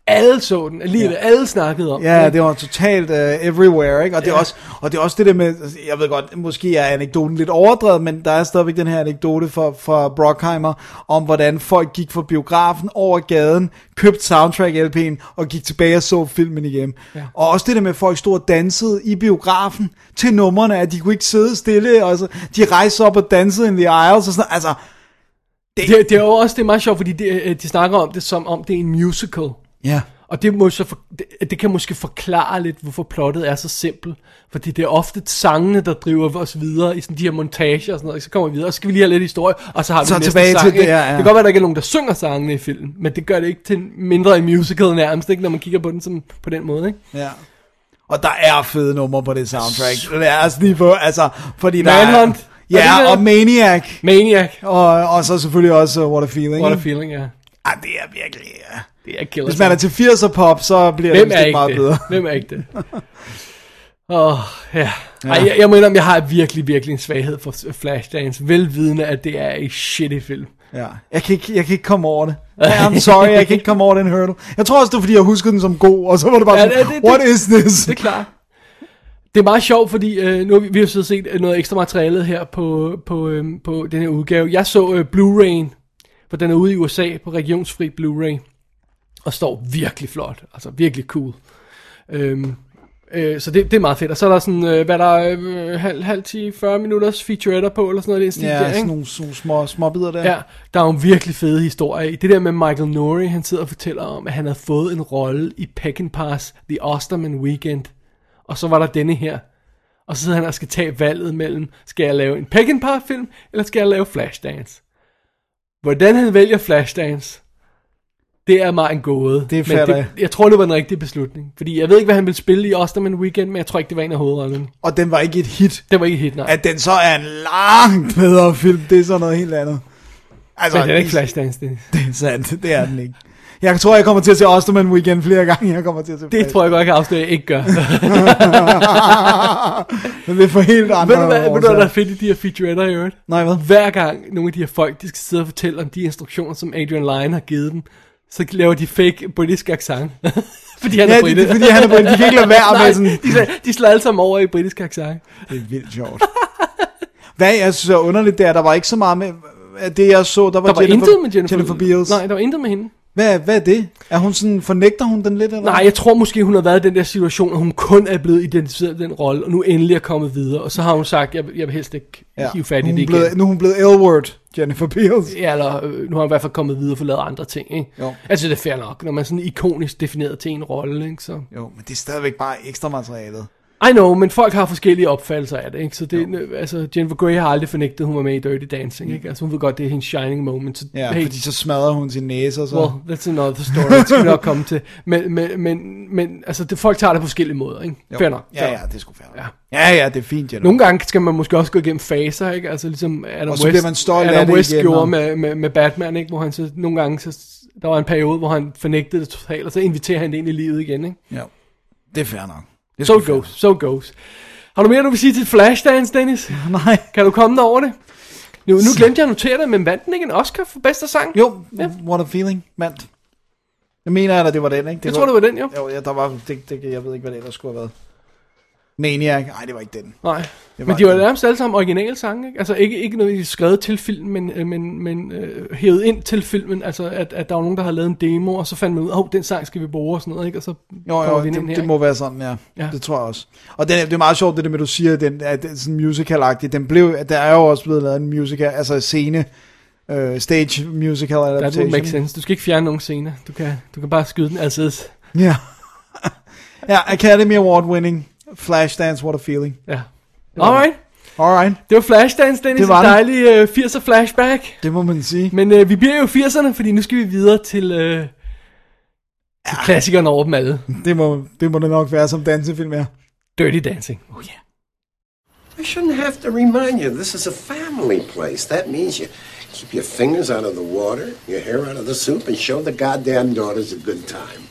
alle så den, alligevel ja. alle snakkede om ja, den. det var totalt uh, everywhere, ikke? Og, det ja. er også, og det er også det der med, jeg ved godt, måske er anekdoten lidt overdrevet, men der er stadigvæk den her anekdote fra, fra Brockheimer, om hvordan folk gik fra biografen over gaden, købte soundtrack-L P'en, og gik tilbage og så filmen igen. Ja. Og også det der med, at folk stod og dansede i biografen til numrene, at de kunne ikke sidde stille, og så, de rejste op og dansede in the aisles, og sådan, altså... Det, det, det er jo også det er meget sjovt, fordi de, de snakker om det, som om det er en musical. Ja. Og det, må så for, det, det kan måske forklare lidt, hvorfor plottet er så simpelt. Fordi det er ofte sangene, der driver os videre i sådan de her montager og sådan noget. Så kommer vi videre, og så skal vi lige have lidt historie, og så har vi så næste tilbage sang. Til det, ja, ja. Det kan godt være, der ikke er nogen, der synger sangene i filmen, men det gør det ikke til mindre en musical nærmest, ikke, når man kigger på den som, på den måde. Ikke? Ja. Og der er fede numre på det soundtrack. Det er altså lige på, altså, fordi der Manhunt. er... Ja, og, og Maniac. Maniac. Og, og så selvfølgelig også uh, What a Feeling. What a Feeling, ja. Ah, det er virkelig, ja. Det er killer. Hvis man er til firser pop, så bliver Hvem det måske meget det? bedre. Hvem er ikke det? Åh, oh, ja. Ej, jeg, jeg må indrømme, jeg har virkelig, virkelig en svaghed for Flashdance, velvidende, at det er en shitty film. Ja, jeg kan, ikke, jeg kan ikke komme over det. I'm sorry, jeg kan ikke komme over den hurdle. Jeg tror også, det er, fordi jeg husker den som god, og så var det bare ja, sådan, det, det, what is this? Det er klart. Det er meget sjovt, fordi øh, nu har vi, vi har så set noget ekstra materiale her på, på, øh, på den her udgave. Jeg så øh, Blu-ray'en, for den er ude i U S A på regionsfri Blu-ray, og står virkelig flot, altså virkelig cool. Øhm, øh, så det, det er meget fedt. Og så er der sådan, øh, hvad der er, øh, halv, halv til fyrre minutters featuretter på, eller sådan noget. Det er ja, der, sådan ikke? nogle, nogle små, små bidder der. Ja, der er jo en virkelig fede historie i. Det der med Michael Nouri, han sidder og fortæller om, at han havde fået en rolle i Peckinpah's The Osterman Weekend. Og så var der denne her. Og så sidder han og skal tage valget mellem, skal jeg lave en Peckinpah-film, eller skal jeg lave Flashdance? Hvordan han vælger Flashdance, det er mig en gåde. Det er men fair, det, jeg tror, det var en rigtig beslutning. Fordi jeg ved ikke, hvad han ville spille i Osterman Weekend, men jeg tror ikke, det var en af hovedrollerne. Og den var ikke et hit. Det var ikke et hit, nej. At den så er en langt bedre film, det er sådan noget helt andet. Altså, men det er ikke Flashdance, det. Det er sandt, det er den ikke. Jeg tror, jeg kommer til at se Osterman Weekend flere gange, jeg kommer til at se Det Flash. tror jeg godt, jeg kan afsløre, at jeg ikke gør. Men det er for helt andre. Ved du, hvad, ved du, hvad der er fedt i de her featuretter i øvrigt? Nej, hvad? Hver gang nogle af de her folk, de skal sidde og fortælle om de instruktioner, som Adrian Lyne har givet dem, så laver de fake britisk accent. Fordi han ja, er britisk. fordi han er britisk. De kan ikke lade være med sådan... de, de slår alle sammen over i britisk accent. Det er vildt sjovt. Hvad jeg synes er underligt, det er, der var ikke så meget med... Det jeg så, der var, der var Jennifer, intet med Jennifer, Jennifer Beals. Nej, der var intet med hende. Hvad, hvad er det? Er hun sådan, fornægter hun den lidt? Eller? Nej, jeg tror måske, hun har været i den der situation, at hun kun er blevet identificeret i den rolle, og nu endelig er kommet videre. Og så har hun sagt, jeg, jeg vil helst ikke ja. hive fat i det blevet, igen. Nu er hun blevet L-word, Jennifer Beals. Ja, eller øh, nu har hun i hvert fald kommet videre og fået lavet andre ting, ikke? Jo. Altså, det er fair nok, når man er sådan ikonisk defineret til en rolle, ikke? Så. Jo, men det er stadigvæk bare ekstra materialet. I know, men folk har forskellige opfattelser af det, ikke? Så det, altså, Jennifer Grey har aldrig fornægtet, hun var med i Dirty Dancing, ikke? Altså, hun ved godt, det er hendes shining moment. Så, ja, hey, fordi så smadrer hun sin næse og så... Well, that's another story, det skal vi nok komme til. Men, men, men, men altså, det, folk tager det på forskellige måder, ikke? Jo. Fair nok. Ja, ja, det er sgu fair. Ja. ja, ja, det er fint, Jennifer. Nogle gange skal man måske også gå igennem faser, ikke? Altså, ligesom Adam og så West, man stolt Adam af det West igen, gjorde og... med, med, med Batman, ikke? Hvor han så nogle gange, så, der var en periode, hvor han fornægtede det totalt, og så inviterer han det ind i livet igen, ikke? Ja, det er fair nok. Det so it goes, so it goes. Har du mere, du vil sige til Flashdance, Dennis? Nej. Kan du komme over det? Nu, nu glemte jeg at notere det, men vandt den ikke en Oscar for bedste sang? Jo, ja. What a Feeling vandt. Jeg mener, at det var den, ikke? Det jeg var, tror, det var den, jo. Jo, ja, der var, det, det, jeg ved ikke, hvad det ellers skulle have været. Maniac, nej, det var ikke den. Nej, men de var nærmest alle sammen originale sange, ikke? Altså ikke, ikke noget, de skrevet til filmen, men, men, men øh, hævet ind til filmen, altså at, at der var nogen, der havde lavet en demo, og så fandt man ud af, oh, den sang skal vi bruge og sådan noget, ikke? Og så jo, jo, vi det, ind her, det må være sådan, ja. ja. Det tror jeg også. Og det, det er meget sjovt, det der med, du siger, den, at det er sådan musical-agtig. Den blev, der er jo også blevet lavet en musical, altså scene, uh, stage musical adaptation. That would make sense. Du skal ikke fjerne nogen scener. Du kan, du kan bare skyde den alsides. Ja. Ja, Academy Award winning Flashdance, What a Feeling. Ja. Alright. Alright. Det var Flashdance, Dennis. Det var en dejlig uh, firser flashback. Det må man sige. Men uh, vi bliver jo firserne, fordi nu skal vi videre til, uh, til ja. klassikeren over dem alle. Det må, det må det nok være som dansefilm er. Dirty Dancing. Oh yeah. I shouldn't have to remind you, this is a family place. That means you keep your fingers out of the water, your hair out of the soup, and show the goddamn daughters a good time.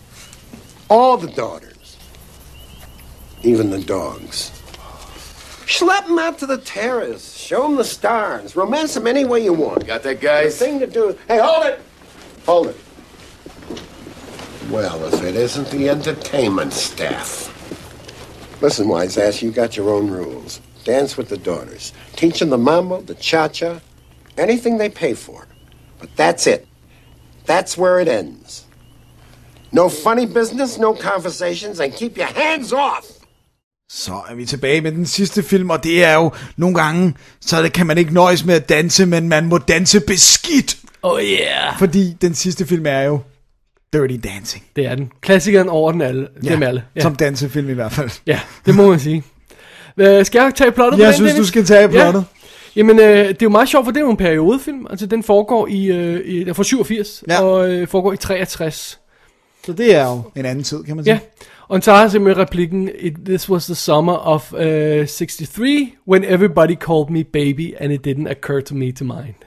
All the daughters. Even the dogs. Schlep them out to the terrace. Show them the stars. Romance them any way you want. Got that, guys? The thing to do... Hey, hold it! Hold it. Well, if it isn't the entertainment staff. Listen, wise ass, you got your own rules. Dance with the daughters. Teach them the mambo, the cha-cha, anything they pay for. But that's it. That's where it ends. No funny business, no conversations, and keep your hands off! Så er vi tilbage med den sidste film, og det er jo nogle gange, så det kan man ikke nøjes med at danse, men man må danse beskidt. Oh yeah. Fordi den sidste film er jo Dirty Dancing. Det er den. Klassikeren over den alle. Ja, dem alle. Ja. Som dansefilm i hvert fald. Ja, det må man sige. Skal jeg tage plottet? Jeg den, synes, Dennis? du skal tage plottet. Ja. Jamen, øh, det er jo meget sjovt, for det er jo en periodefilm. Altså, den foregår i, øh, i der fra syvogfirs, ja. og øh, foregår i treogtres. Så det er jo en anden tid, kan man sige. Ja, og så har simpelthen replikken, This was the summer of uh, sixty-three, when everybody called me baby, and it didn't occur to me to mind.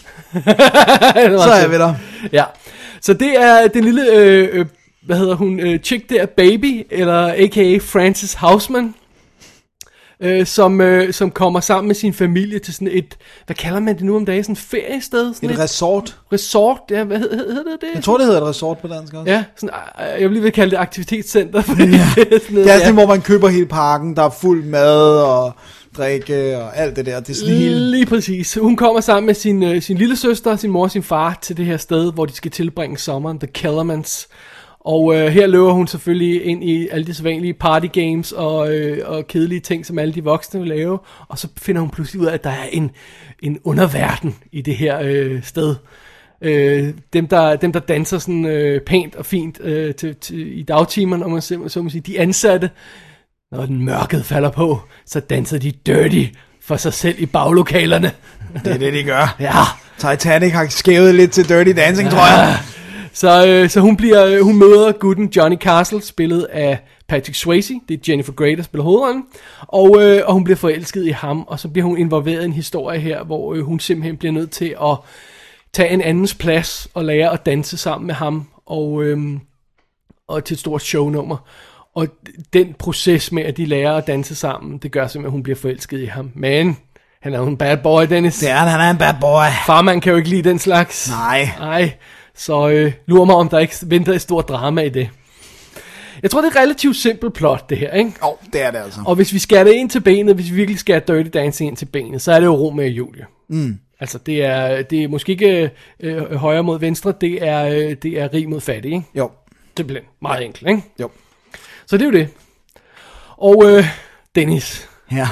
Så er vi der. Ja, så det er den lille, øh, øh, hvad hedder hun, øh, chick der, Baby, eller a k a. Frances Houseman, øh, som, øh, som kommer sammen med sin familie til sådan et, hvad kalder man det nu om dagen, sådan et feriested? Sådan et, et resort. Resort, ja, hvad hedder, hedder det? Jeg tror, det hedder et resort på dansk også. Ja, sådan, jeg vil lige vil kalde det aktivitetscenter. Fordi ja. det er sådan, det er sådan, ja. Hvor man køber hele parken, der er fuld mad og drikke og alt det der. Det er sådan hele... Lige præcis. Hun kommer sammen med sin, øh, sin lille søster, sin mor og sin far til det her sted, hvor de skal tilbringe sommeren, The Kellermans. Og øh, her løber hun selvfølgelig ind i alle de sædvanlige party games og, øh, og kedelige ting, som alle de voksne vil lave. Og så finder hun pludselig ud af, at der er en, en underverden i det her øh, sted. Øh, dem, der, dem, der danser sådan øh, pænt og fint øh, til, til, i dagtimerne, om man så, så må sige, de ansatte. Når den mørket falder på, så danser de dirty for sig selv i baglokalerne. Det er det, de gør. Ja. Titanic har skævet lidt til Dirty Dancing, ja. Tror jeg. Så, øh, så hun, bliver, hun møder gutten Johnny Castle, spillet af Patrick Swayze. Det er Jennifer Grey, der spiller hovedrollen. Og, øh, og hun bliver forelsket i ham, og så bliver hun involveret i en historie her, hvor øh, hun simpelthen bliver nødt til at tage en andens plads og lære at danse sammen med ham. Og, øh, og til et stort shownummer. Og den proces med, at de lærer at danse sammen, det gør simpelthen, at hun bliver forelsket i ham. Men han er jo en bad boy, Dennis. Det er han, han er en bad boy. Farmand kan jo ikke lide den slags. Nej. Nej. Så øh, lurer mig, om der ikke venter et stort drama i det. Jeg tror, det er et relativt simpelt plot, det her, ikke? Jo, oh, det er det altså. Og hvis vi skærer det ind til benet, hvis vi virkelig skærer Dirty Dancing ind til benet, så er det jo Romeo og Julie. Mm. Altså, det er, det er måske ikke øh, højre mod venstre, det er, øh, det er rig mod fattig, ikke? Jo. Simpelthen. Meget enkelt, ikke? Jo. Så det er jo det. Og øh, Dennis. Ja.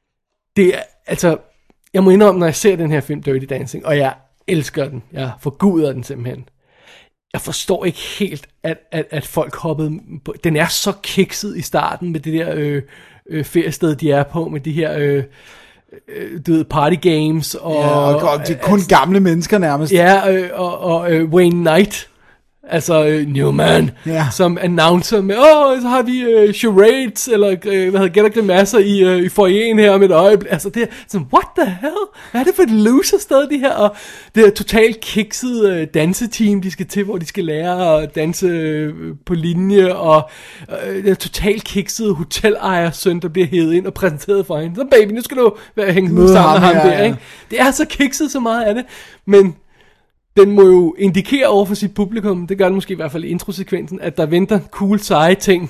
Det er, altså, jeg må indrømme, når jeg ser den her film, Dirty Dancing, og jeg elsker den, jeg forguder den simpelthen. Jeg forstår ikke helt, at, at, at folk hoppede på. Den er så kikset i starten med det der øh, øh, feriested, de er på, med de her øh, øh, du ved, party games. Og, ja, og, og det er kun altså, gamle mennesker nærmest. Ja, øh, og, og øh, Wayne Knight, altså øh, Newman, ja. Som announcer med, åh, så har vi øh, charades, eller øh, hvad hedder, gætter grimasser i, øh, i foyeren her om et øjeblik. Altså det er sådan, what the hell? Hvad er det for et loser sted, de her? Og det er totalt kikset øh, danseteam, de skal til, hvor de skal lære at danse øh, på linje, og øh, det er totalt kikset hotelejersøn, der bliver hævet ind og præsenteret for hende. Så baby, nu skal du være hængt ud sammen med ham der, ikke? Det er så kikset så meget af det, men den må jo indikere over for sit publikum, det gør den måske i hvert fald i introsekvensen, at der venter cool, seje ting.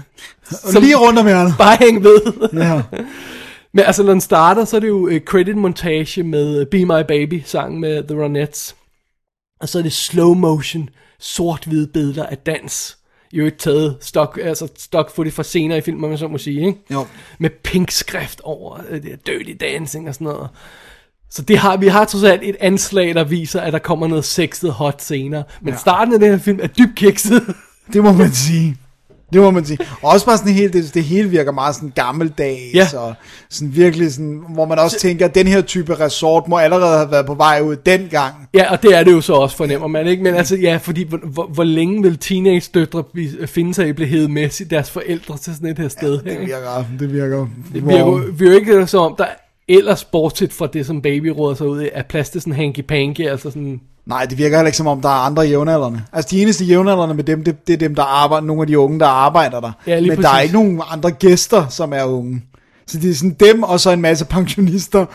Som lige rundt om hjørnet. Bare hæng ved. Ja. Men altså, når den starter, så er det jo uh, credit montage med Be My Baby, sang med The Ronettes. Og så er det slow motion, sort-hvide billeder af dans. I øvrigt taget stock, altså stock footage fra senere i filmen, man så må sige, ikke? Jo. Med pink skrift over uh, det Dirty Dancing og sådan noget. Så det har, vi har trods alt et anslag, der viser, at der kommer noget sexet hot senere. Men ja. Starten af den her film er dybt kikset. Det må man sige. Det må man sige. Og også bare sådan helt, det, det hele virker meget sådan gammeldags. Ja. Og sådan virkelig sådan, hvor man også tænker, at den her type resort må allerede have været på vej ud dengang. Ja, og det er det jo så også, fornemmer man, ikke? Men altså, ja, fordi hvor, hvor, hvor længe vil teenage-døtre finde sig i at blive hævet med deres forældre til sådan et her sted? Ja, det virker, det virker. Det virker, virker ikke så om, der ellers bortset fra det, som baby råder sig ud af, er plads til sådan hanky-panky, altså sådan... Nej, det virker heller ikke som om, der er andre jævnaldrende. Altså de eneste jævnaldrende med dem, det, det er dem, der arbejder, nogle af de unge, der arbejder der. Ja, men præcis. Der er ikke nogen andre gæster, som er unge. Så det er sådan dem, og så en masse pensionister.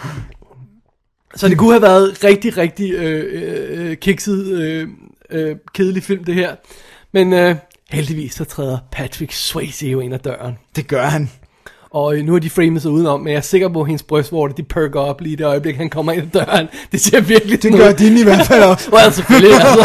Så det kunne have været rigtig, rigtig øh, øh, kikset, øh, øh, kedelig film, det her. Men øh, Heldigvis så træder Patrick Swayze jo ind ad døren. Det gør han. Og nu har de framet sig udenom, men jeg er sikker på, at hendes brystvorter, de perker op lige i det øjeblik, han kommer ind ad døren. Det ser virkelig det gør din i hvert fald også. Well, selvfølgelig, altså.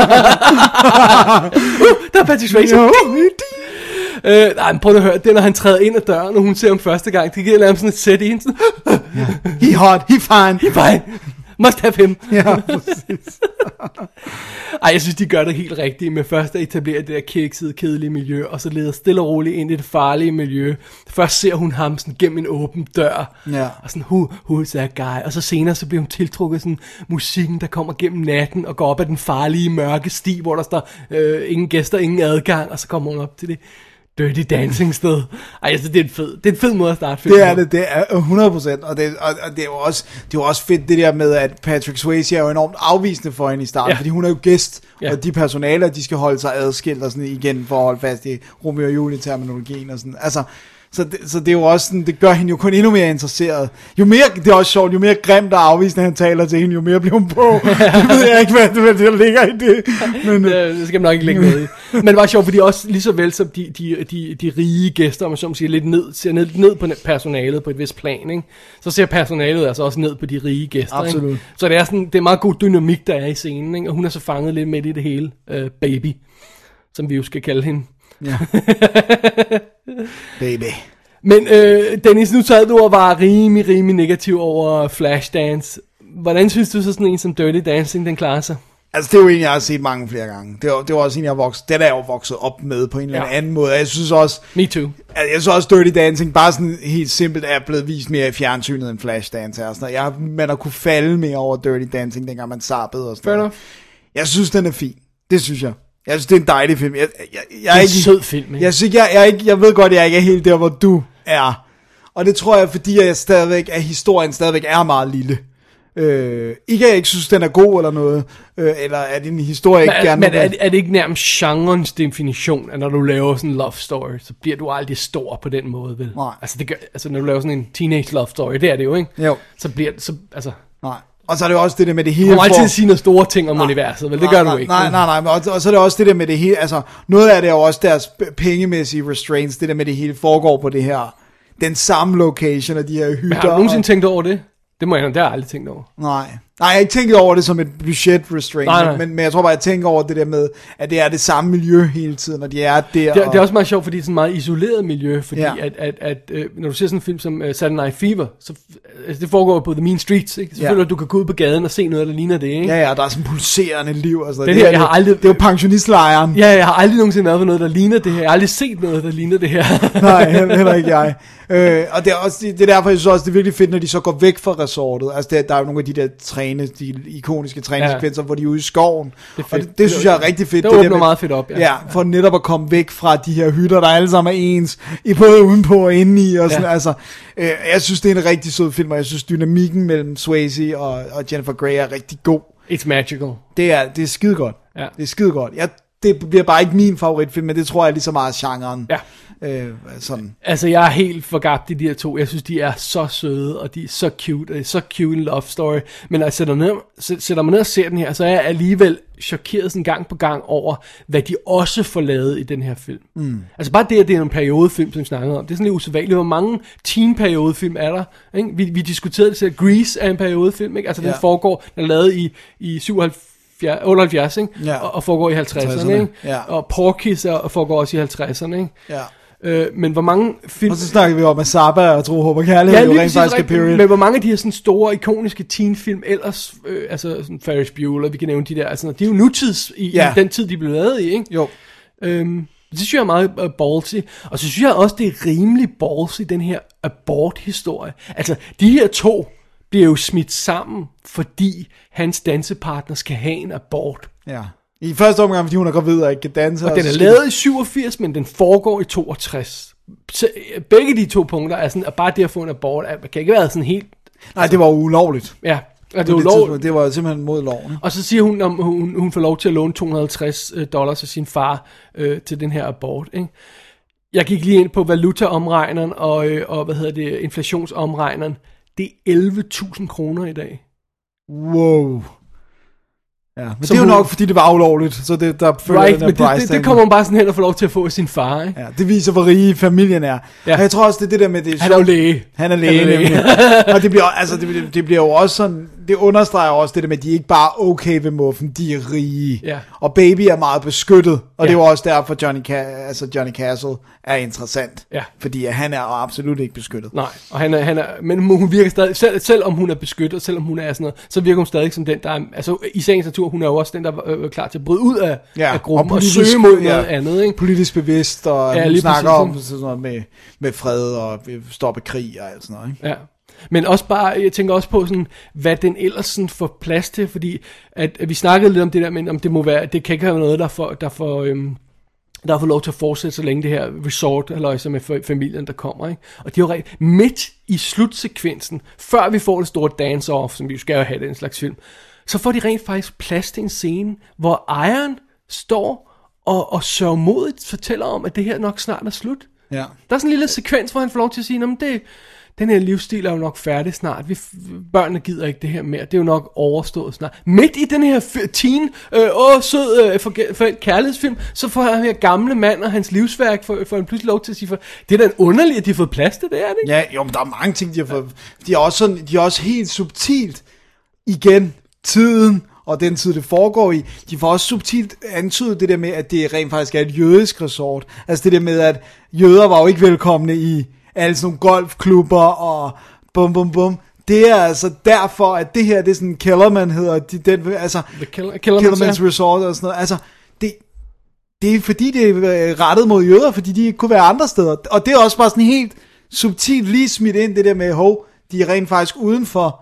uh, der er Patrick Swayze. Øh, nej, men prøv at høre, det er, når han træder ind ad døren, og hun ser ham første gang, det giver nærmest sådan et sæt i hende. Sådan, yeah. He hot, he fine. He fine. Must have him. Ja, præcis. Ej, jeg synes, de gør det helt rigtigt med først at etablere det der kiksede, kedelige miljø, og så leder stille og roligt ind i det farlige miljø. Først ser hun ham sådan gennem en åben dør, ja. og sådan, who, who is that guy? Og så senere, så bliver hun tiltrukket sådan musikken, der kommer gennem natten, og går op ad den farlige, mørke sti, hvor der står øh, ingen gæster, ingen adgang, og så kommer hun op til det Dirty Dancing sted. Ej, altså, det er en fed, det er en fed måde at starte filmen. Det er det, det er hundrede procent, og det, og, og det er jo også, det er jo også fedt det der med, at Patrick Swayze er jo enormt afvisende for hende i starten, ja. Fordi hun er jo gæst, ja. Og de personaler, de skal holde sig adskilt og sådan igen, for at holde fast i Romeo og Julie-terminologien og sådan, altså, så det, så det er jo også sådan, det gør hende jo kun endnu mere interesseret. Jo mere, det er også sjovt, jo mere grimt og afvisende han taler til hende, jo mere bliver hun på. Det ved jeg ikke, hvad, hvad der ligger i det. Men, det, det skal man nok ikke lægge med i. Men det var sjovt, fordi også lige så vel som de, de, de, de rige gæster, man som siger lidt ned, ser ned, ned på personalet på et vist plan, ikke? Så ser personalet altså også ned på de rige gæster. Absolut. Ikke? Så det er sådan, det er meget god dynamik, der er i scenen, ikke? Og hun er så fanget lidt midt i det hele, uh, baby, som vi jo skal kalde hende. Ja. Baby. Men øh, Dennis, nu sad du og var rimelig, rimelig negativ over Flashdance. Hvordan synes du så sådan en som Dirty Dancing, den klarer sig? Altså, det er jo en, jeg har set mange flere gange. Det var, det var også en, jeg vokset, den er jeg jo vokset op med på en eller ja. anden måde. Jeg synes også... Me too. Jeg synes også, Dirty Dancing bare sådan helt simpelt er blevet vist mere i fjernsynet end Flashdance her. Sådan, jeg, man har kunne falde mere over Dirty Dancing, dengang man sappede og sådan Fair noget. enough. Jeg synes, den er fin. Det synes jeg. Jeg synes, det er en dejlig film. Jeg, jeg, jeg, jeg det er en ikke, sød film, ikke? Jeg, synes, jeg, jeg, jeg, jeg ved godt, jeg ikke er helt der, hvor du er. Og det tror jeg, fordi jeg stadigvæk, at historien stadigvæk er meget lille. Øh, ikke at jeg ikke synes, den er god eller noget, øh, eller at en historie ikke men, gerne... Men er, er det ikke nærmest genrens definition, at når du laver sådan en love story, så bliver du aldrig stor på den måde, vel? Nej. Altså, det gør, altså når du laver sådan en teenage love story, det er det jo, ikke? Jo. Så bliver det, så, altså... Nej. Og så er det også det der med det hele... Du må altid for... sige nogle store ting om nej, universet, vel? Det nej, gør nej, du ikke. Nej, nej, nej. Og, og så er det også det der med det hele... Altså, noget af det er jo også deres pengemæssige restraints, det der med det hele foregår på det her... Den samme location af de her hytter. Men har du nogensinde og... tænkt over det? Det må jeg det har jeg aldrig tænkt over. Nej. Nej, jeg har ikke tænkt over det som et budget restraint, nej, nej. Men, men jeg tror bare, jeg tænker over det der med, at det er det samme miljø hele tiden, når de er der. Det, og... det er også meget sjovt, fordi det er sådan et meget isoleret miljø, fordi ja. at, at, at øh, når du ser sådan en film som uh, Saturday Night Fever, så altså, det foregår på The Mean Streets, ikke? Selvfølgelig, ja. Du kan gå ud på gaden og se noget, der ligner det, ikke? Ja, ja, der er sådan pulserende liv. Altså, det, det, her, her, jeg har aldrig... det er jo pensionistlejren. Ja, jeg har aldrig nogensinde været på noget, der ligner det her. Jeg har aldrig set noget, der ligner det her. Nej, heller ikke jeg. Øh, og det er, også, det er derfor, jeg synes også, det er virkelig fedt, når de så går væk fra resortet. Altså, der, der er jo nogle af de der træne, de ikoniske træningssekvenser, ja. Hvor de er ude i skoven. Det og det, det synes jeg er rigtig fedt. Det, det åbner med, meget fedt op, ja. Ja, for netop at komme væk fra de her hytter, der alle sammen er ens, i både udenpå og indeni. Og sådan, ja. Altså, øh, jeg synes, det er en rigtig sød film, og jeg synes, dynamikken mellem Swayze og, og Jennifer Grey er rigtig god. It's magical. Det er, det er skide godt. Ja. Det er skide godt. Jeg, det bliver bare ikke min favoritfilm, men det tror jeg er lige så meget genren. Ja. Øh, sådan. Altså, jeg er helt forgabt i de her to. Jeg synes, de er så søde, og de er så cute, og det er så cute en love story. Men når jeg sætter, ned, sætter mig ned og ser den her, så er jeg alligevel chokeret sådan gang på gang over, hvad de også får lavet i den her film. Mm. Altså bare det, at det er en periodefilm, som vi snakkede om. Det er sådan lidt usædvanligt. Hvor mange teen-periodefilm er der? Ikke? Vi, vi diskuterede det, så Grease er en periodefilm, ikke? Altså den ja. foregår, den er lavet i, i syvoghalvfjerds otteoghalvfjerds, ikke? Ja. Og, og foregår i halvtredserne, ikke? Ja. Og Porky's og foregår også i halvtredserne, ikke? Ja. Øh, men hvor mange film... Og så snakker vi om, at Zappa og Tro, Håb og Kærlighed ja, jo rent faktisk er period. Men hvor mange af de her sådan store, ikoniske teenfilm ellers, øh, altså sådan Ferris Bueller, vi kan nævne de der, altså de er jo nutids i, ja. i den tid, de blev lavet i, ikke? Jo. Øhm, det synes jeg er meget uh, ballsy. Og så synes jeg også, det er rimelig ballsy, den her abort-historie. Altså, de her to bliver jo smidt sammen, fordi hans dansepartner skal have en abort. Ja. I første omgang, fordi hun er gravid og ikke kan danse. Og, og den er lavet i syvogfirs, men den foregår i toogtres. Så begge de to punkter er sådan, at bare det at få en abort, kan ikke være sådan helt... Nej, det var ulovligt. Ja, det, det, var lov... det var simpelthen mod loven. Og så siger hun, at hun, hun får lov til at låne to hundrede og halvtreds dollars af sin far øh, til den her abort. Ikke? Jeg gik lige ind på valutaomregneren og, øh, og hvad hedder det, inflationsomregneren. Det er elleve tusind kroner i dag. Wow. Ja, men det er jo hun, nok, fordi det var ulovligt, så det, der følger right, den der price det, det, det kommer hun bare sådan hen og får lov til at få af sin far, ikke? Ja, det viser, hvor rige familien er. Ja. Og jeg tror også, det er det der med det. Han er jo læge. Han er læge, Han er læge. Og det bliver, altså, det, det bliver jo også sådan, det understreger også det der med, at de ikke bare er okay ved muffen, de er rige. Ja. Og baby er meget beskyttet, og ja. det er jo også derfor, Johnny, Ca- altså Johnny Castle er interessant. Ja. Fordi han er absolut ikke beskyttet. Nej, og han er, han er, men hun virker stadig, selv, selvom hun er beskyttet, selvom hun er sådan noget, så virker hun stadig som den, der er, altså i sagens natur, hun er jo også den, der er øh, klar til at bryde ud af, ja, af gruppen og, og søge mod ja, noget andet, ikke? Politisk bevidst, og ja, hun snakker præcis, om sådan noget med, med fred og stoppe krig og alt sådan noget, ikke? Ja. Men også bare, jeg tænker også på sådan, hvad den ellers sådan får plads til, fordi at, at vi snakkede lidt om det der, men om det må være, det kan ikke have noget, der får, der får, øhm, der får lov til at fortsætte så længe det her resort, halløjse med familien, der kommer, ikke? Og det er jo rigtig, midt i slutsekvensen, før vi får det store dance-off, som vi jo skal jo have den slags film, så får de rent faktisk plads til en scene, hvor Iron står og, og sørgmodigt fortæller om, at det her nok snart er slut. Ja. Der er sådan en lille sekvens, hvor han får lov til at sige, at det den her livsstil er jo nok færdig snart. Vi, børnene gider ikke det her mere. Det er jo nok overstået snart. Midt i den her f- teen, øh, åh, sød øh, for, for kærlighedsfilm, så får han her gamle mand og hans livsværk, for, for en pludselig lov til at sige, for det er da underligt, at de har fået plads til det, er det ikke? Ja, jo, men der er mange ting, de har fået. De er også, sådan, de er også helt subtilt, igen, tiden og den tid, det foregår i. De får også subtilt antydet det der med, at det rent faktisk er et jødisk resort. Altså det der med, at jøder var jo ikke velkomne i alle sådan nogle golfklubber og bum bum bum. Det er altså derfor, at det her, det er sådan Kellerman hedder, de, den, altså Kill- Kellerman's Resort og sådan noget. Altså, det, det er fordi, det er rettet mod jøder, fordi de ikke kunne være andre steder. Og det er også bare sådan helt subtilt lige smidt ind, det der med, hov, de er rent faktisk udenfor.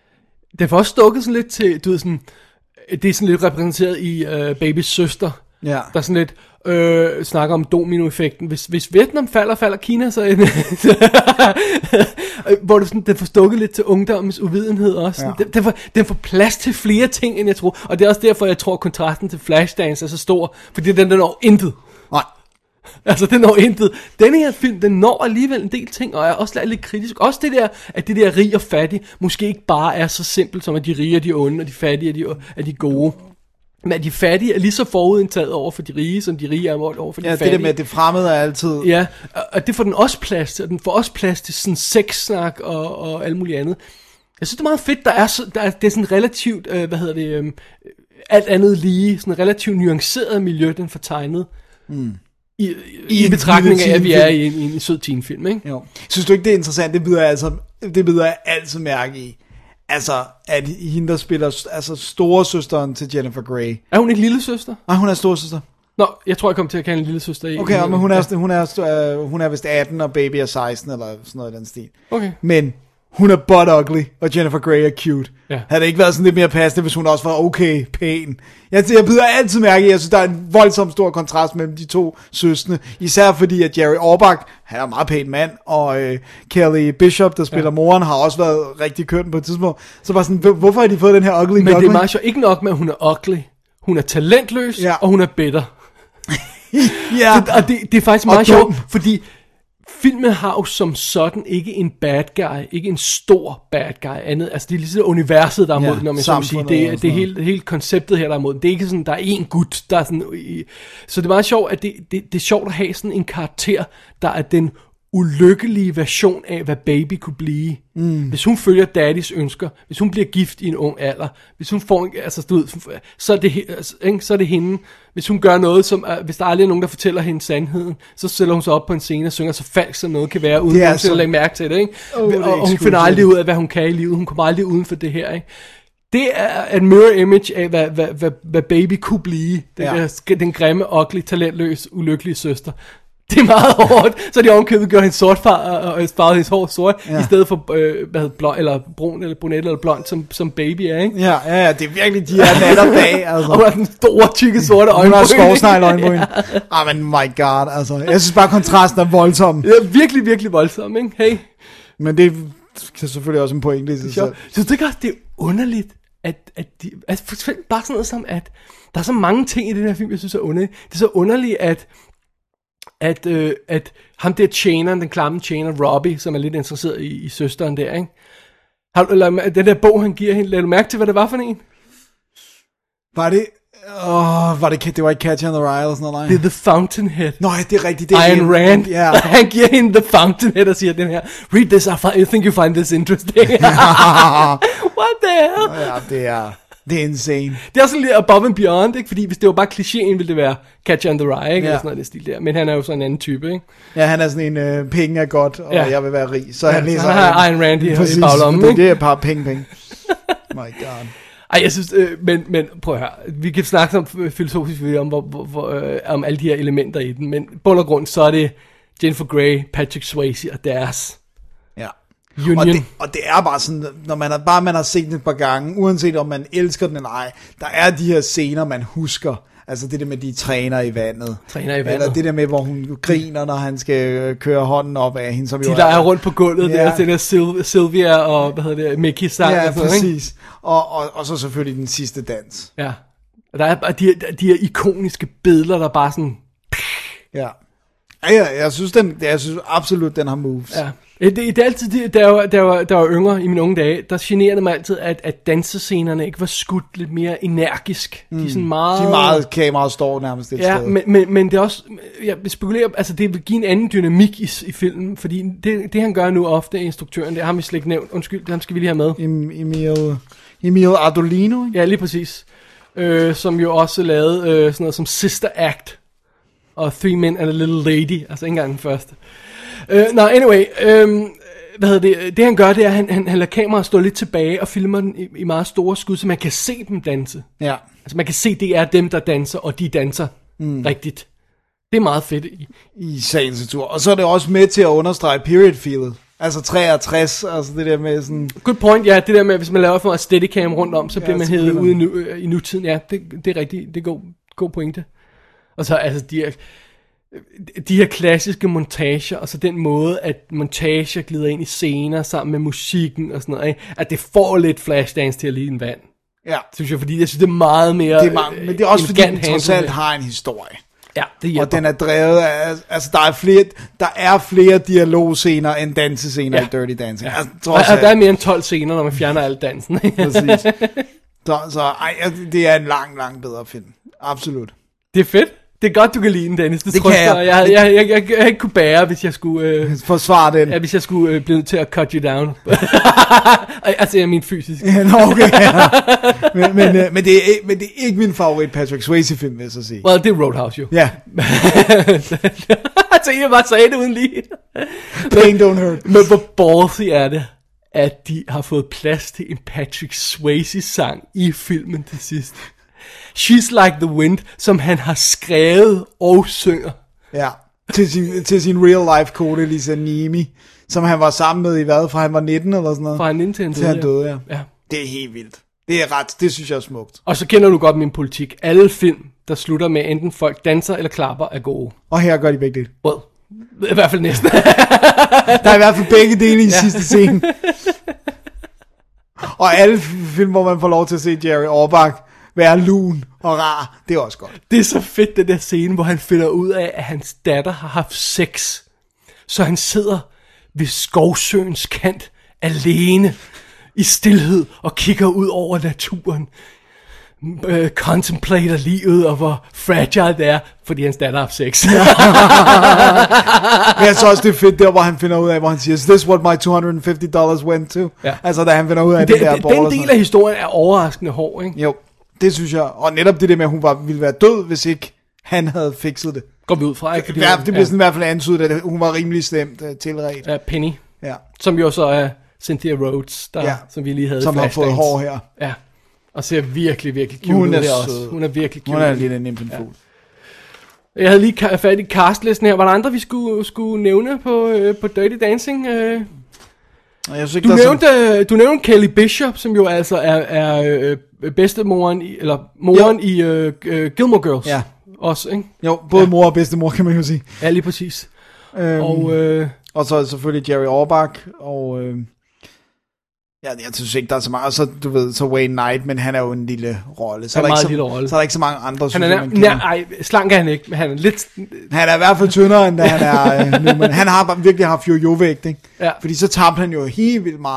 Det får også stukket sådan lidt til, du ved sådan, det er sådan lidt repræsenteret i uh, Babys søster. Ja. Der er sådan lidt, øh, snakker om dominoeffekten. Hvis, hvis Vietnam falder, falder Kina så en, hvor det sådan, den får stukket lidt til ungdommens uvidenhed også. Ja. Den, den, får, den får plads til flere ting, end jeg tror. Og det er også derfor, jeg tror, at kontrasten til Flashdance er så stor. Fordi den, den når intet. Nej. Altså, den når intet. Denne her film, den når alligevel en del ting, og er også lidt kritisk. Også det der, at det der rig og fattig, måske ikke bare er så simpelt, som at de rige er de onde, og de fattige er de, er de gode. Men at de fattige er lige så forudindtaget over for de rige, som de rige er over for de ja, fattige. Ja, det der med, at det fremmede er altid. Ja, og det får den også plads til, og den får også plads til sådan sexsnak og, og alt muligt andet. Jeg synes, det er meget fedt, der er, så, der er det er sådan relativt, øh, hvad hedder det, øh, alt andet lige, sådan relativt nuanceret miljø, den får tegnet. Mm. I, i, i betragtning af, at vi er i en, i en sød teenfilm, ikke? Jo. Synes du ikke, det er interessant? Det bider jeg altså, det bider jeg altid mærke i. Altså, at hende, der spiller altså storesøsteren til Jennifer Grey. Er hun ikke lille søster? Nej, hun er storesøster. Nå, jeg tror, jeg kommer til at kalde en lille søster i. Okay, men hun er, hun, er, øh, hun er vist atten, og baby er seksten, eller sådan noget i den stil. Okay. Men hun er butt ugly, og Jennifer Grey er cute. Ja. Havde det ikke været sådan lidt mere passende, hvis hun også var okay pæn. Jeg, jeg bider altid mærke i, jeg synes, der er en voldsom stor kontrast mellem de to søstre. Især fordi, at Jerry Orbach, han er en meget pæn mand, og øh, Kelly Bishop, der spiller ja. moren, har også været rigtig køn på et tidspunkt. Så var sådan, hvorfor har de fået den her ugly? Men det er meget sjovt. Ikke nok med, at hun er ugly. Hun er talentløs, ja. og hun er bitter. ja. Det, og det, det er faktisk meget sjovt, fordi filmen har jo som sådan ikke en bad guy, ikke en stor bad guy, andet, altså det er ligesom universet, der er mod, ja, når man så sige, det, er, det er hele, hele konceptet her, der er mod, det er ikke sådan, der er en gut, der er sådan, så det er meget sjovt, at det, det, det er sjovt at have sådan en karakter, der er den ulykkelige version af, hvad baby kunne blive. Mm. Hvis hun følger daddys ønsker, hvis hun bliver gift i en ung alder, hvis hun får en, altså du ved, så er det, så er det hende. Hvis hun gør noget, som, hvis der aldrig er nogen, der fortæller hende sandheden, så sætter hun sig op på en scene og synger så falsk, som noget kan være, uden at lægge mærke til det, ikke? Oh, det og, og hun finder aldrig ud af, hvad hun kan i livet. Hun kommer aldrig uden for det her, ikke? Det er et mirror image af, hvad, hvad, hvad, hvad baby kunne blive. Den, ja. der, den grimme, ugly, talentløs, ulykkelige søster. Det er meget hårdt. Så de ovenkøbet gør hendes sortfar og farvede hendes hår sort, ja. i stedet for øh, hvad hedder, blond, eller brun, eller brunette, eller blond, som, som baby er, ikke? Ja, ja, ja, det er virkelig, de er nat og dag, altså. Og hun har den store, tykke, sorte øjenbryn. Hun har skovsnegl øjenbryn. Ah, men my god, altså. Jeg synes bare, kontrasten er voldsom. Det er virkelig, virkelig voldsom, ikke? Hey. Men det kan selvfølgelig også en pointe i sig selv. Så det gør også, det er underligt, at, at de, altså, bare sådan noget som, at der er så mange ting i den her film, jeg synes er underligt. Det er så underligt, at At, øh, at ham der tjeneren, den klamme tjener Robbie, som er lidt interesseret i, i søsteren der, ikke? Har du, eller, den der bog, han giver hende, lader du mærke til, hvad det var for en? Var det... Åh, oh, var det, det var ikke Catcher in the Rye eller sådan noget, nej? Det er The Fountainhead. Nå, det er rigtigt. Det er Ayn Rand. Ja. Han giver hende The Fountainhead og siger den her, read this, I, find, I think you find this interesting. What the hell? Ja, det er, det er insane. Det er også lidt above and beyond, ikke? Fordi hvis det var bare klichéen, ville det være Catcher in the Rye, ikke? Ja. Eller sådan noget det stil der. Men han er jo sådan en anden type, ikke? Ja, han er sådan en, øh, penge er godt, og Ja. jeg vil være rig. Så Ja, han læser... han har Ayn Rand i, i baglommen, det, ikke? det er bare penge, penge. My god. Ej, jeg synes, øh, men, men prøv at høre, vi kan snakke om filosofisk om, hvor, hvor, hvor, øh, om alle de her elementer i den, men bund og grund, så er det Jennifer Grey, Patrick Swayze og deres Ja. union. Og det, og det er bare sådan, når man har, bare man har set den et par gange, uanset om man elsker den eller ej, der er de her scener, man husker. Altså det der med, de træner i vandet. Træner i vandet. Eller det der med, hvor hun griner, når han skal køre hånden op af hende. Som De jo der er rundt på gulvet, Ja. der, den der Syl- Sylvia og, hvad hedder det, Mickey sang. Ja, og sådan, ikke? præcis. Og, og, og så selvfølgelig den sidste dans. Ja. Og der er bare de, her- de her ikoniske billeder, der bare sådan, Ja. Ja, ja, jeg synes, den, jeg synes absolut, den har moves. ja. Det, det er altid, det, der, var, der, var, der var yngre i mine unge dage, der generede mig altid, at, at dansescenerne ikke var skudt lidt mere energisk. Mm. De er sådan meget... De er meget kameraet står nærmest et Ja, sted. men, men, men det er også, jeg spekulerer, altså det vil give en anden dynamik i, i filmen, fordi det, det han gør nu ofte, instruktøren, det har vi slet ikke nævnt, undskyld, det ham skal vi lige have med. Em- Emil, Emil Ardolino, ikke? Ja, lige præcis. Øh, som jo også lavede øh, sådan noget som Sister Act, og Three Men and a Little Lady, altså ikke engang den første. Øh, Nå, anyway, øh, hvad hedder det, det han gør, det er, at han, han, han lader kameraet stå lidt tilbage, og filmer den i, i meget store skud, så man kan se dem danse. Ja. Altså man kan se, det er dem, der danser, og de danser mm. rigtigt. Det er meget fedt i. I sagens natur. Og så er det også med til at understrege period feelet. Altså treogtres, altså det der med sådan... Good point, ja, det der med, hvis man laver for meget steadicam rundt om, så bliver Ja, man så hævet bliver ud i, man- nu, i nutiden. Ja, det, det er rigtigt, det er god, god pointe. Og så altså de her, de her klassiske montager, og så den måde, at montager glider ind i scener sammen med musikken og sådan noget, ikke? At det får lidt Flashdance til at lide en vand, Ja. synes jeg, fordi jeg synes, det er meget mere... Det er meget, men det er også fordi, elegant den trods handlet. alt har en historie. Ja, det hjælper. Og den er drevet af... Altså, der er flere, der er flere dialogscener end dansescener Ja. i Dirty Dancing. Ja. Altså, Og, trods og der er alt. mere end tolv scener, når man fjerner al dansen. Præcis. Så, så ej, altså, det er en lang, lang bedre film. Absolut. Det er fedt. Det er godt, du kan lide den, Dennis. Det, Det trøster, kan jeg. jeg. Jeg, jeg, jeg, jeg, jeg ikke kunne bære, hvis jeg skulle... Øh, Forsvar den. ja, hvis jeg skulle øh, blive nødt til at cut you down. Altså, jeg er min fysisk. Ja, nå, okay. Ja. Men, men, øh, men, det er, men det er ikke min favorit Patrick Swayze-film, vil jeg så sige. Well, det er Roadhouse jo. Ja, Altså, jeg bare sagde det uden lige. Pain Don't Hurt. Men hvor ballsy er det, at de har fået plads til en Patrick Swayze-sang i filmen til sidst. She's Like the Wind, som han har skrevet og synger. Ja, til sin, til sin real life kone, Lisa Nimi, som han var sammen med i hvad, fra han var nitten eller sådan noget. Fra han indtil han Til han døde, døde, ja. ja. Det er helt vildt. Det er ret, det synes jeg er smukt. Og så kender du godt min politik. Alle film, der slutter med enten folk danser eller klapper, er gode. Og her gør de begge dele. Well, i hvert fald næsten. Der er i hvert fald begge dele i ja. sidste scene. Og alle film, hvor man får lov til at se Jerry Orbach være lun og rar, det er også godt. Det er så fedt, den der scene, hvor han finder ud af, at hans datter har haft sex. Så han sidder ved skovsøens kant alene i stilhed og kigger ud over naturen. Øh, contemplater livet og hvor fragile det er, fordi hans datter har haft sex. Men jeg så også, det er fedt der, hvor han finder ud af, hvor han siger, is this what my two hundred fifty dollars went to? Ja. Altså, da han finder ud af den, det der den, ball og den sådan del af historien er overraskende hård, ikke? Jo, det synes jeg. Og netop det der med, at hun var, ville være død, hvis ikke han havde fikset det. Går vi ud fra, ikke? Fordi Ja, hun- det bliver sådan i hvert fald antydet, at hun var rimelig slemt uh, tilredt. ja, Penny, Ja. som jo så er Cynthia Rhodes, der, Ja. som vi lige havde i Som har fået Flashdance. hår her. Ja, og ser virkelig, virkelig cute Hun ud er her sød. også. Hun er virkelig cute. Hun er lidt en impen fugl. Jeg havde lige ka- fat i castlisten her. Var der andre, vi skulle, skulle nævne på, øh, på Dirty Dancing? Øh? Og jeg synes ikke, Du, der er nævnte, øh, du nævnte Kelly Bishop, som jo altså er, er øh, bedstemoren, i, eller moren Jo. i øh, øh, Gilmore Girls. Ja. Også, ikke? Jo, både ja. mor og bedstemor, kan man jo sige. Ja, lige præcis. Øhm, Og øh, og så selvfølgelig Jerry Orbach, og øh, ja, jeg synes ikke, der er så meget. Og så, du ved, så Wayne Knight, men han er jo en lille rolle. Så Han er er der meget ikke så, lille rolle. Så er der ikke så mange andre, han synes er jeg, nær, man kender. nær, ej, slank er han ikke, men han er lidt... Han er i hvert fald tyndere, end da han er øh, nu, men han har bare virkelig haft jo vægt, ikke? Ja. Fordi så tabte han jo helt vildt meget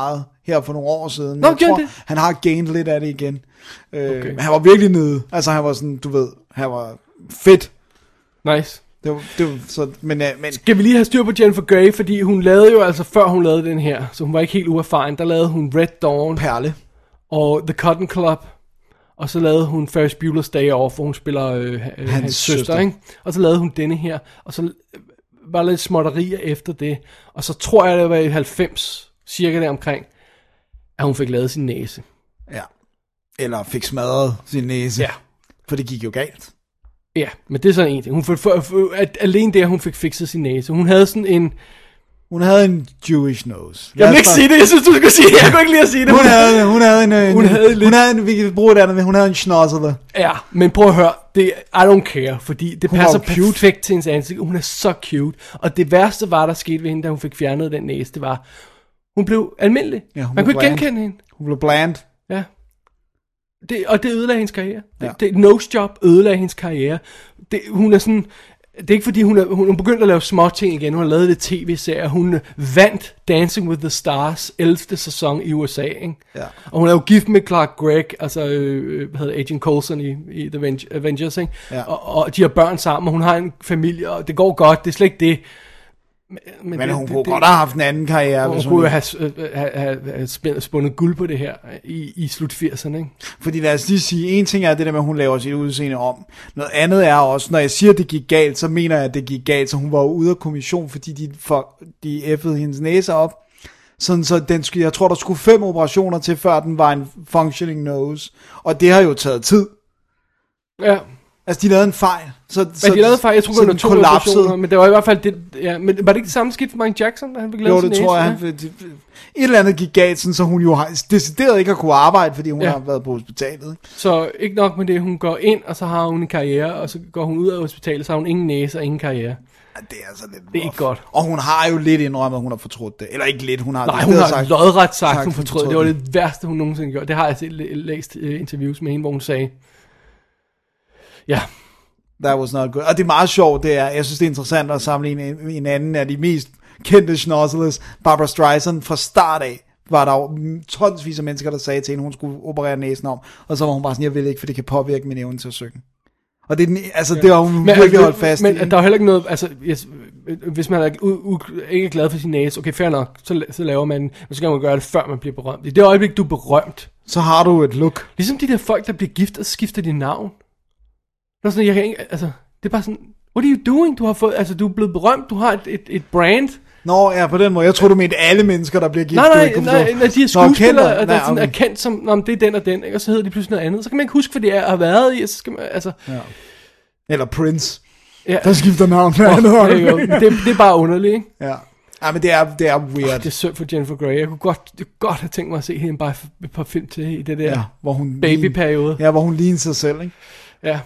her for nogle år siden. Men Nå, jeg tror, det? han har gained lidt af det igen. Øh, Okay. Han var virkelig nede. Altså han var sådan, du ved, han var fedt. Nice. Det var, det var, så, men, uh, men Skal vi lige have styr på Jennifer Grey, fordi hun lavede jo altså, før hun lavede den her, så hun var ikke helt uerfaren, der lavede hun Red Dawn perle. og The Cotton Club, og så lavede hun Ferris Bueller's Day Off, hvor hun spiller øh, hans, hans søster, søster. ikke? Og så lavede hun denne her, og så var der lidt småtterier efter det, og så tror jeg, det var i halvfems, cirka der omkring, at hun fik lavet sin næse. Ja. Eller fik smadret sin næse. Ja. For det gik jo galt. Ja, men det er sådan en ting. Hun fik, for, for, at, alene der, hun fik fikset sin næse. Hun havde sådan en... Hun havde en Jewish nose. Jeg vil ikke sige det, jeg synes, du skulle sige det. Jeg kunne ikke lide at sige det. Hun havde, hun havde en... en Hun havde lidt- Hun havde en, vi kan bruge det andet, hun havde en schnozzler. Ja, men prøv at høre, det, I don't care, fordi det Hun passer var jo cute. perfekt til hendes ansigt. Hun er så cute. Og det værste var, der skete ved hende, da hun fik fjernet den næse, det var, hun blev almindelig. Ja, hun Man blev kunne ikke bland. genkende hende. Hun blev bland. Ja. Det, og det ødelagde hendes karriere. Ja. Det, det nose job ødelagde hendes karriere. Det, hun er sådan... Det er ikke fordi, hun er, hun er begyndt at lave små ting igen. Hun har lavet det tv-serier. Hun vandt Dancing with the Stars ellevte sæson i U S A. Ikke? Ja. Og hun er jo gift med Clark Gregg, altså øh, hvad hedder det, Agent Coulson i, i The Aven- Avengers. Ikke? Ja. Og, og de har børn sammen, og hun har en familie, og det går godt. Det er slet ikke det. Men, Men det, hun det, kunne det, godt have haft en anden karriere. hun Hvis kunne hun jo have, øh, have, have, have spændt- spundet guld på det her i, i slut firserne. Ikke? Fordi lad os lige sige, en ting er det der med, at hun laver sit udseende om. Noget andet er også, når jeg siger, at det gik galt, så mener jeg, at det gik galt. Så hun var jo ude af kommission, fordi de, for, de effede hendes næse op. Sådan så den skulle, jeg tror, der skulle fem operationer til, før den var en functioning nose. Og det har jo taget tid. Ja. Altså, de lavede en fejl. Så, Men de lavede fejl, jeg tror, det var to operationer, men det var i hvert fald det, ja, men var det ikke det samme skidt for Michael Jackson, da han fik lavet Jo, sin det tror næse? jeg. Han, et eller andet gik galt, sådan, så hun jo har decideret ikke har kunne arbejde, fordi hun Ja. har været på hospitalet. Ikke? Så ikke nok med det, hun går ind, og så har hun en karriere, og så går hun ud af hospitalet, så har hun ingen næse og ingen karriere. Ja, det er altså lidt Det er ikke godt. Og hun har jo lidt indrømmet, at hun har fortrudt det. Eller ikke lidt, hun har... Nej, det hun er har sagt- lodret sagt, sagt, hun hun fortrød. fortrød Det var det. det værste, hun nogensinde gjorde. Det har jeg set, læ- læst uh, interviews med hende, hvor hun sagde, ja, That was not good. Og det er meget sjovt, det er, jeg synes det er interessant at sammenligne en, en anden af de mest kendte schnozzlers, Barbra Streisand, fra start af, var der jo tonsvis af mennesker, der sagde til hende, hun skulle operere næsen om, og så var hun bare sådan, jeg vil ikke, for det kan påvirke min evne til at synge. Og det er den, altså, ja. det har hun men, virkelig altså, holdt fast men, i. Men der er heller ikke noget, altså, yes, hvis man er u, u, ikke er glad for sin næse, okay, fair nok, så, så laver man, så skal man gøre det, før man bliver berømt. I det øjeblik, du er berømt, Så har du et look. ligesom de der folk, der bliver gift, og så skifter de navn. Det er sådan, jeg kan ikke, altså, det er bare sådan, what are you doing? Du har fået, altså, du er blevet berømt, du har et, et, et brand. Nå, ja, på den måde. Jeg tror du mente alle mennesker, der bliver gift. Nej, du nej, ikke kunne nej, forstå. nej, de er Nå, skuespillere, kender. der Nej, sådan okay. er kendt som, nå, men det er den og den, ikke? Og så hedder de pludselig noget andet. Så kan man ikke huske, hvad de er, har været i, og så skal man, altså... Ja. Eller Prince, Ja, der skifter navn. Oh, oh, det, det, det er bare underligt, ikke? ja. Ja, men det er, det er weird. Det er synd for Jennifer Grey. Jeg kunne godt, jeg kunne godt have tænkt mig at se hende bare et par film til i det der Ja, hvor hun babyperiode. Ja, hvor hun ligner sig selv, ikke? Ja.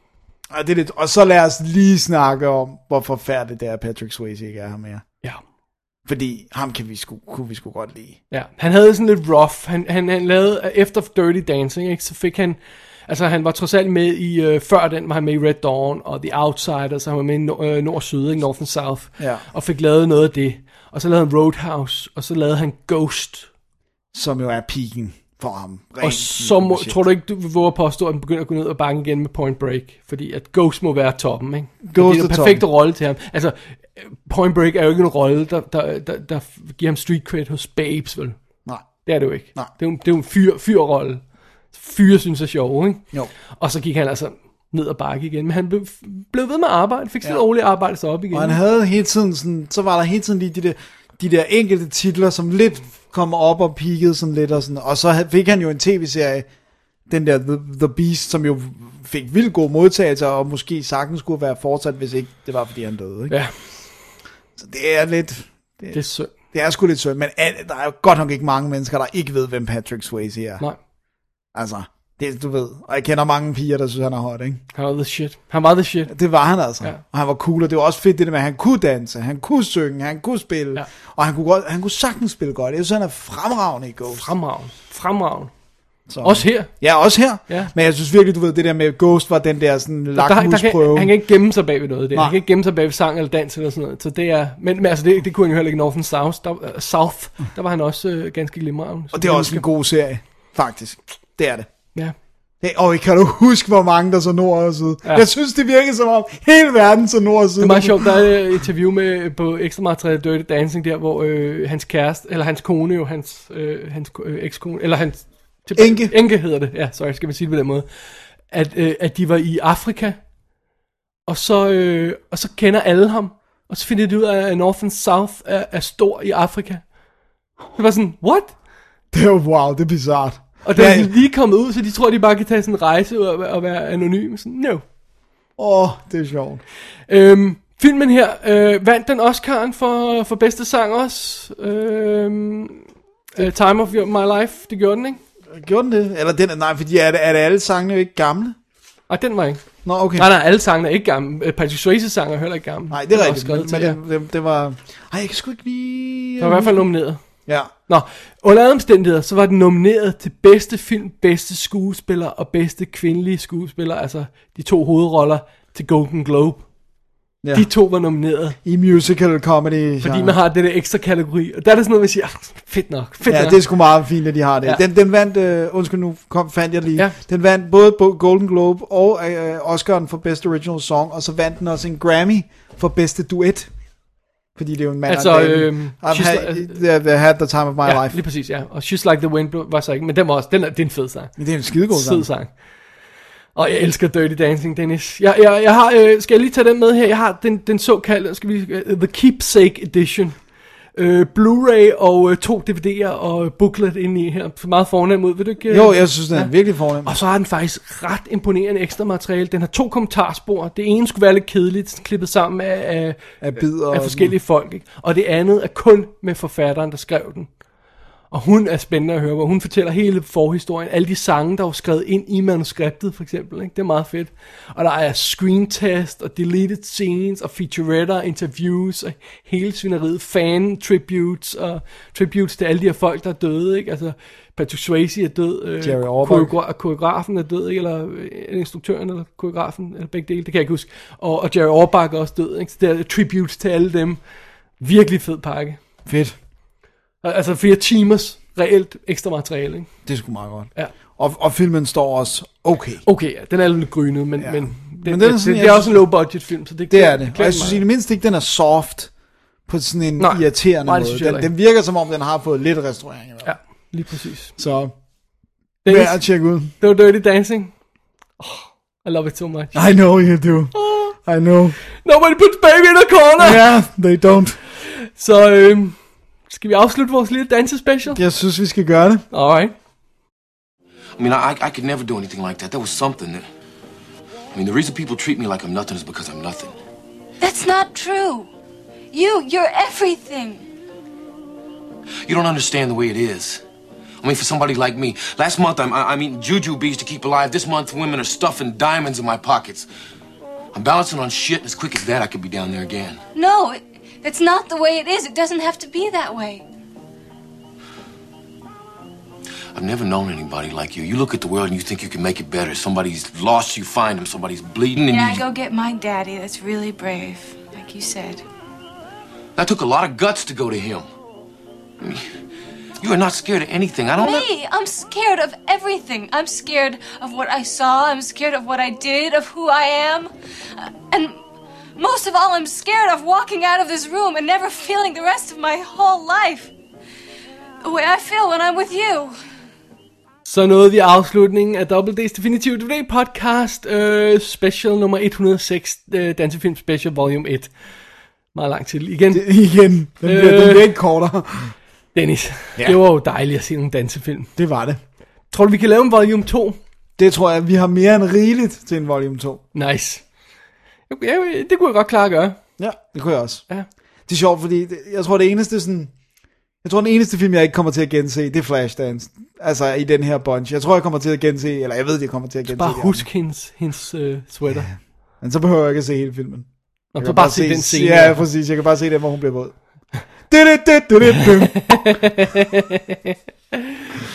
Og, det er lidt, og så lad os lige snakke om, hvor forfærdeligt det er, Patrick Swayze ikke er her mere. Ja. Fordi ham kan vi sgu, kunne vi sgu godt lide. Ja, han havde sådan lidt rough. Han, han, han lavede, efter Dirty Dancing, ikke, så fik han, altså han var trods alt med i, uh, før den var han med i Red Dawn og The Outsiders, så han var med i no, uh, Nord-Syd, ikke, North and South, Ja. og fik lavet noget af det. Og så lavede han Roadhouse, og så lavede han Ghost. Som jo er peaken for ham. Og så må, tror du ikke, du vil våge at påstå, at han begynder at gå ned og banke igen med Point Break? Fordi at Ghost må være toppen, ikke? Ghost det er er den perfekte rolle til ham. Altså, Point Break er jo ikke en rolle, der, der, der, der giver ham street cred hos Babes, vel? Nej. Det er det jo ikke. Nej. Det er jo, det er jo en fyr, fyrrolle. Fyre synes er sjov, ikke? Jo. Og så gik han altså ned og bakke igen. Men han blev, blev ved med at arbejde, fik stille Ja. roligt arbejde sig op igen. Og han havde hele tiden sådan, så var der hele tiden lige de der, de der enkelte titler, som lidt kom op og peakede sådan lidt og sådan. Og så havde- fik han jo en tv-serie, den der The, The Beast, som jo fik vildt gode modtagelser, og måske sagtens skulle være fortsat, hvis ikke det var, fordi han døde, ikke? Ja, Så det er lidt... Det, det er synd. det er sgu lidt synd, men alle, der er jo godt nok ikke mange mennesker, der ikke ved, hvem Patrick Swayze er. Nej, Altså, det du ved. Og jeg kender mange piger, der synes, han er hot, ikke? han var the shit. Han var the shit. Det var han altså. Ja. Og han var cool, og det var også fedt det der med, at han kunne danse, han kunne synge, han kunne spille, Ja. og han kunne, godt, han kunne sagtens spille godt. Jeg synes, han er fremragende i Ghost. Fremragende. Fremragende. Så. Også her. Ja, også her. Ja. Men jeg synes virkelig, du ved, det der med Ghost var den der sådan lakmusprøve. Han, han kan ikke gemme sig bag ved noget der. Nej. Han kan ikke gemme sig bag ved sang eller dans eller sådan noget. Så det er, men, men altså det, det kunne han jo heller ikke. North and South, der, uh, South, der var han også uh, ganske glimrende. Og det er også en god serie, faktisk. Det er det. Ja. Hey, og kan du huske, hvor mange der så nord og syd? Ja. Jeg synes, det virker som om hele verden så nord og syd. Det er meget sjovt, der er et interview med på ekstra materiale Dirty Dancing der, hvor øh, hans kæreste, eller hans kone jo, hans, øh, hans øh, ekskone, eller hans... Tilbage, Enke. Enke hedder det, ja, sorry, skal man sige det på den måde. At, øh, at de var i Afrika, og så, øh, og så kender alle ham, og så finder de ud af, at North and South er, er stor i Afrika. Det var sådan, what? Det er jo, wow, det er bizart. Og da Ja, de lige kommet ud, så de tror, de bare kan tage sådan en rejse og, og være anonym. Sådan, no. Åh, oh, det er sjovt. Øhm, filmen her øh, vandt den Oscar'en for, for bedste sang også. Øhm, uh, Time of My Life, det gjorde den, ikke? Gjorde den det? Eller den, nej, fordi er det, er det alle sangene jo ikke gamle? Ej, den var ikke. Nå, okay. Nej, nej, alle sangene er ikke gamle. Uh, Patrick Swayze sang er heller ikke gamle. Nej, det er Den rigtigt, også men, skrevet men til, det, det, det var... Ej, jeg kan sgu ikke lige... ja. Den var i hvert fald nomineret. Ja. Nå, under alle omstændigheder, så var den nomineret til bedste film, bedste skuespiller og bedste kvindelige skuespiller. Altså de to hovedroller til Golden Globe. Ja. De to var nomineret. I musical comedy. Fordi man har det der ekstra kategori. Og der er det sådan noget, man siger, fedt nok, fedt Ja, nok. det er sgu meget fint, at de har det. Ja. Den, den vandt, øh, undskyld nu, kom, fandt jeg lige. Ja. Den vandt både Golden Globe og øh, Oscar'en for Best Original Song, og så vandt den også en Grammy for bedste duet. Fordi det er jo en mand Altså, og en dame. øhm, I've She's had, Li- the, the had the time of my Ja, life. lige præcis, ja. Og She's Like the Wind var så ikke, men den var også, den er, det er en fed sang. Det er en skidegod Fed sang. sang. Og jeg elsker Dirty Dancing, Dennis. Jeg, jeg, jeg har, øh, skal jeg lige tage den med her? Jeg har den, den såkaldte, skal vi, uh, The Keepsake Edition. Øh, Blu-ray og øh, to D V D'er og booklet inde i her. Meget fornem ud, vil du ikke? Øh? Jo, jeg synes, den er Ja. virkelig fornem. Og så har den faktisk ret imponerende ekstra materiale. Den har to kommentarspor. Det ene skulle være lidt kedeligt, klippet sammen af, af, Af bidder af og- forskellige folk. Ikke? Og det andet er kun med forfatteren, der skrev den. Og hun er spændende at høre, hvor hun fortæller hele forhistorien. Alle de sange, der var skrevet ind i manuskriptet, for eksempel. Ikke? Det er meget fedt. Og der er screen test, og deleted scenes, og featuretter, interviews, og hele svineriet, fan tributes, og tributes til alle de her folk, der er døde. Ikke? Altså, Patrick Swayze er død. Øh, Jerry Orbach. koreogra- koreografen er død, ikke? Eller øh, instruktøren, eller koreografen, eller begge dele, det kan jeg ikke huske. Og, og Jerry Orbach er også død. Ikke? Så det er tributes til alle dem. Virkelig fed pakke. Fedt. Altså flere timers reelt ekstra materiale, ikke? Det er sgu meget godt. Ja. Og, og filmen står også okay. Okay, ja, den er lidt grynet, men, Ja. ja. men, det, Men men den er det, sådan, det, jeg det er synes- også en low budget film, så det, Det er det. Og klæder jeg synes i mig. det mindste ikke, den er soft på sådan en Nej, irriterende nej, det måde. synes jeg Den, heller den virker som om, den har fået lidt restaurering. Ja, lige præcis. Så Dennis, værd at tjekke ud. det var Dirty Dancing. Oh, I love it so much. I know you do. I know. Nobody puts baby in a corner! Yeah, they don't. Så øhm, skal vi afslutte vores lille dansespecial? Jeg synes, vi skal gøre det. Alright. I mean, I, I could never do anything like that. That was something. I mean, the reason people treat me like I'm nothing is because I'm nothing. That's not true. You, you're everything. You don't understand the way it is. I mean, for somebody like me, last month I'm, I'm eating jujubes to keep alive. This month, women are stuffing diamonds in my pockets. I'm balancing on shit, and as quick as that, I could be down there again. No, it, it's not the way it is. It doesn't have to be that way. I've never known anybody like you. You look at the world and you think you can make it better. Somebody's lost, you find him. Somebody's bleeding, and Yeah, you... go get my daddy. That's really brave, like you said. That took a lot of guts to go to him. I mean, you are not scared of anything. I don't know. Me, I'm scared of everything. I'm scared of what I saw. I'm scared of what I did, of who I am. Uh, and most of all, I'm scared of walking out of this room and never feeling the rest of my whole life the way I feel when I'm with you. Så nåede vi afslutningen af Double D's Definitive D V D podcast, øh, special nummer et hundrede og seks, øh, Dansefilm Special Volume et. Meget lang til igen. Det, igen. Den bliver, Øh. den bliver ikke kortere. Dennis, Ja. det var jo dejligt at se nogle dansefilm. Det var det. Tror du, vi kan lave en volume to? Det tror jeg, vi har mere end rigeligt til en volume to. Nice. Jeg, jeg, det kunne jeg godt klare at gøre. Ja, det kunne jeg også. Ja. Det er sjovt, fordi det, jeg tror, det eneste sådan... Jeg tror, den eneste film, jeg ikke kommer til at gense, det er Flashdance. Altså, i den her bunch. Jeg tror, jeg kommer til at gense, eller jeg ved, jeg kommer til at gense. Bare de husk hendes, hendes uh, sweater. andre. Men så behøver jeg ikke at se hele filmen. Nå, Jeg så kan bare se den scene. Ja, præcis. Jeg kan bare se den, hvor hun bliver våd. Du, du, du, du, du, du.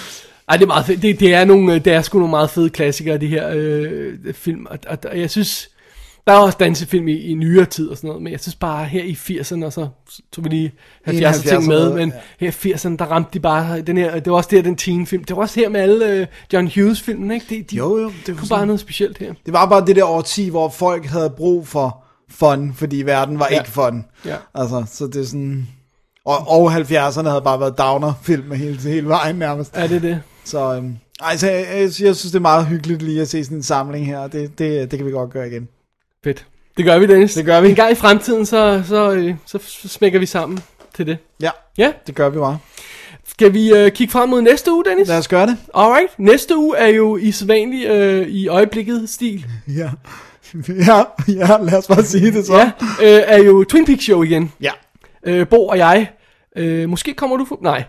Ej, det er meget fedt. Det, det, er nogle, det er sgu nogle meget fede klassikere, de her øh, film. Og, og, og jeg synes, der er også dansefilm i, i nyere tid og sådan noget, men jeg synes bare her i firserne, og så tog vi lige halvfjerdserne ting med, men ja. Her i firserne, der ramte de bare den her, det var også der den teen-film. Det var også her med alle øh, John Hughes-filmen, ikke? De, de jo, jo. Det kunne bare noget specielt her. Det var bare det der årti, hvor folk havde brug for fun, fordi verden var ja. ikke fun. Ja. Altså, så det er sådan... Og, og halvfjerdserne havde bare været downer-film hele, hele vejen nærmest. Ja, det er det. Så øhm, altså, jeg, jeg, jeg synes, det er meget hyggeligt lige at se sådan en samling her. Det, det, det kan vi godt gøre igen. Fedt. Det gør vi, Dennis. Det gør vi. En gang i fremtiden, så, så, øh, så, så smækker vi sammen til det. Ja, ja? Det gør vi bare. Skal vi øh, kigge frem mod næste uge, Dennis? Lad os gøre det. Alright. Næste uge er jo i sædvanlig øh, i øjeblikket stil. Ja. ja, ja, lad os bare sige det så. Ja, øh, er jo Twin Peaks show igen. Ja. Øh, Bo og jeg, øh, måske kommer du for... Nej.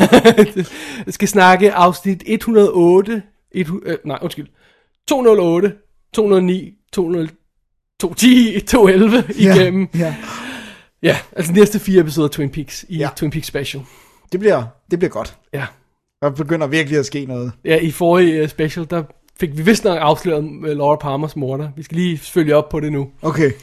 Jeg skal snakke afsnit et hundrede og otte, et, øh, nej, undskyld. to hundrede og otte, to hundrede og ni, to hundrede to ti, to elleve igennem. Ja, ja. Ja, altså de næste fire episoder af Twin Peaks i ja. Twin Peaks Special. Det bliver, det bliver godt. Ja. Der begynder virkelig at ske noget. Ja, i forrige uh, special, der fik vi vist nok afsløret uh, Laura Palmers morder. Vi skal lige følge op på det nu. Okay.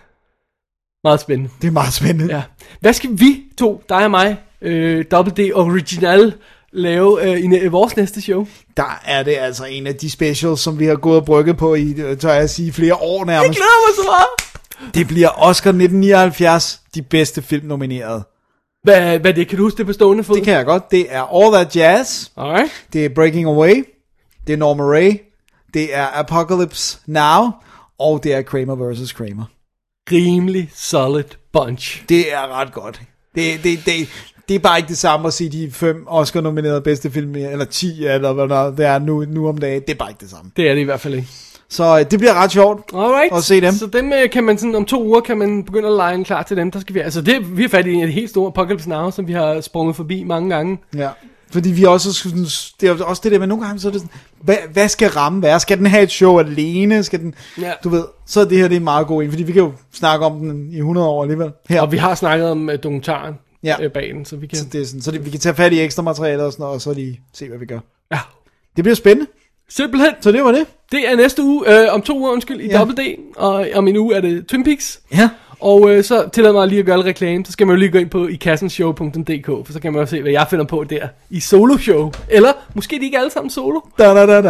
Meget spændende. Det er meget spændende. Ja. Hvad skal vi to, dig og mig, øh, Double D Original, lave øh, i, i vores næste show? Der er det altså en af de specials, som vi har gået og brygget på i, tør jeg sige, flere år nærmest. Jeg glæder mig så meget. Det bliver Oscar nitten nioghalvfjerds, de bedste film nomineret. Hvad, hvad det? Kan du huske det på stående fod? Det kan jeg godt. Det er All That Jazz. Alright. Det er Breaking Away. Det er Norma Ray. Det er Apocalypse Now. Og det er Kramer versus. Kramer. Rimelig solid bunch. Det er ret godt. Det, det, det, det er bare ikke det samme at se de fem Oscar-nominerede bedste film, eller ti, eller hvad det er nu, nu om dagen. Det er bare ikke det samme. Det er det i hvert fald ikke. Så det bliver ret sjovt Alright. at se dem. Så dem kan man sådan, om to uger kan man begynde at lege klar til dem. Der skal vi, altså det, vi er fat i en af de helt store Apocalypse Now, som vi har sprunget forbi mange gange. Ja, fordi vi også synes, det er også det der, men nogle gange så er det sådan, hvad, hvad skal ramme være? Skal den have et show alene? Skal den, ja. Du ved, så er det her det er meget god en, fordi vi kan jo snakke om den i hundrede år alligevel. Her. Og vi har snakket om uh, dokumentaren ja. øh, bag den, så vi kan... Så, det er sådan, så det, vi kan tage fat i ekstra materiale og sådan noget, og så lige se, hvad vi gør. Ja. Det bliver spændende. Simpelthen. Så det var det. Det er næste uge, øh, om to uger, undskyld, i ja. Double D, og om en uge er det Twin Peaks. Ja. Og øh, så tillad mig lige at gøre lidt reklame, så skal man jo lige gå ind på i kassenshow punktum d k, for så kan man jo se, hvad jeg finder på der i soloshow. Eller måske de ikke alle sammen solo. Da, da, da, da.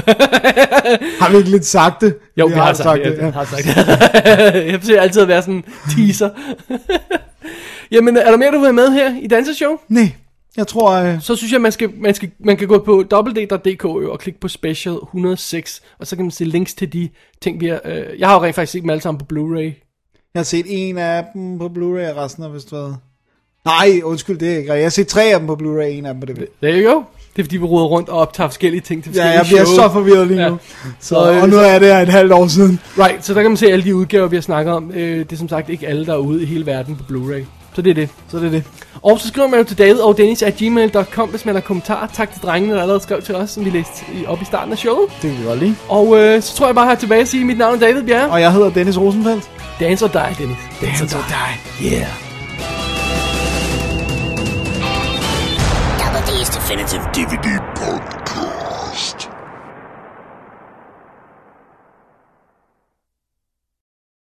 Har vi ikke lidt sagt det? Jo, vi, vi har, har sagt, sagt det. Ja. Har sagt det. Jeg forsøger altid at være sådan en teaser. Jamen, er der mere, du vil have med her i danseshow? Nej. Jeg tror... Øh... Så synes jeg, man skal, man skal man kan gå på w w w punktum d k og klikke på special et hundrede og seks, og så kan man se links til de ting, vi har... Øh, jeg har jo rent faktisk set dem alle sammen på Blu-ray. Jeg har set en af dem på Blu-ray, og resten har vist været... Nej, undskyld, det er ikke rigtigt. Jeg har set tre af dem på Blu-ray, en af dem på D V D. There you go. Det er fordi, vi roder rundt og optager forskellige ting til forskellige Ja, jeg bliver show. så forvirret lige nu. Ja. Så, og, og nu er det et halvt år siden. Right, så der kan man se alle de udgaver, vi har snakket om. Øh, det er som sagt ikke alle, der er ude i hele verden på Blu-ray. Så det er det. Så det er det. Og så skriver man jo til David og Dennis at gmail punktum com, hvis man har kommentarer. Tak til drengene, der allerede skrev til os, som vi læste op i starten af showet. Det kan vi godt lide. Og øh, så tror jeg bare, at jeg tilbage at sige, mit navn er David Bjerre. Og jeg hedder Dennis Rosenfeldt. Dance or die, Dennis. Dance, Dance or die. Yeah. Double D's Definitive D V D Podcast.